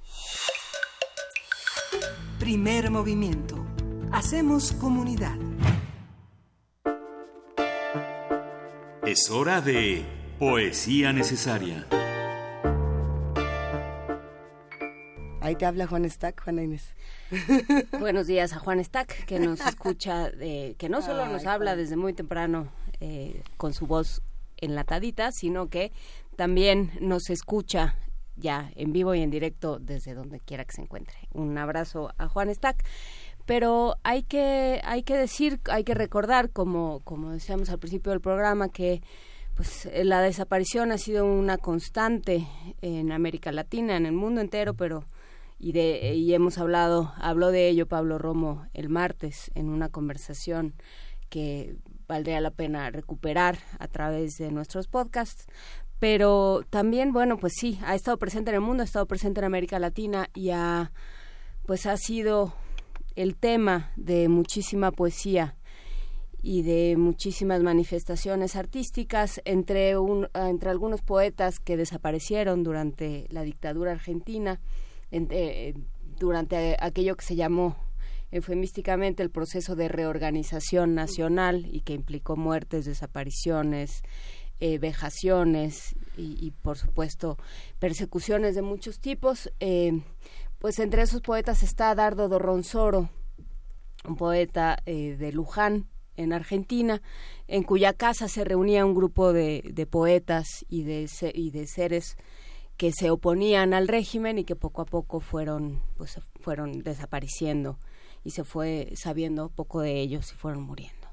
Primer movimiento. Hacemos comunidad. Es hora de poesía necesaria. Ahí te habla Juan Stack, Juana Inés. Buenos días a Juan Stack, que nos escucha, de, que no solo nos habla desde muy temprano eh, con su voz enlatadita, sino que también nos escucha ya en vivo y en directo desde donde quiera que se encuentre. Un abrazo a Juan Stack. Pero hay que hay que decir, hay que recordar, como como decíamos al principio del programa, que pues la desaparición ha sido una constante en América Latina, en el mundo entero, pero y de y hemos hablado habló de ello Pablo Romo el martes en una conversación que valdría la pena recuperar a través de nuestros podcasts, pero también, bueno, pues sí, ha estado presente en el mundo, ha estado presente en América Latina y ha pues ha sido el tema de muchísima poesía y de muchísimas manifestaciones artísticas entre un, entre algunos poetas que desaparecieron durante la dictadura argentina, en, eh, durante aquello que se llamó eufemísticamente el proceso de reorganización nacional y que implicó muertes, desapariciones, eh, vejaciones y, y por supuesto persecuciones de muchos tipos. Eh, pues entre esos poetas está Dardo Dorronsoro, un poeta eh, de Luján, en Argentina, en cuya casa se reunía un grupo de, de poetas y de, y de seres que se oponían al régimen y que poco a poco fueron, pues, fueron desapareciendo y se fue sabiendo poco de ellos y fueron muriendo.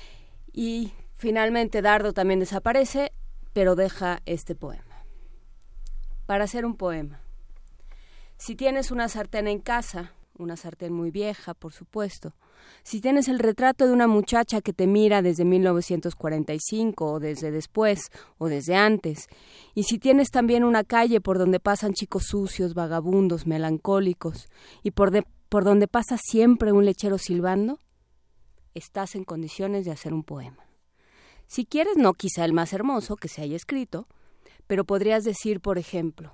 Y finalmente Dardo también desaparece, pero deja este poema. Para hacer un poema. Si tienes una sartén en casa, una sartén muy vieja, por supuesto, si tienes el retrato de una muchacha que te mira desde mil novecientos cuarenta y cinco, o desde después, o desde antes, y si tienes también una calle por donde pasan chicos sucios, vagabundos, melancólicos, y por, de, por donde pasa siempre un lechero silbando, estás en condiciones de hacer un poema. Si quieres, no quizá el más hermoso que se haya escrito, pero podrías decir, por ejemplo,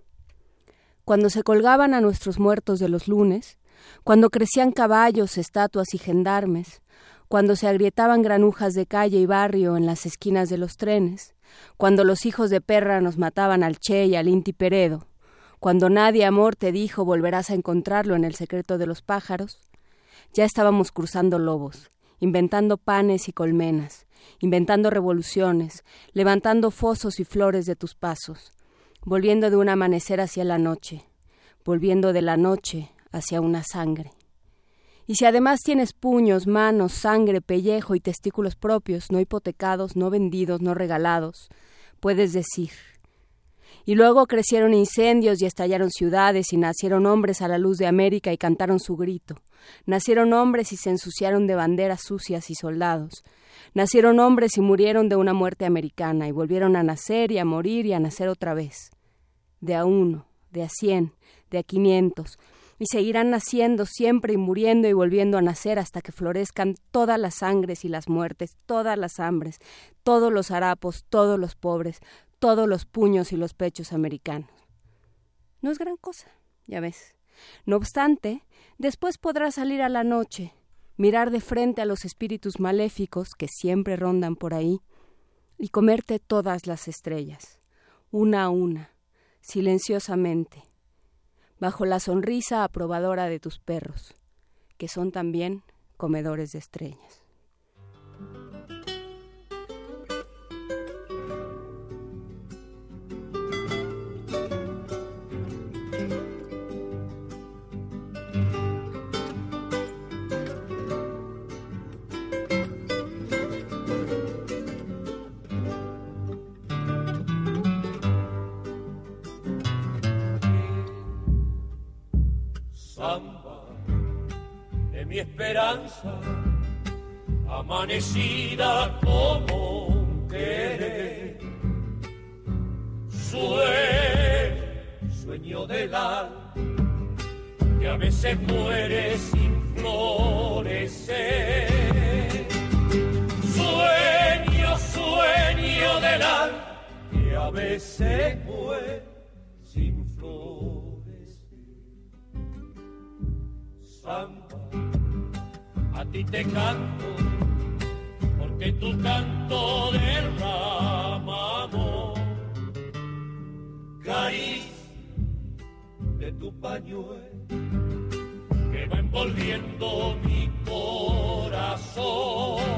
cuando se colgaban a nuestros muertos de los lunes, cuando crecían caballos, estatuas y gendarmes, cuando se agrietaban granujas de calle y barrio en las esquinas de los trenes, cuando los hijos de perra nos mataban al Che y al Inti Peredo, cuando nadie, amor, te dijo volverás a encontrarlo en el secreto de los pájaros, ya estábamos cruzando lobos, inventando panes y colmenas, inventando revoluciones, levantando fosos y flores de tus pasos, volviendo de un amanecer hacia la noche, volviendo de la noche hacia una sangre. Y si además tienes puños, manos, sangre, pellejo y testículos propios, no hipotecados, no vendidos, no regalados, puedes decir, Y luego crecieron incendios y estallaron ciudades y nacieron hombres a la luz de América y cantaron su grito. Nacieron hombres y se ensuciaron de banderas sucias y soldados. Nacieron hombres y murieron de una muerte americana y volvieron a nacer y a morir y a nacer otra vez. De a uno, de a cien, de a quinientos. Y seguirán naciendo siempre y muriendo y volviendo a nacer hasta que florezcan todas las sangres y las muertes, todas las hambres, todos los harapos, todos los pobres, todos los puños y los pechos americanos. No es gran cosa, ya ves. No obstante, después podrás salir a la noche, mirar de frente a los espíritus maléficos que siempre rondan por ahí y comerte todas las estrellas, una a una, silenciosamente, bajo la sonrisa aprobadora de tus perros, que son también comedores de estrellas. Samba de mi esperanza, amanecida como un querer, sueño, sueño del alma que a veces muere sin florecer, sueño, sueño del alma que a veces muere sin florecer. Samba, a ti te canto, porque tu canto derrama amor, caricia de tu pañuelo, que va envolviendo mi corazón,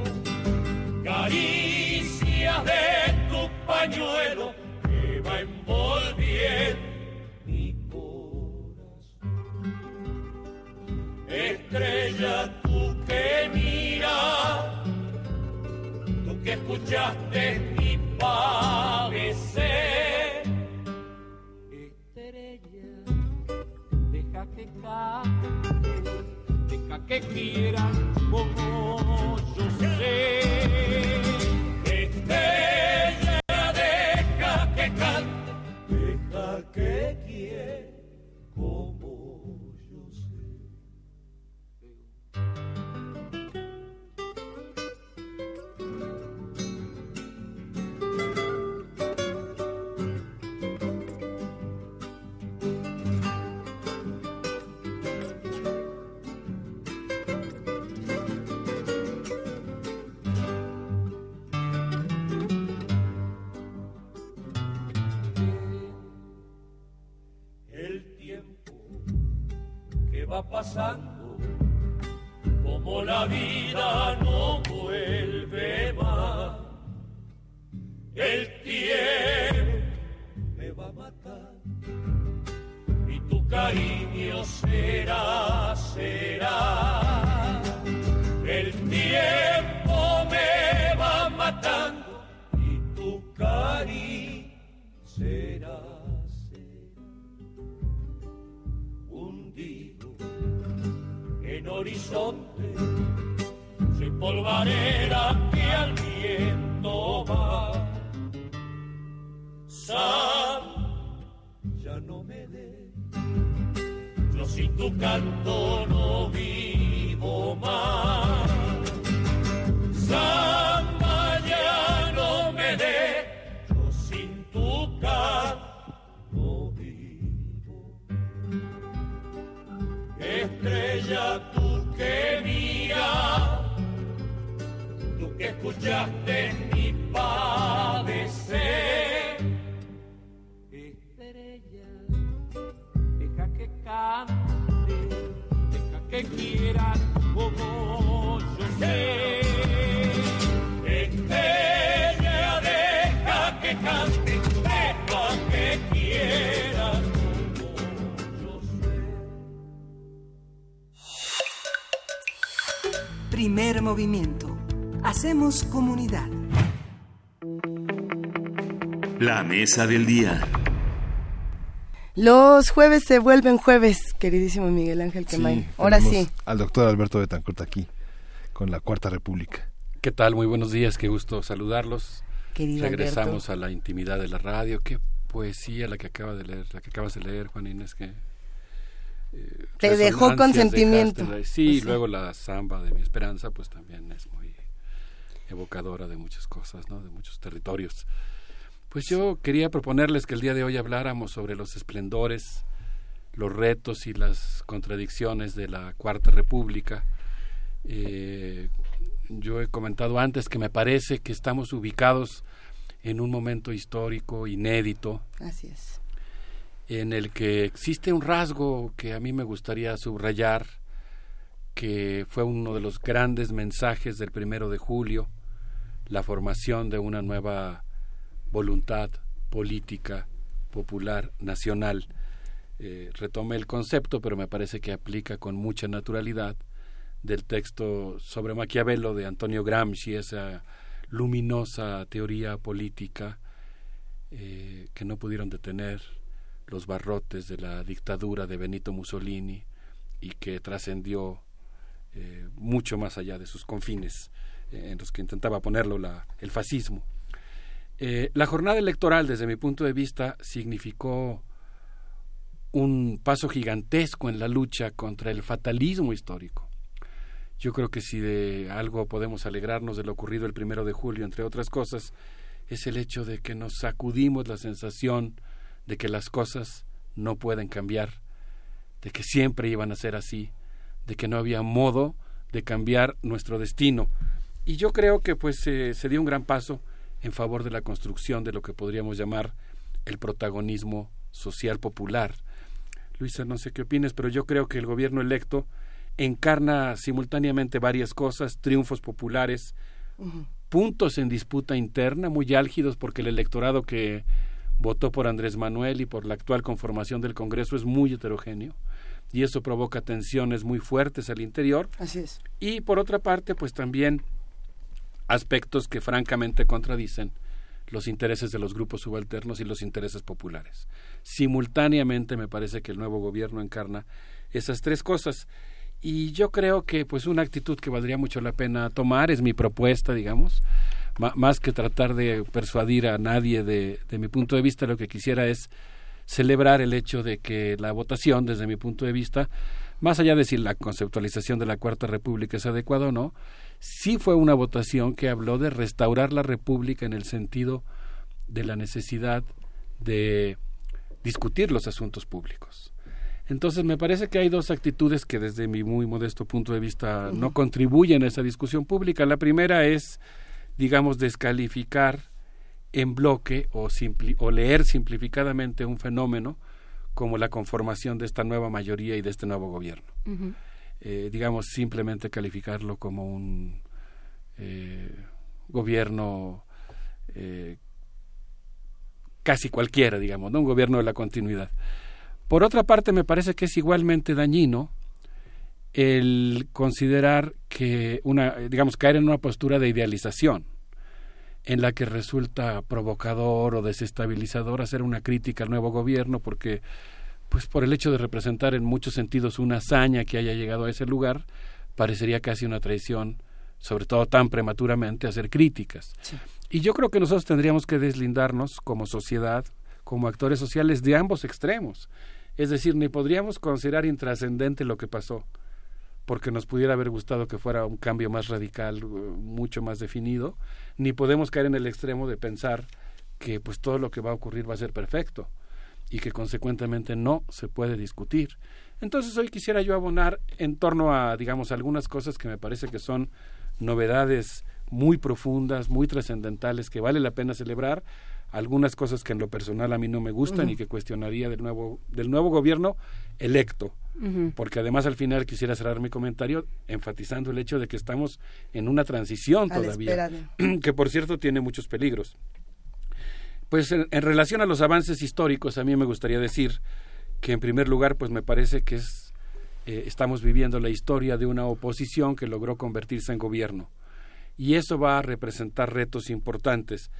caricia de tu pañuelo, que va envolviendo. Estrella, tú que miras, tú que escuchaste mi padecer. Estrella, deja que cante, deja que quieran como yo sé. Estrella, deja que cante, deja que quiera como va pasando, como la vida no vuelve más, el tiempo me va a matar y tu cariño será, será, el tiempo me va matando y tu cariño será. En horizonte, sin polvareda que al viento va, Sam, ya no me dé, yo sin tu canto no vivo más, Samba, ya no me dé, yo sin tu canto no vivo. Estrella, tú que miras, tú que escuchaste mi padecer. Estrella, deja que cante, deja que quiera como yo sé. Estrella, deja que cante, deja que quiera. Primer movimiento. Hacemos comunidad. La mesa del día. Los jueves se vuelven jueves, queridísimo Miguel Ángel Quemain. Sí, ahora sí. Al doctor Alberto Betancourt aquí, con la Cuarta República. ¿Qué tal? Muy buenos días, qué gusto saludarlos. Querido Regresamos Alberto. a la intimidad de la radio. Qué poesía la que acaba de leer, la que acabas de leer, Juan Inés, que eh, te dejó con sentimiento. Dejaste, sí, pues sí, luego la samba de Mi Esperanza, pues también es muy evocadora de muchas cosas, ¿no? De muchos territorios. Pues yo quería proponerles que el día de hoy habláramos sobre los esplendores, los retos y las contradicciones de la Cuarta República. Eh, yo he comentado antes que me parece que estamos ubicados en un momento histórico inédito. Así es. En el que existe un rasgo que a mí me gustaría subrayar, que fue uno de los grandes mensajes del primero de julio, la formación de una nueva voluntad política popular nacional. Eh, retomé el concepto, pero me parece que aplica con mucha naturalidad del texto sobre Maquiavelo de Antonio Gramsci, esa luminosa teoría política eh, que no pudieron detener los barrotes de la dictadura de Benito Mussolini y que trascendió eh, mucho más allá de sus confines eh, en los que intentaba ponerlo la, el fascismo. Eh, la jornada electoral, desde mi punto de vista, significó un paso gigantesco en la lucha contra el fatalismo histórico. Yo creo que si de algo podemos alegrarnos de lo ocurrido el primero de julio, entre otras cosas, es el hecho de que nos sacudimos la sensación de que las cosas no pueden cambiar, de que siempre iban a ser así, de que no había modo de cambiar nuestro destino. Y yo creo que pues eh, se dio un gran paso en favor de la construcción de lo que podríamos llamar el protagonismo social popular. Luisa, no sé qué opines, pero yo creo que el gobierno electo encarna simultáneamente varias cosas: triunfos populares, uh-huh. puntos en disputa interna muy álgidos, porque el electorado que votó por Andrés Manuel y por la actual conformación del Congreso es muy heterogéneo, y eso provoca tensiones muy fuertes al interior. Así es. Y por otra parte, pues también aspectos que francamente contradicen los intereses de los grupos subalternos y los intereses populares. Simultáneamente me parece que el nuevo gobierno encarna esas tres cosas, y yo creo que pues una actitud que valdría mucho la pena tomar, es mi propuesta, digamos, M- más que tratar de persuadir a nadie de, de mi punto de vista, lo que quisiera es celebrar el hecho de que la votación, desde mi punto de vista, más allá de si la conceptualización de la Cuarta República es adecuada o no, sí fue una votación que habló de restaurar la República en el sentido de la necesidad de discutir los asuntos públicos. Entonces me parece que hay dos actitudes que desde mi muy modesto punto de vista uh-huh. no contribuyen a esa discusión pública. La primera es, digamos, descalificar en bloque o, simpli- o leer simplificadamente un fenómeno como la conformación de esta nueva mayoría y de este nuevo gobierno. Uh-huh. Eh, digamos, simplemente calificarlo como un eh, gobierno eh, casi cualquiera, digamos, ¿no? Un gobierno de la continuidad. Por otra parte, me parece que es igualmente dañino el considerar que una, digamos, caer en una postura de idealización, en la que resulta provocador o desestabilizador hacer una crítica al nuevo gobierno, porque pues por el hecho de representar en muchos sentidos una hazaña que haya llegado a ese lugar, parecería casi una traición, sobre todo tan prematuramente, hacer críticas. Sí. Y yo creo que nosotros tendríamos que deslindarnos como sociedad, como actores sociales, de ambos extremos. Es decir, ni podríamos considerar intrascendente lo que pasó, porque nos pudiera haber gustado que fuera un cambio más radical, mucho más definido, ni podemos caer en el extremo de pensar que pues todo lo que va a ocurrir va a ser perfecto y que consecuentemente no se puede discutir. Entonces hoy quisiera yo abonar en torno a, digamos, algunas cosas que me parece que son novedades muy profundas, muy trascendentales, que vale la pena celebrar, algunas cosas que en lo personal a mí no me gustan uh-huh. y que cuestionaría del nuevo, del nuevo gobierno electo. Uh-huh. Porque además al final quisiera cerrar mi comentario enfatizando el hecho de que estamos en una transición a todavía, que por cierto tiene muchos peligros. Pues en, en relación a los avances históricos, a mí me gustaría decir que en primer lugar pues me parece que es eh, estamos viviendo la historia de una oposición que logró convertirse en gobierno, y eso va a representar retos importantes.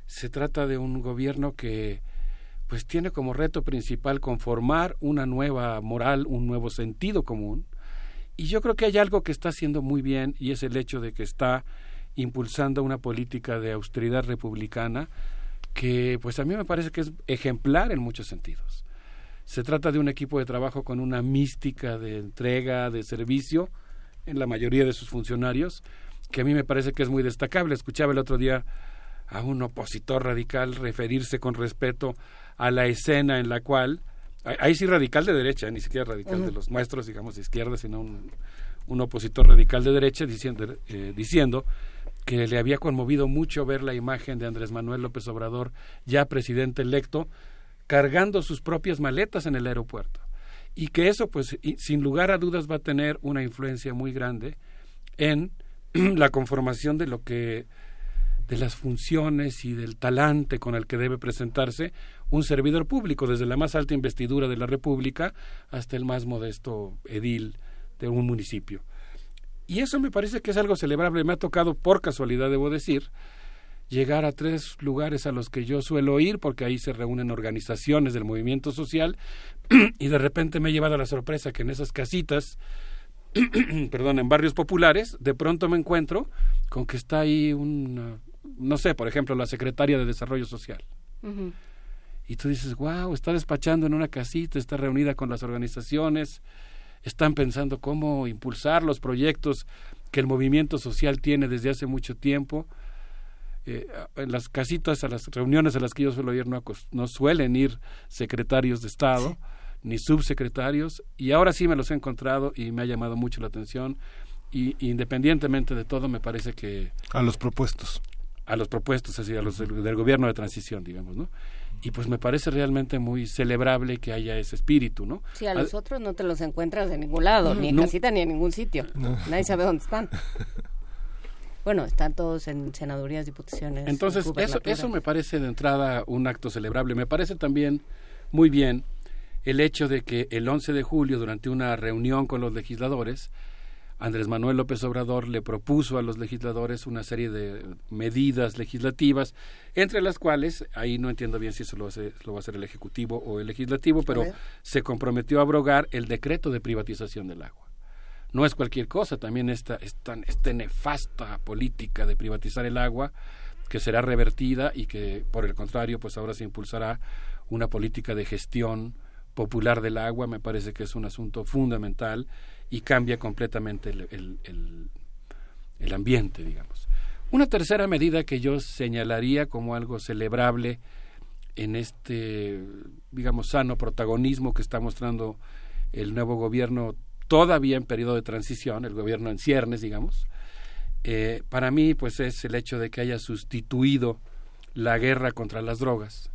se trata de un gobierno que pues tiene como reto principal conformar una nueva moral, un nuevo sentido común, y yo creo que hay algo que está haciendo muy bien, y es el hecho de que está impulsando una política de austeridad republicana que pues a mí me parece que es ejemplar en muchos sentidos. Se trata de un equipo de trabajo con una mística de entrega, de servicio en la mayoría de sus funcionarios, que a mí me parece que es muy destacable. Escuchaba el otro día a un opositor radical referirse con respeto a la escena en la cual, ahí sí radical de derecha, ni siquiera radical uh-huh. de los maestros, digamos, de izquierda, sino un, un opositor radical de derecha diciendo, eh, diciendo que le había conmovido mucho ver la imagen de Andrés Manuel López Obrador, ya presidente electo, cargando sus propias maletas en el aeropuerto. Y que eso, pues, y, sin lugar a dudas, va a tener una influencia muy grande en la conformación de lo que, de las funciones y del talante con el que debe presentarse un servidor público, desde la más alta investidura de la República hasta el más modesto edil de un municipio. Y eso me parece que es algo celebrable. Me ha tocado, por casualidad debo decir, llegar a tres lugares a los que yo suelo ir, porque ahí se reúnen organizaciones del movimiento social, y de repente me he llevado la sorpresa que en esas casitas, perdón, en barrios populares, de pronto me encuentro con que está ahí una, no sé, por ejemplo, la secretaria de Desarrollo Social. Uh-huh. Y tú dices, wow, está despachando en una casita, está reunida con las organizaciones, están pensando cómo impulsar los proyectos que el movimiento social tiene desde hace mucho tiempo. Eh, en las casitas, a las reuniones a las que yo suelo ir, no, no suelen ir secretarios de Estado, sí. ni subsecretarios, y ahora sí me los he encontrado y me ha llamado mucho la atención, y independientemente de todo, me parece que... A los propuestos. A los propuestos, así, a los del, del gobierno de transición, digamos, ¿no? Y pues me parece realmente muy celebrable que haya ese espíritu, ¿no? Sí, a los a, otros no te los encuentras de ningún lado, no, ni en no, casita ni en ningún sitio. No. Nadie sabe dónde están. Bueno, están todos en senadurías, diputaciones. Entonces, eso, eso me parece de entrada un acto celebrable. Me parece también muy bien el hecho de que el once de julio, durante una reunión con los legisladores, Andrés Manuel López Obrador le propuso a los legisladores una serie de medidas legislativas, entre las cuales, ahí no entiendo bien si eso lo, hace, lo va a hacer el Ejecutivo o el Legislativo, pero se comprometió a abrogar el decreto de privatización del agua. No es cualquier cosa, también esta, esta, esta nefasta política de privatizar el agua, que será revertida y que, por el contrario, pues ahora se impulsará una política de gestión popular del agua. Me parece que es un asunto fundamental y cambia completamente el, el, el, el ambiente, digamos. Una tercera medida que yo señalaría como algo celebrable en este, digamos, sano protagonismo que está mostrando el nuevo gobierno, todavía en periodo de transición, el gobierno en ciernes, digamos, eh, para mí pues es el hecho de que haya sustituido la guerra contra las drogas,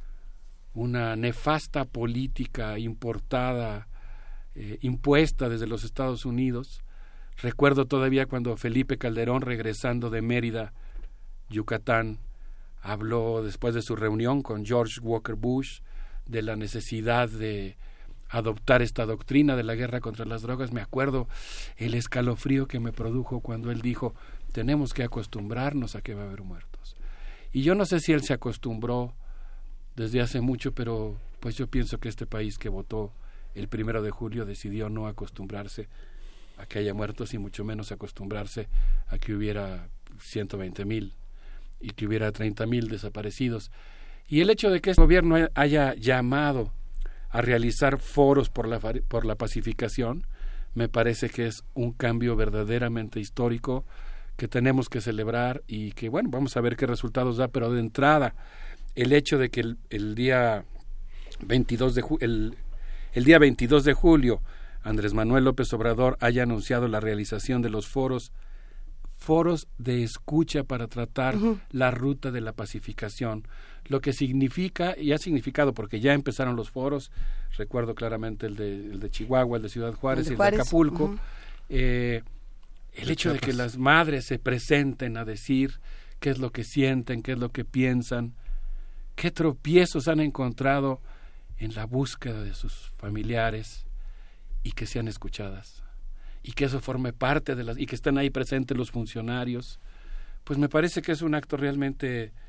una nefasta política importada, eh, impuesta desde los Estados Unidos. Recuerdo todavía cuando Felipe Calderón, regresando de Mérida, Yucatán, habló después de su reunión con George Walker Bush de la necesidad de adoptar esta doctrina de la guerra contra las drogas. Me acuerdo el escalofrío que me produjo cuando él dijo, tenemos que acostumbrarnos a que va a haber muertos. Y yo no sé si él se acostumbró desde hace mucho, pero pues yo pienso que este país que votó el primero de julio decidió no acostumbrarse a que haya muertos y mucho menos acostumbrarse a que hubiera ciento veinte mil y que hubiera treinta mil desaparecidos. Y el hecho de que este gobierno haya llamado a realizar foros por la, por la pacificación, me parece que es un cambio verdaderamente histórico que tenemos que celebrar y que, bueno, vamos a ver qué resultados da, pero de entrada, el hecho de que el, el día veintidós de ju- el, el día veintidós de julio Andrés Manuel López Obrador haya anunciado la realización de los foros foros de escucha para tratar uh-huh. la ruta de la pacificación, lo que significa, y ha significado porque ya empezaron los foros, recuerdo claramente el de, el de Chihuahua, el de Ciudad Juárez y el de Acapulco, uh-huh. eh, el hecho de que las madres se presenten a decir qué es lo que sienten, qué es lo que piensan, qué tropiezos han encontrado en la búsqueda de sus familiares y que sean escuchadas y que eso forme parte de las y que estén ahí presentes los funcionarios, pues me parece que es un acto realmente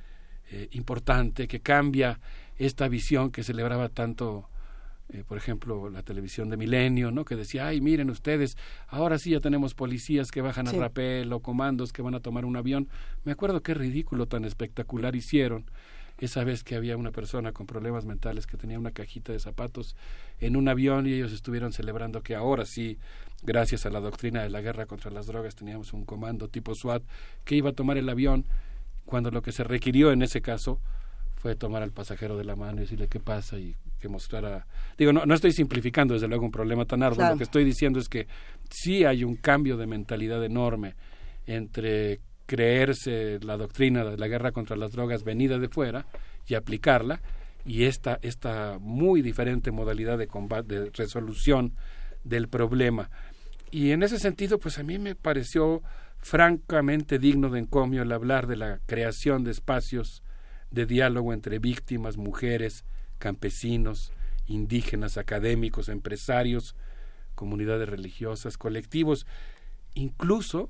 eh, importante, que cambia esta visión que celebraba tanto, eh, por ejemplo, la televisión de Milenio, ¿no? Que decía, ay, miren ustedes, ahora sí ya tenemos policías que bajan Sí. a rapel o comandos que van a tomar un avión. Me acuerdo qué ridículo tan espectacular hicieron esa vez que había una persona con problemas mentales que tenía una cajita de zapatos en un avión y ellos estuvieron celebrando que ahora sí, gracias a la doctrina de la guerra contra las drogas, teníamos un comando tipo SWAT que iba a tomar el avión, cuando lo que se requirió en ese caso fue tomar al pasajero de la mano y decirle qué pasa y que mostrara... Digo, no, no estoy simplificando desde luego un problema tan arduo, Claro. lo que estoy diciendo es que sí hay un cambio de mentalidad enorme entre creerse la doctrina de la guerra contra las drogas venida de fuera y aplicarla, y esta, esta muy diferente modalidad de combate, de resolución del problema. Y en ese sentido, pues a mí me pareció francamente digno de encomio el hablar de la creación de espacios de diálogo entre víctimas, mujeres, campesinos, indígenas, académicos, empresarios, comunidades religiosas, colectivos, incluso,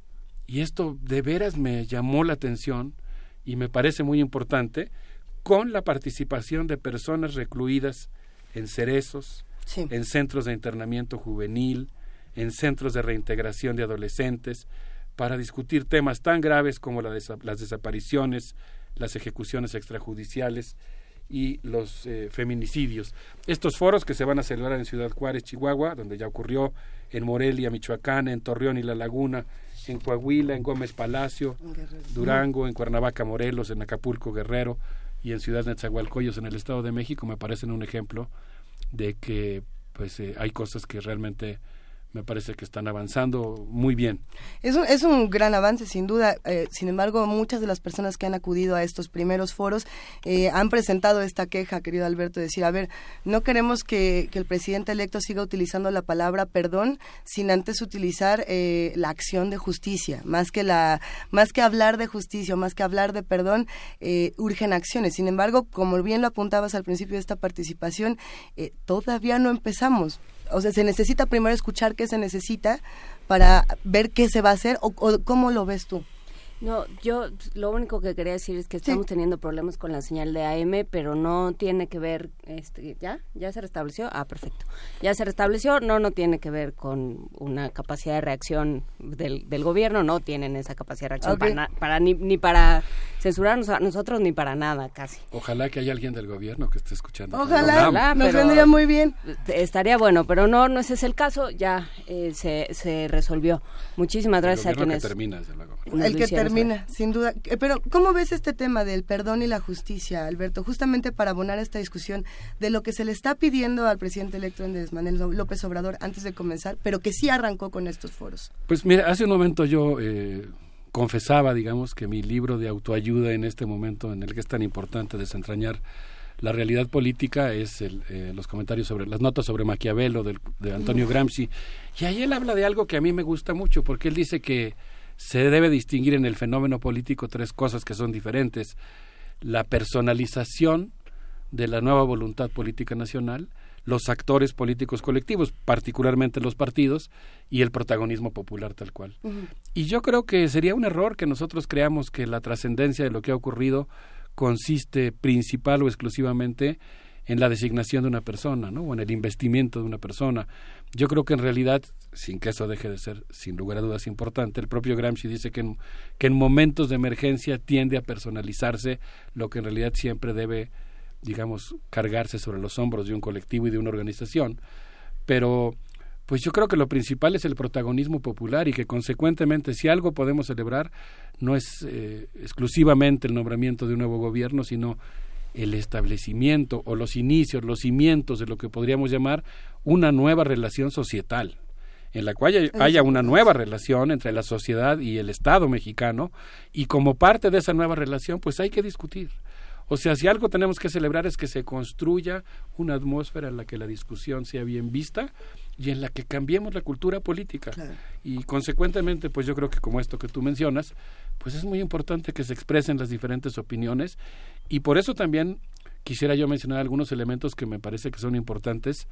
y esto de veras me llamó la atención y me parece muy importante, con la participación de personas recluidas en cerezos, Sí. en centros de internamiento juvenil, en centros de reintegración de adolescentes, para discutir temas tan graves como la desa- las desapariciones, las ejecuciones extrajudiciales y los eh, feminicidios. Estos foros que se van a celebrar en Ciudad Juárez, Chihuahua, donde ya ocurrió, en Morelia, Michoacán, en Torreón y La Laguna, en Coahuila, en Gómez Palacio, Durango, en Cuernavaca, Morelos, en Acapulco, Guerrero y en Ciudad Nezahualcóyotl, en el Estado de México, me parecen un ejemplo de que pues eh, hay cosas que realmente me parece que están avanzando muy bien. Es un, es un gran avance, sin duda. Eh, sin embargo, muchas de las personas que han acudido a estos primeros foros eh, han presentado esta queja, querido Alberto, decir, a ver, no queremos que, que el presidente electo siga utilizando la palabra perdón sin antes utilizar eh, la acción de justicia. Más que, la, más que hablar de justicia, más que hablar de perdón, eh, urgen acciones. Sin embargo, como bien lo apuntabas al principio de esta participación, eh, todavía no empezamos. O sea, se necesita primero escuchar qué se necesita para ver qué se va a hacer, o, o cómo lo ves tú. No, yo lo único que quería decir es que estamos sí. teniendo problemas con la señal de A M, pero no tiene que ver, este, ¿ya? ¿Ya se restableció? Ah, perfecto. Ya se restableció, no, no tiene que ver con una capacidad de reacción del, del gobierno, no tienen esa capacidad de reacción okay. para, para ni, ni para censurarnos a nosotros ni para nada, casi. Ojalá que haya alguien del gobierno que esté escuchando. Ojalá, Ojalá nos vendría muy bien. Estaría bueno, pero no, no ese es el caso, ya eh, se, se resolvió. Muchísimas gracias el a quienes... que termina, desde luego. El que termina, sin duda. Pero, ¿cómo ves este tema del perdón y la justicia, Alberto? Justamente para abonar esta discusión de lo que se le está pidiendo al presidente electo Andrés Manuel López Obrador antes de comenzar, pero que sí arrancó con estos foros. Pues mira, hace un momento yo eh, confesaba, digamos, que mi libro de autoayuda en este momento en el que es tan importante desentrañar la realidad política es el, eh, los comentarios sobre las notas sobre Maquiavelo del, de Antonio Gramsci. Y ahí él habla de algo que a mí me gusta mucho, porque él dice que se debe distinguir en el fenómeno político tres cosas que son diferentes: la personalización de la nueva voluntad política nacional, los actores políticos colectivos, particularmente los partidos, y el protagonismo popular tal cual. Uh-huh. Y yo creo que sería un error que nosotros creamos que la trascendencia de lo que ha ocurrido consiste principal o exclusivamente en la designación de una persona, ¿no? O en el investimiento de una persona. Yo creo que en realidad, sin que eso deje de ser sin lugar a dudas importante, el propio Gramsci dice que en, que en momentos de emergencia tiende a personalizarse lo que en realidad siempre debe, digamos, cargarse sobre los hombros de un colectivo y de una organización. Pero pues yo creo que lo principal es el protagonismo popular, y que consecuentemente, si algo podemos celebrar, no es eh, exclusivamente el nombramiento de un nuevo gobierno, sino el establecimiento o los inicios, los cimientos de lo que podríamos llamar una nueva relación societal, en la cual haya una nueva relación entre la sociedad y el Estado mexicano, y como parte de esa nueva relación, pues hay que discutir. O sea, si algo tenemos que celebrar es que se construya una atmósfera en la que la discusión sea bien vista y en la que cambiemos la cultura política. Claro. Y consecuentemente, pues yo creo que como esto que tú mencionas, pues es muy importante que se expresen las diferentes opiniones, y por eso también quisiera yo mencionar algunos elementos que me parece que son importantes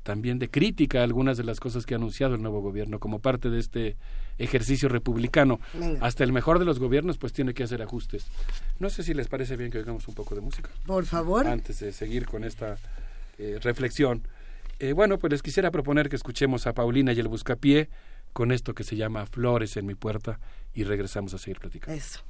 también de crítica a algunas de las cosas que ha anunciado el nuevo gobierno como parte de este ejercicio republicano. Venga. Hasta el mejor de los gobiernos pues tiene que hacer ajustes. No sé si les parece bien que oigamos un poco de música. Por favor. Antes de seguir con esta eh, reflexión. Eh, bueno, pues les quisiera proponer que escuchemos a Paulina y el Buscapié con esto que se llama Flores en mi puerta y regresamos a seguir platicando. Eso.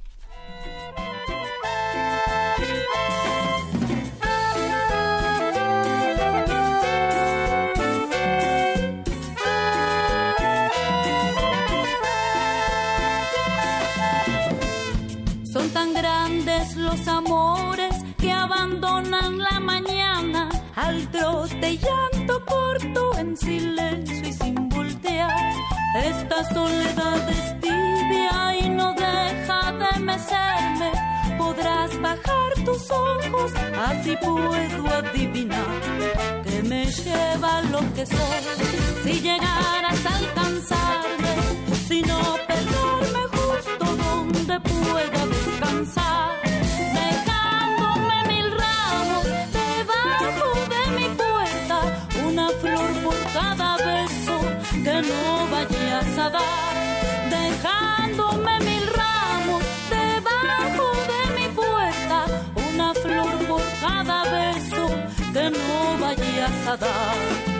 Son tan grandes los amores que abandonan la mañana al trote y llanto corto en silencio y sin voltear. Esta soledad es tibia y no deja de mecerme. Podrás bajar tus ojos, así puedo adivinar que me lleva lo que soy. Si llegaras a alcanzarme, si no perderme justo donde pueda descansar, dejándome mil ramos debajo de mi puerta, una flor por cada beso que no vayas a dar, dejándome mil ramos debajo de mi puerta, una flor por cada beso que no vayas a dar.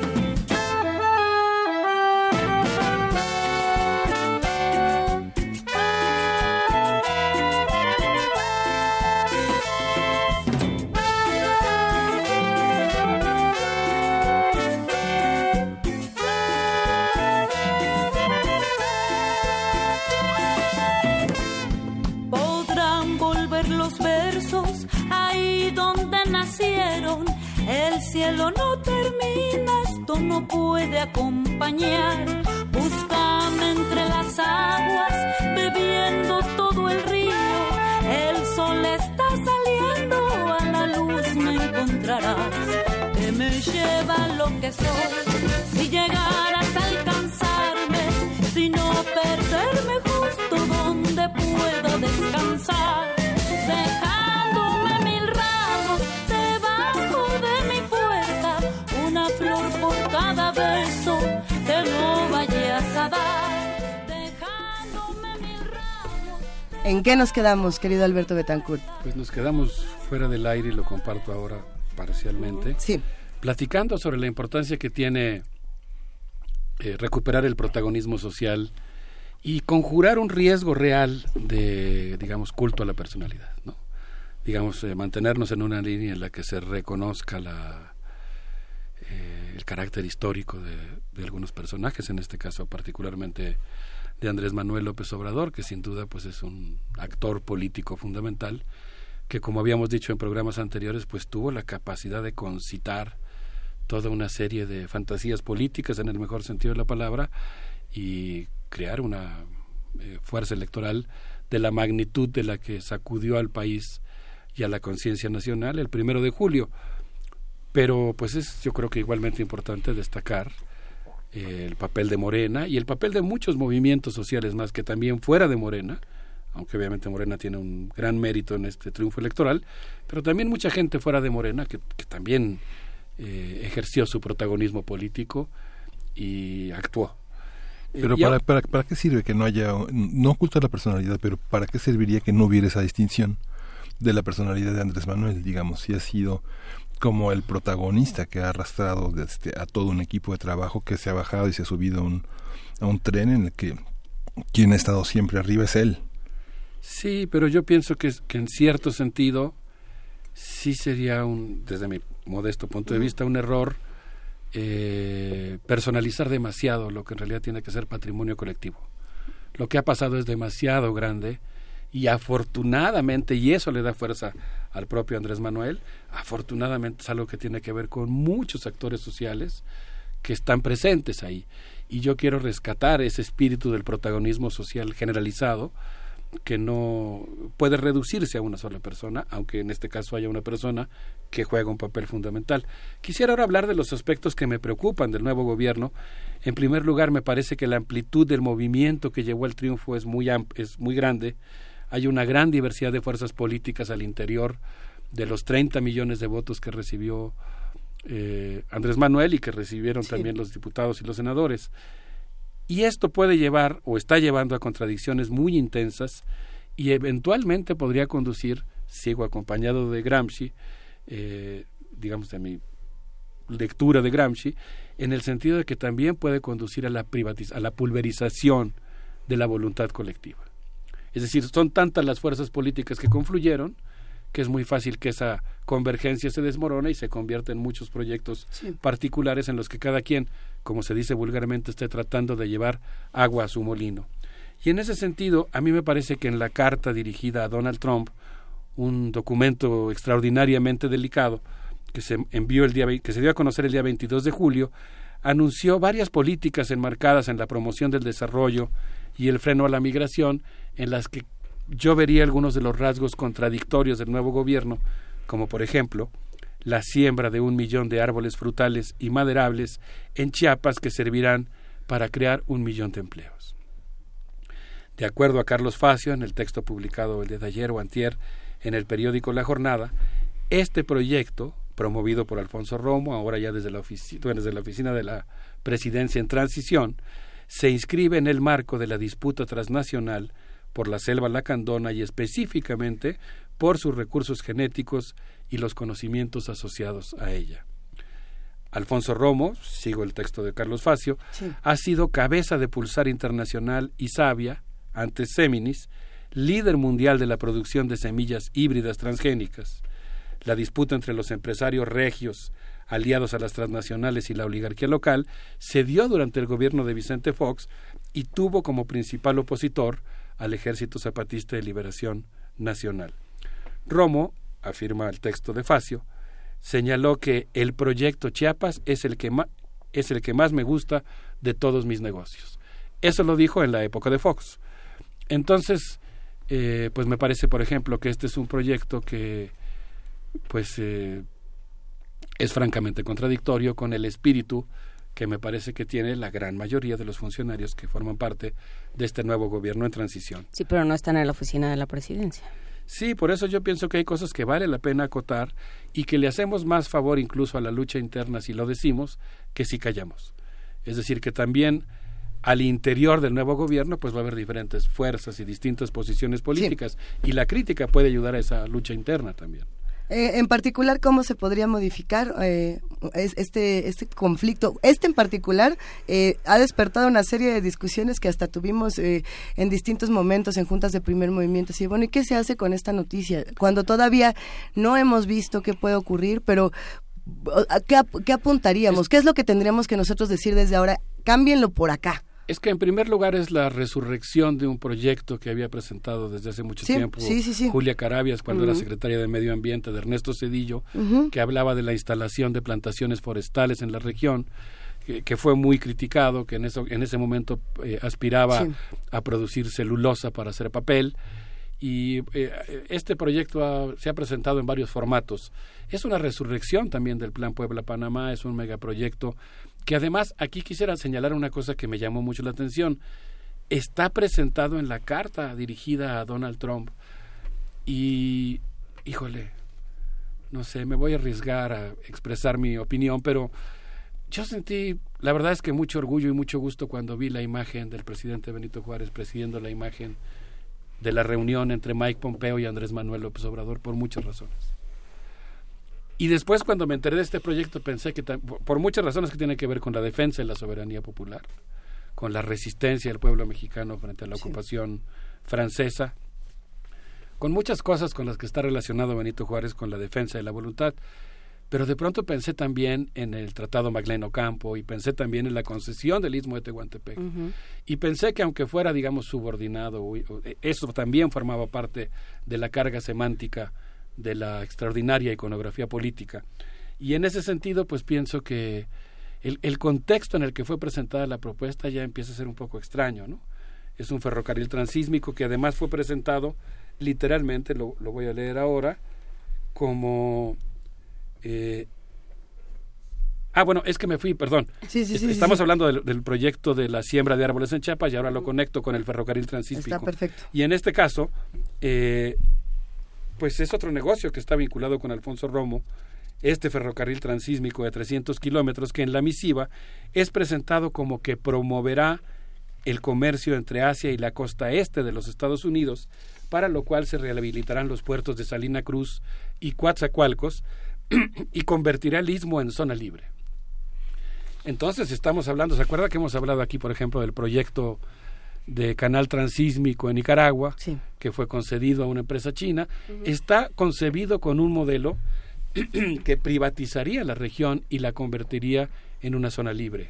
Ahí donde nacieron, el cielo no termina, esto no puede acompañar. Búscame entre las aguas, bebiendo todo el río. El sol está saliendo, a la luz me encontrarás. Que me lleva lo que soy, si llegaras a alcanzarme, si no perderme justo donde pueda descansar. Dejándome mil ramos debajo de mi puerta, una flor por cada beso que no vayas a dar. Dejándome mil ramos. ¿En qué nos quedamos, querido Alberto Betancourt? Pues nos quedamos fuera del aire y lo comparto ahora parcialmente. Sí. Platicando sobre la importancia que tiene eh, recuperar el protagonismo social y conjurar un riesgo real de, digamos, culto a la personalidad, ¿no? Digamos, eh, mantenernos en una línea en la que se reconozca la, eh, el carácter histórico de, de algunos personajes, en este caso particularmente de Andrés Manuel López Obrador, que sin duda pues es un actor político fundamental, que como habíamos dicho en programas anteriores, pues tuvo la capacidad de concitar toda una serie de fantasías políticas en el mejor sentido de la palabra y crear una eh, fuerza electoral de la magnitud de la que sacudió al país y a la conciencia nacional el primero de julio. Pero pues es yo creo que igualmente importante destacar eh, el papel de Morena y el papel de muchos movimientos sociales más que también fuera de Morena, aunque obviamente Morena tiene un gran mérito en este triunfo electoral, pero también mucha gente fuera de Morena que, que también eh, ejerció su protagonismo político y actuó. Pero para, para, ¿para qué sirve que no haya, no oculta la personalidad, pero para qué serviría que no hubiera esa distinción de la personalidad de Andrés Manuel, digamos, si ha sido como el protagonista que ha arrastrado desde a todo un equipo de trabajo que se ha bajado y se ha subido a un, a un tren en el que quien ha estado siempre arriba es él? Sí, pero yo pienso que, que en cierto sentido sí sería, un, desde mi modesto punto de vista, un error Eh, personalizar demasiado lo que en realidad tiene que ser patrimonio colectivo. Lo que ha pasado es demasiado grande y afortunadamente, y eso le da fuerza al propio Andrés Manuel, afortunadamente es algo que tiene que ver con muchos actores sociales que están presentes ahí. Y yo quiero rescatar ese espíritu del protagonismo social generalizado que no puede reducirse a una sola persona, aunque en este caso haya una persona que juega un papel fundamental. Quisiera ahora hablar de los aspectos que me preocupan del nuevo gobierno. En primer lugar, me parece que la amplitud del movimiento que llevó al triunfo es muy amp- es muy grande. Hay una gran diversidad de fuerzas políticas al interior de los treinta millones de votos que recibió eh, Andrés Manuel y que recibieron sí. también los diputados y los senadores. Y esto puede llevar o está llevando a contradicciones muy intensas y eventualmente podría conducir, sigo acompañado de Gramsci, eh, digamos de mi lectura de Gramsci, en el sentido de que también puede conducir a la privatiz- a la pulverización de la voluntad colectiva. Es decir, son tantas las fuerzas políticas que confluyeron que es muy fácil que esa convergencia se desmorone y se convierta en muchos proyectos sí. particulares en los que cada quien, como se dice vulgarmente, esté tratando de llevar agua a su molino. Y en ese sentido, a mí me parece que en la carta dirigida a Donald Trump, un documento extraordinariamente delicado que se envió el día que se dio a conocer el día veintidós de julio, anunció varias políticas enmarcadas en la promoción del desarrollo y el freno a la migración, en las que yo vería algunos de los rasgos contradictorios del nuevo gobierno, como por ejemplo la siembra de un millón de árboles frutales y maderables en Chiapas que servirán para crear un millón de empleos. De acuerdo a Carlos Facio, en el texto publicado el día de ayer o antier en el periódico La Jornada, este proyecto, promovido por Alfonso Romo, ahora ya desde la, ofici- desde la oficina de la Presidencia en transición, se inscribe en el marco de la disputa transnacional por la selva lacandona y específicamente por sus recursos genéticos y los conocimientos asociados a ella. Alfonso Romo, sigo el texto de Carlos Facio, sí. ha sido cabeza de Pulsar Internacional y Savia, antes Seminis, líder mundial de la producción de semillas híbridas transgénicas. La disputa entre los empresarios regios, aliados a las transnacionales y la oligarquía local, se dio durante el gobierno de Vicente Fox y tuvo como principal opositor al Ejército Zapatista de Liberación Nacional. Romo, afirma el texto de Facio, señaló que el proyecto Chiapas es el que ma- es el que más me gusta de todos mis negocios. Eso lo dijo en la época de Fox. Entonces, eh, pues me parece, por ejemplo, que este es un proyecto que pues eh, es francamente contradictorio con el espíritu que me parece que tiene la gran mayoría de los funcionarios que forman parte de este nuevo gobierno en transición. Sí, pero no están en la oficina de la presidencia. Sí, por eso yo pienso que hay cosas que vale la pena acotar y que le hacemos más favor incluso a la lucha interna si lo decimos que si callamos. Es decir, que también al interior del nuevo gobierno pues va a haber diferentes fuerzas y distintas posiciones políticas sí. y la crítica puede ayudar a esa lucha interna también. Eh, en particular, ¿cómo se podría modificar eh, este este conflicto? Este en particular eh, ha despertado una serie de discusiones que hasta tuvimos eh, en distintos momentos en juntas de primer movimiento. Y bueno, ¿y qué se hace con esta noticia? Cuando todavía no hemos visto qué puede ocurrir, pero ¿a qué, qué apuntaríamos? ¿Qué es lo que tendríamos que nosotros decir desde ahora? Cámbienlo por acá. Es que en primer lugar es la resurrección de un proyecto que había presentado desde hace mucho sí, tiempo sí, sí, sí. Julia Carabias cuando uh-huh. era secretaria de Medio Ambiente de Ernesto Zedillo, uh-huh. que hablaba de la instalación de plantaciones forestales en la región, que, que fue muy criticado, que en, eso, en ese momento eh, aspiraba sí. a producir celulosa para hacer papel. Y eh, este proyecto ha, se ha presentado en varios formatos. Es una resurrección también del Plan Puebla-Panamá, es un megaproyecto que además aquí quisiera señalar una cosa que me llamó mucho la atención. Está presentado en la carta dirigida a Donald Trump y, híjole, no sé, me voy a arriesgar a expresar mi opinión, pero yo sentí, la verdad es que mucho orgullo y mucho gusto cuando vi la imagen del presidente Benito Juárez presidiendo la imagen de la reunión entre Mike Pompeo y Andrés Manuel López Obrador por muchas razones. Y después cuando me enteré de este proyecto pensé que por muchas razones que tienen que ver con la defensa de la soberanía popular, con la resistencia del pueblo mexicano frente a la sí. ocupación francesa, con muchas cosas con las que está relacionado Benito Juárez con la defensa de la voluntad, pero de pronto pensé también en el Tratado Magdaleno Ocampo y pensé también en la concesión del Istmo de Tehuantepec uh-huh. y pensé que aunque fuera, digamos, subordinado, eso también formaba parte de la carga semántica de la extraordinaria iconografía política. Y en ese sentido, pues pienso que el, el contexto en el que fue presentada la propuesta ya empieza a ser un poco extraño, ¿no? Es un ferrocarril transísmico que además fue presentado literalmente, lo, lo voy a leer ahora, como... Eh, ah, bueno, es que me fui, perdón. Sí, sí, sí, Estamos sí. hablando del, del proyecto de la siembra de árboles en Chiapas y ahora lo conecto con el ferrocarril transísmico. Está perfecto. Y en este caso, eh, pues es otro negocio que está vinculado con Alfonso Romo este ferrocarril transísmico de trescientos kilómetros, que en la misiva es presentado como que promoverá el comercio entre Asia y la costa este de los Estados Unidos, para lo cual se rehabilitarán los puertos de Salina Cruz y Coatzacoalcos y convertirá el istmo en zona libre. Entonces estamos hablando, ¿se acuerda que hemos hablado aquí, por ejemplo, del proyecto de canal transísmico en Nicaragua, sí, que fue concedido a una empresa china? Uh-huh. Está concebido con un modelo que privatizaría la región y la convertiría en una zona libre.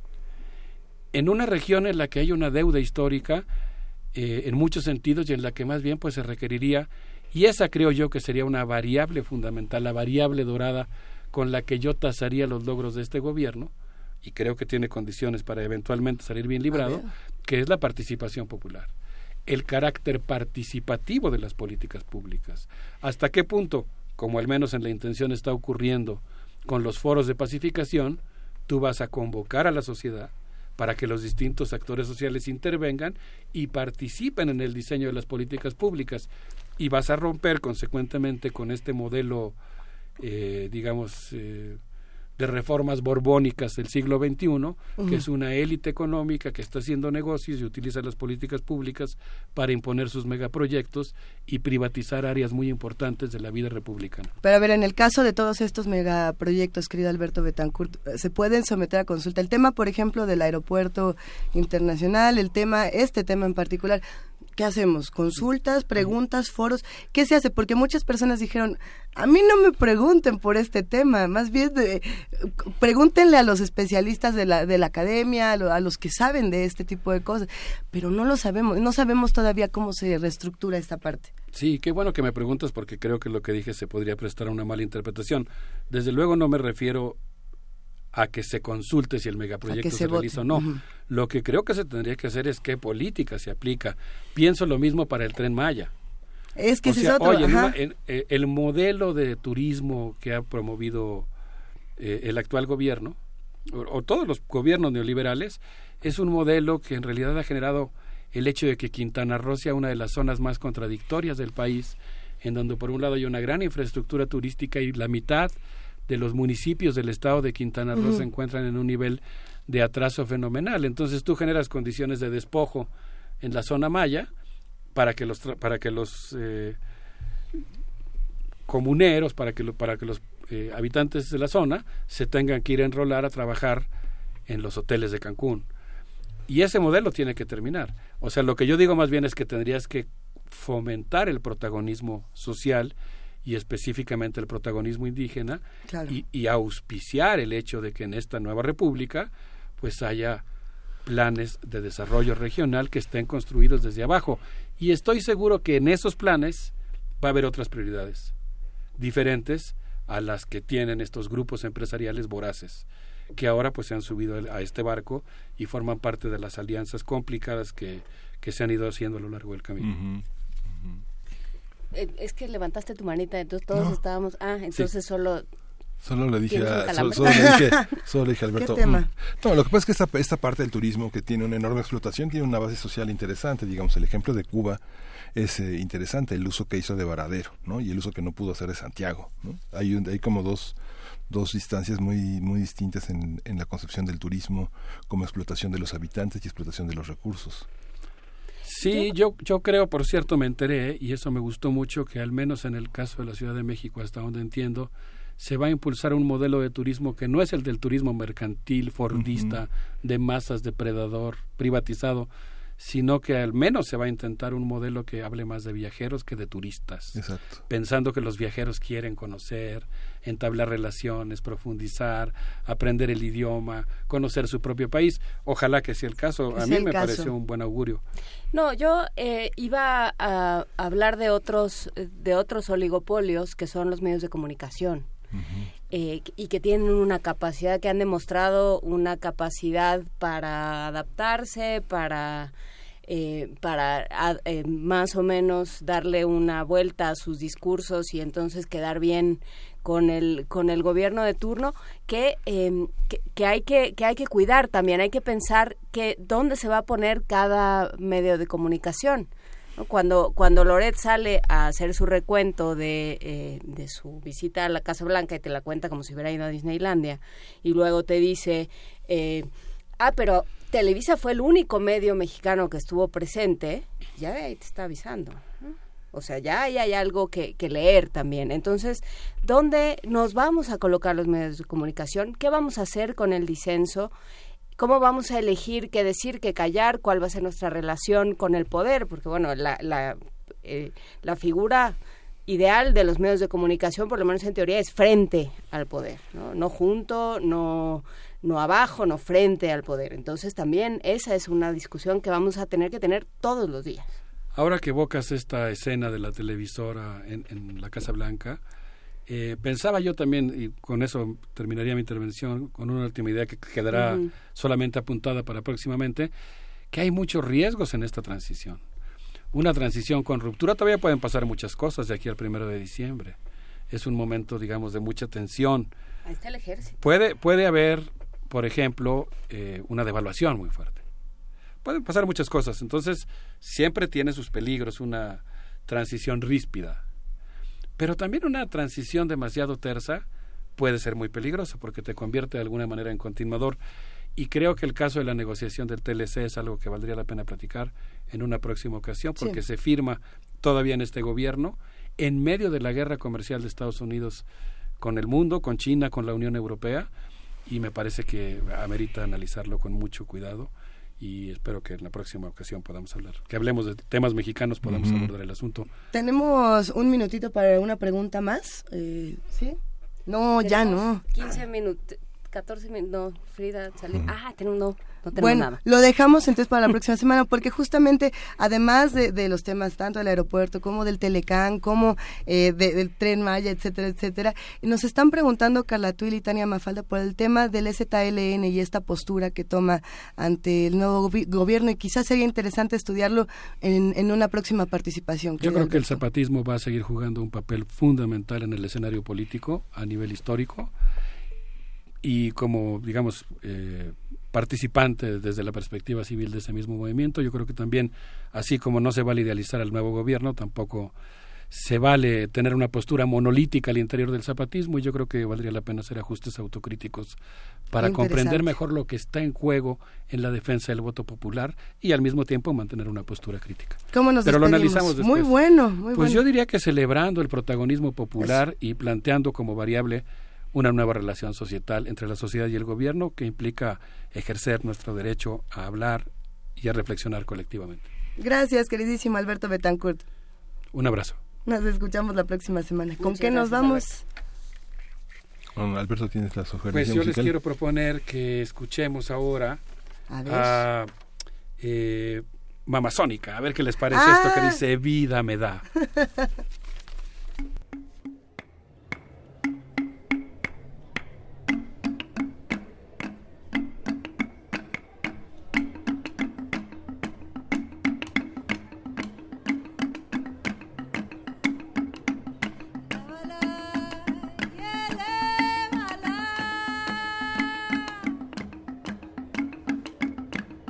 En una región en la que hay una deuda histórica, eh, en muchos sentidos, y en la que más bien pues se requeriría, y esa creo yo que sería una variable fundamental, la variable dorada con la que yo tasaría los logros de este gobierno, y creo que tiene condiciones para eventualmente salir bien librado, que es la participación popular, el carácter participativo de las políticas públicas. ¿Hasta qué punto, como al menos en la intención está ocurriendo con los foros de pacificación, tú vas a convocar a la sociedad para que los distintos actores sociales intervengan y participen en el diseño de las políticas públicas, y vas a romper consecuentemente con este modelo, eh, digamos, eh, de reformas borbónicas del siglo veintiuno, uh-huh, que es una élite económica que está haciendo negocios y utiliza las políticas públicas para imponer sus megaproyectos y privatizar áreas muy importantes de la vida republicana. Pero a ver, en el caso de todos estos megaproyectos, querido Alberto Betancourt, ¿se pueden someter a consulta? El tema, por ejemplo, del aeropuerto internacional, el tema, este tema en particular, ¿qué hacemos? ¿Consultas, preguntas, foros? ¿Qué se hace? Porque muchas personas dijeron, a mí no me pregunten por este tema, más bien de, pregúntenle a los especialistas de la, de la academia, a, lo, a los que saben de este tipo de cosas, pero no lo sabemos, no sabemos todavía cómo se reestructura esta parte. Sí, qué bueno que me preguntas, porque creo que lo que dije se podría prestar a una mala interpretación. Desde luego no me refiero a que se consulte si el megaproyecto se, se realiza o no. Uh-huh. Lo que creo que se tendría que hacer es qué política se aplica. Pienso lo mismo para el Tren Maya. Es que o ese sea, es otro. Oye, en, en, en, el modelo de turismo que ha promovido eh, el actual gobierno, o, o todos los gobiernos neoliberales, es un modelo que en realidad ha generado el hecho de que Quintana Roo sea una de las zonas más contradictorias del país, en donde por un lado hay una gran infraestructura turística y la mitad de los municipios del estado de Quintana Roo uh-huh. se encuentran en un nivel de atraso fenomenal. Entonces tú generas condiciones de despojo en la zona maya para que los para que los eh, comuneros, para que lo, para que los eh, habitantes de la zona se tengan que ir a enrolar a trabajar en los hoteles de Cancún. Y ese modelo tiene que terminar. O sea, lo que yo digo más bien es que tendrías que fomentar el protagonismo social y específicamente el protagonismo indígena, claro, y, y auspiciar el hecho de que en esta nueva república pues haya planes de desarrollo regional que estén construidos desde abajo. Y estoy seguro que en esos planes va a haber otras prioridades diferentes a las que tienen estos grupos empresariales voraces, que ahora pues se han subido a este barco y forman parte de las alianzas complicadas que, que se han ido haciendo a lo largo del camino. Uh-huh. Uh-huh. Es que levantaste tu manita, entonces todos no. estábamos... Ah, entonces sí. solo... Solo le dije a, solo, solo le dije, solo le dije a Alberto. ¿Qué tema? No, lo que pasa es que esta, esta parte del turismo que tiene una enorme explotación tiene una base social interesante. Digamos, el ejemplo de Cuba es eh, interesante, el uso que hizo de Varadero, ¿no? Y el uso que no pudo hacer de Santiago, ¿no? Hay, un, hay como dos... dos instancias muy muy distintas en, en la concepción del turismo como explotación de los habitantes y explotación de los recursos. Sí, yo yo creo, por cierto, me enteré, y eso me gustó mucho, que al menos en el caso de la Ciudad de México, hasta donde entiendo, se va a impulsar un modelo de turismo que no es el del turismo mercantil, fordista, uh-huh. de masas, depredador, privatizado, sino que al menos se va a intentar un modelo que hable más de viajeros que de turistas. Exacto. Pensando que los viajeros quieren conocer, entablar relaciones, profundizar, aprender el idioma, conocer su propio país. Ojalá que sea el caso. A es mí me caso. pareció un buen augurio. No, yo eh, iba a hablar de otros de otros oligopolios que son los medios de comunicación. Uh-huh. Eh, y que tienen una capacidad, que han demostrado una capacidad para adaptarse, para eh, para a, eh, más o menos darle una vuelta a sus discursos y entonces quedar bien con el con el gobierno de turno, que, eh, que que hay que que hay que cuidar también. Hay que pensar que dónde se va a poner cada medio de comunicación. ¿no? Cuando, cuando Loret sale a hacer su recuento de, eh, de su visita a la Casa Blanca y te la cuenta como si hubiera ido a Disneylandia, y luego te dice, eh, ah, pero Televisa fue el único medio mexicano que estuvo presente, ya de ahí te está avisando, ¿no? O sea, ya ahí hay algo que, que leer también. Entonces, ¿dónde nos vamos a colocar los medios de comunicación? ¿Qué vamos a hacer con el disenso? ¿Cómo vamos a elegir qué decir, qué callar? ¿Cuál va a ser nuestra relación con el poder? Porque, bueno, la, la, eh, la figura ideal de los medios de comunicación, por lo menos en teoría, es frente al poder, ¿no? No junto, no, no abajo, no frente al poder. Entonces, también esa es una discusión que vamos a tener que tener todos los días. Ahora que evocas esta escena de la televisora en, en la Casa Blanca, eh, pensaba yo también, y con eso terminaría mi intervención, con una última idea que quedará uh-huh. solamente apuntada para próximamente, que hay muchos riesgos en esta transición. Una transición con ruptura, todavía pueden pasar muchas cosas de aquí al primero de diciembre. Es un momento, digamos, de mucha tensión. Ahí está el ejército. Puede, puede haber, por ejemplo, eh, una devaluación muy fuerte. Pueden pasar muchas cosas, entonces siempre tiene sus peligros una transición ríspida. Pero también una transición demasiado tersa puede ser muy peligrosa porque te convierte de alguna manera en continuador. Y creo que el caso de la negociación del T L C es algo que valdría la pena platicar en una próxima ocasión porque sí. se firma todavía en este gobierno en medio de la guerra comercial de Estados Unidos con el mundo, con China, con la Unión Europea, y me parece que amerita analizarlo con mucho cuidado. Y espero que en la próxima ocasión podamos hablar, que hablemos de temas mexicanos, podamos uh-huh. abordar el asunto. Tenemos un minutito para una pregunta más, eh, ¿sí? No, ya no. quince minutos, catorce minutos, no, Frida, sale. Uh-huh. Ah, tenemos, no, no tenemos bueno, nada. Lo dejamos entonces para la próxima semana, porque justamente, además de, de los temas tanto del aeropuerto, como del Telecán, como eh, de, del Tren Maya, etcétera, etcétera, nos están preguntando Carla Tuil y Tania Mafalda por el tema del Z L N y esta postura que toma ante el nuevo gobi- gobierno, y quizás sería interesante estudiarlo en, en una próxima participación. Yo creo que el zapatismo va a seguir jugando un papel fundamental en el escenario político a nivel histórico, y como, digamos, eh, participante desde la perspectiva civil de ese mismo movimiento, yo creo que también, así como no se vale idealizar al nuevo gobierno, tampoco se vale tener una postura monolítica al interior del zapatismo, y yo creo que valdría la pena hacer ajustes autocríticos para comprender mejor lo que está en juego en la defensa del voto popular y al mismo tiempo mantener una postura crítica. ¿Cómo nos Pero despedimos? Lo analizamos después. Muy bueno, muy Pues bueno. yo diría que celebrando el protagonismo popular Eso. y planteando como variable una nueva relación societal entre la sociedad y el gobierno que implica ejercer nuestro derecho a hablar y a reflexionar colectivamente. Gracias, queridísimo Alberto Betancourt. Un abrazo. Nos escuchamos la próxima semana. ¿Con Muchas qué nos gracias, vamos? Bueno, Alberto, ¿tienes la sugerencia Pues yo musical? les quiero proponer que escuchemos ahora a, ver. a eh, Mamazónica, a ver qué les parece ah. esto que dice Vida me da.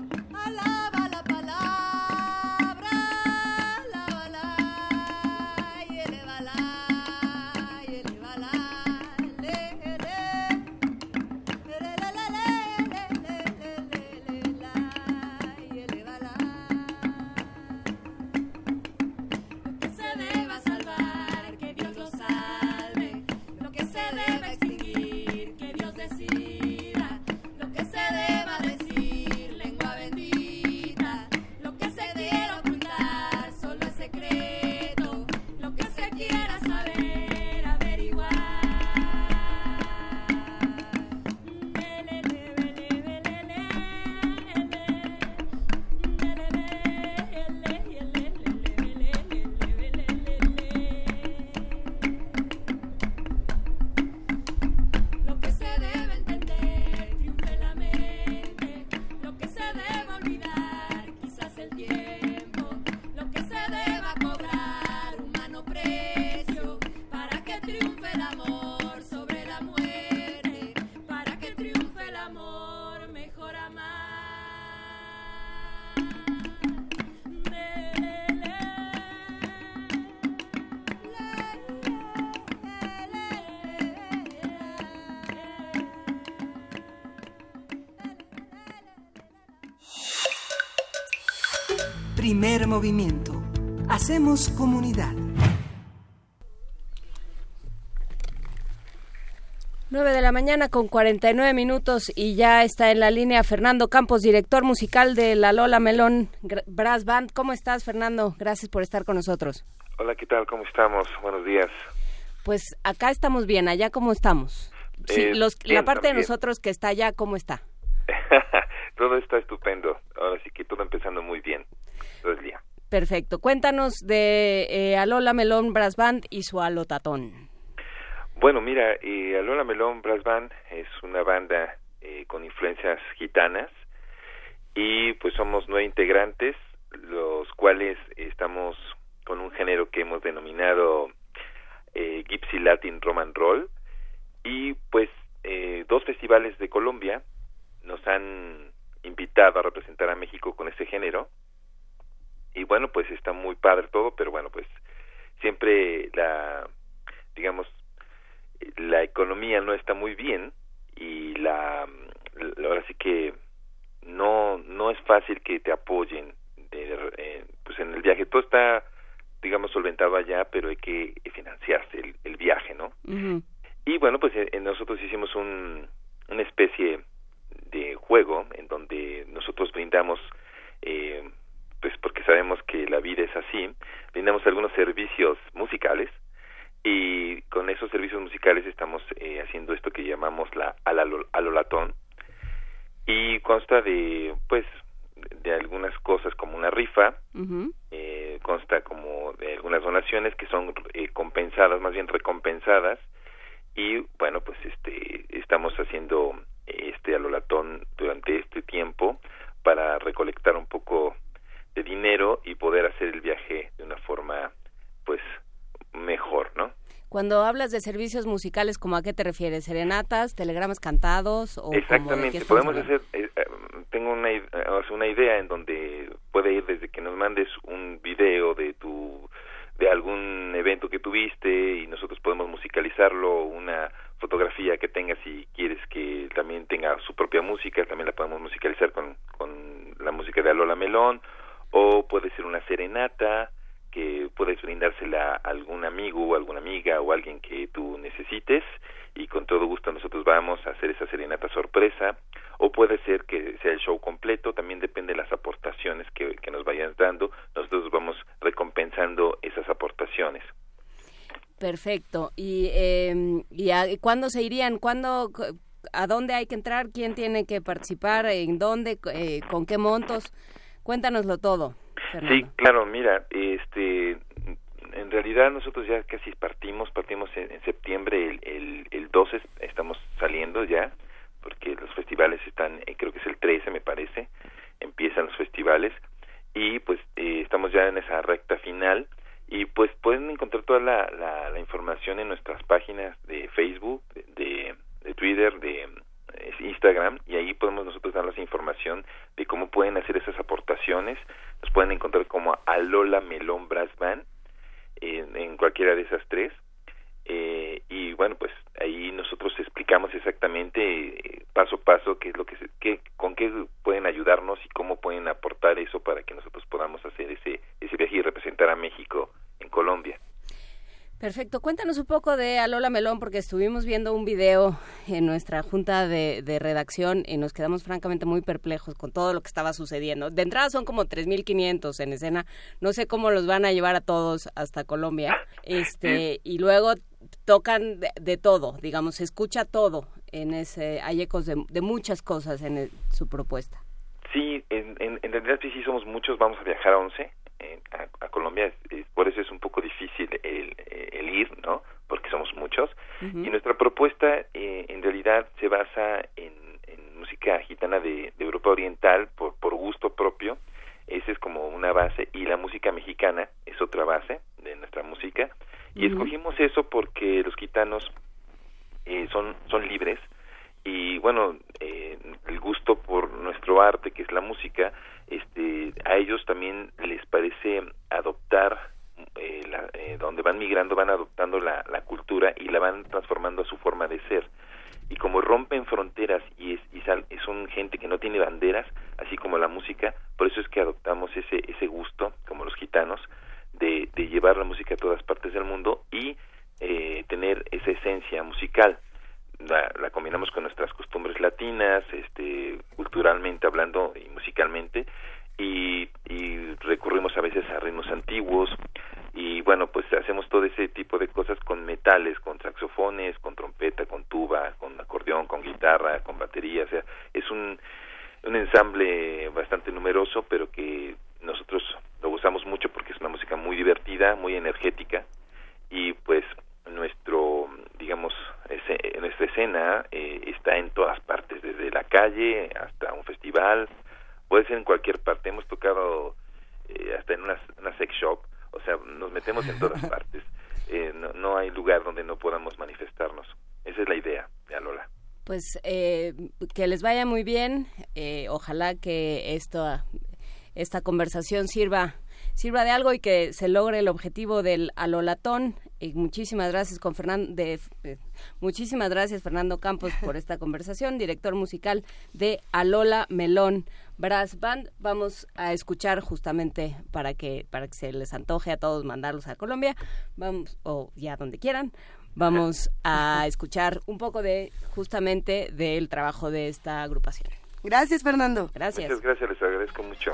Alaba la palabra, alaba la Primer movimiento. Hacemos comunidad. Nueve de la mañana con cuarenta y nueve minutos y ya está en la línea Fernando Campos, director musical de la Lola Melón Brass Band. ¿Cómo estás, Fernando? Gracias por estar con nosotros. Hola, ¿qué tal? ¿Cómo estamos? Buenos días. Pues acá estamos bien, allá ¿cómo estamos? Sí, eh, los, bien, la parte también. de nosotros que está allá, ¿cómo está? Todo está estupendo. Ahora sí que todo empezando muy bien. Todo el día. Perfecto. Cuéntanos de eh, Alola Melón Brass Band y su alotatón. Bueno, mira, eh, Alola Melón Brass Band es una banda eh, con influencias gitanas y pues somos nueve integrantes, los cuales estamos con un género que hemos denominado eh, Gypsy Latin Roman Roll y pues eh, dos festivales de Colombia nos han invitado a representar a México con este género y bueno, pues está muy padre todo, pero bueno, pues siempre la, digamos, la economía no está muy bien y la, la ahora sí que no no es fácil que te apoyen de, eh, pues en el viaje. Todo está, digamos, solventado allá, pero hay que financiarse el, el viaje, ¿no? Uh-huh. Y bueno, pues eh, nosotros hicimos un, una especie de juego en donde nosotros brindamos, eh, pues porque sabemos que la vida es así, brindamos algunos servicios musicales. Y con esos servicios musicales estamos eh, haciendo esto que llamamos la alolatón y consta de pues de algunas cosas como una rifa, uh-huh. eh, consta como de algunas donaciones que son eh, compensadas, más bien recompensadas y bueno pues este estamos haciendo este alolatón durante este tiempo para recolectar un poco de dinero y poder hacer el viaje de una forma pues mejor, ¿no? Cuando hablas de servicios musicales, ¿cómo a qué te refieres? ¿Serenatas, telegramas cantados? O exactamente, podemos hacer, eh, tengo una, una idea en donde puede ir desde que nos mandes un video de tu de algún evento que tuviste y nosotros podemos musicalizarlo, una fotografía que tengas si quieres que también tenga su propia música, también la podemos musicalizar con, con la música de Alola Melón, o puede ser una serenata, que puedes brindársela a algún amigo o alguna amiga o alguien que tú necesites y con todo gusto nosotros vamos a hacer esa serenata sorpresa, o puede ser que sea el show completo, también depende de las aportaciones que, que nos vayan dando, nosotros vamos recompensando esas aportaciones. Perfecto. ¿Y, eh, y a, cuándo se irían? ¿Cuándo, a dónde hay que entrar? ¿Quién tiene que participar? ¿En dónde? Eh, ¿Con qué montos? Cuéntanoslo todo, Fernando. Sí, claro, mira, este, en realidad nosotros ya casi partimos, partimos en, en septiembre, el, el, el doce estamos saliendo ya, porque los festivales están, eh, creo que es el trece me parece, empiezan los festivales, y pues eh, estamos ya en esa recta final, y pues pueden encontrar toda la, la, la información en nuestras páginas de Facebook, de, de Twitter, de Instagram, y ahí podemos nosotros darles información de cómo pueden hacer esas aportaciones. Nos pueden encontrar como Alola Melón Brass Band en, en cualquiera de esas tres, eh, y bueno, pues ahí nosotros explicamos exactamente eh, paso a paso qué es lo que, se, qué, con qué pueden ayudarnos y cómo pueden aportar eso para que nosotros podamos hacer ese ese viaje y representar a México en Colombia. Perfecto. Cuéntanos un poco de Alola Melón, porque estuvimos viendo un video en nuestra junta de, de redacción y nos quedamos francamente muy perplejos con todo lo que estaba sucediendo. De entrada son como tres mil quinientos en escena. No sé cómo los van a llevar a todos hasta Colombia. Este, y luego tocan de, de todo, digamos, se escucha todo en ese, hay ecos de, de muchas cosas en el, su propuesta. Sí, en, en, en realidad sí, sí somos muchos, vamos a viajar a once. En, a, a Colombia, eh, por eso es un poco difícil el, el ir, ¿no? Porque somos muchos. Uh-huh. Y nuestra propuesta eh, en realidad se basa en, en música gitana de, de Europa Oriental por, por gusto propio. Esa es como una base, y la música mexicana es otra base de nuestra música. Y uh-huh. escogimos eso porque los gitanos eh, son, son libres, y bueno, eh, el gusto por nuestro arte, que es la música, este, a ellos también les parece adoptar, eh, la, eh, donde van migrando, van adoptando la, la cultura y la van transformando a su forma de ser. Y como rompen fronteras y es y sal, son gente que no tiene banderas, así como la música. Por eso es que adoptamos ese ese gusto, como los gitanos, de, de llevar la música a todas partes del mundo y eh, tener esa esencia musical. La, la combinamos con nuestras costumbres latinas, este, culturalmente hablando y musicalmente, y, y recurrimos a veces a ritmos antiguos, y bueno, pues hacemos todo ese tipo de cosas con metales, con saxofones, con trompeta, con tuba, con acordeón, con guitarra, con batería. O sea, es un, un ensamble bastante numeroso, pero que nosotros lo gozamos mucho porque es una música muy divertida, muy energética, y pues nuestro, digamos, ese, nuestra escena eh, está en todas partes, desde la calle hasta un festival, puede ser en cualquier parte. Hemos tocado eh, hasta en una, una sex shop, o sea, nos metemos en todas partes. Eh, no, no hay lugar donde no podamos manifestarnos. Esa es la idea de Alola. Pues eh, que les vaya muy bien. Eh, ojalá que esto, esta conversación sirva sirva de algo y que se logre el objetivo del Alolatón. Y muchísimas gracias con Fernando de, de, muchísimas gracias Fernando Campos por esta conversación, director musical de Alola Melón Brass Band. Vamos a escuchar justamente para que para que se les antoje a todos mandarlos a Colombia, vamos o ya donde quieran. Vamos a escuchar un poco de justamente del trabajo de esta agrupación. Gracias, Fernando. Gracias. Muchas gracias, les agradezco mucho.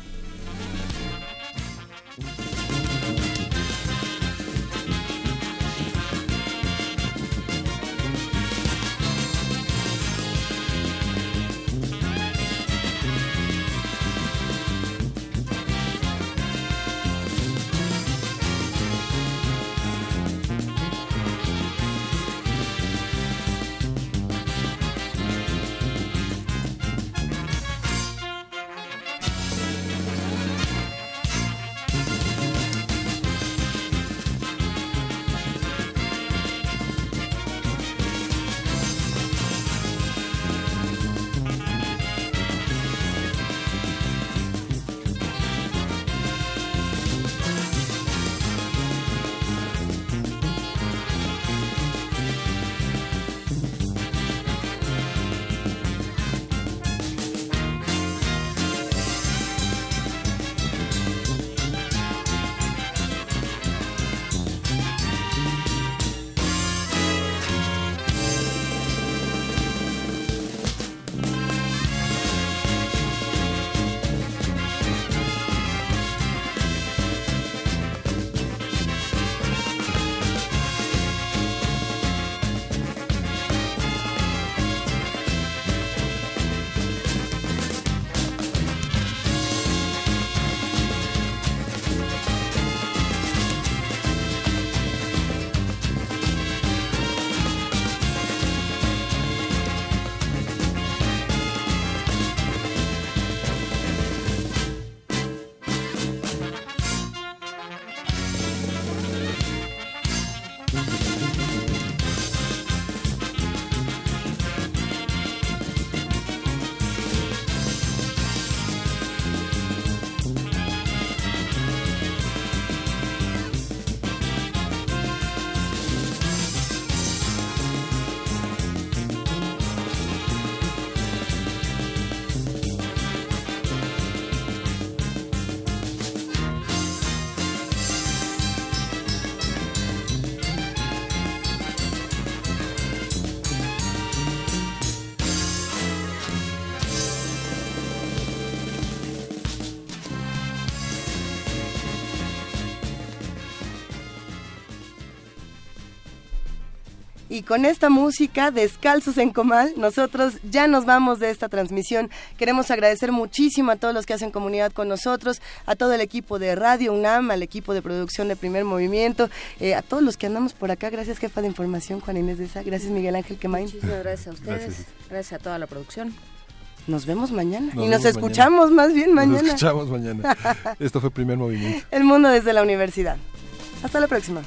Y con esta música, Descalzos en Comal, nosotros ya nos vamos de esta transmisión. Queremos agradecer muchísimo a todos los que hacen comunidad con nosotros, a todo el equipo de Radio UNAM, al equipo de producción de Primer Movimiento, eh, a todos los que andamos por acá. Gracias, jefa de información, Juan Inés de Sá. Gracias, Miguel Ángel Quemain. Muchísimas gracias a ustedes. Gracias, gracias a toda la producción. Nos vemos mañana. Nos y nos mañana. escuchamos más bien mañana. Nos escuchamos mañana. Esto fue Primer Movimiento. El mundo desde la universidad. Hasta la próxima.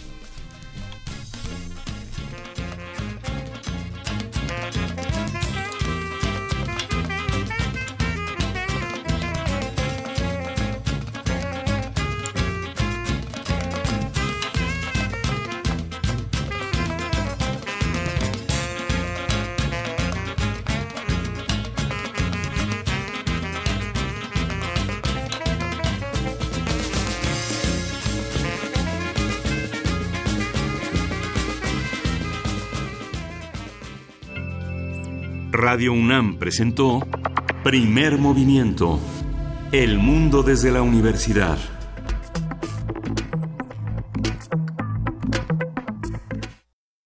Radio UNAM presentó Primer Movimiento. El mundo desde la universidad.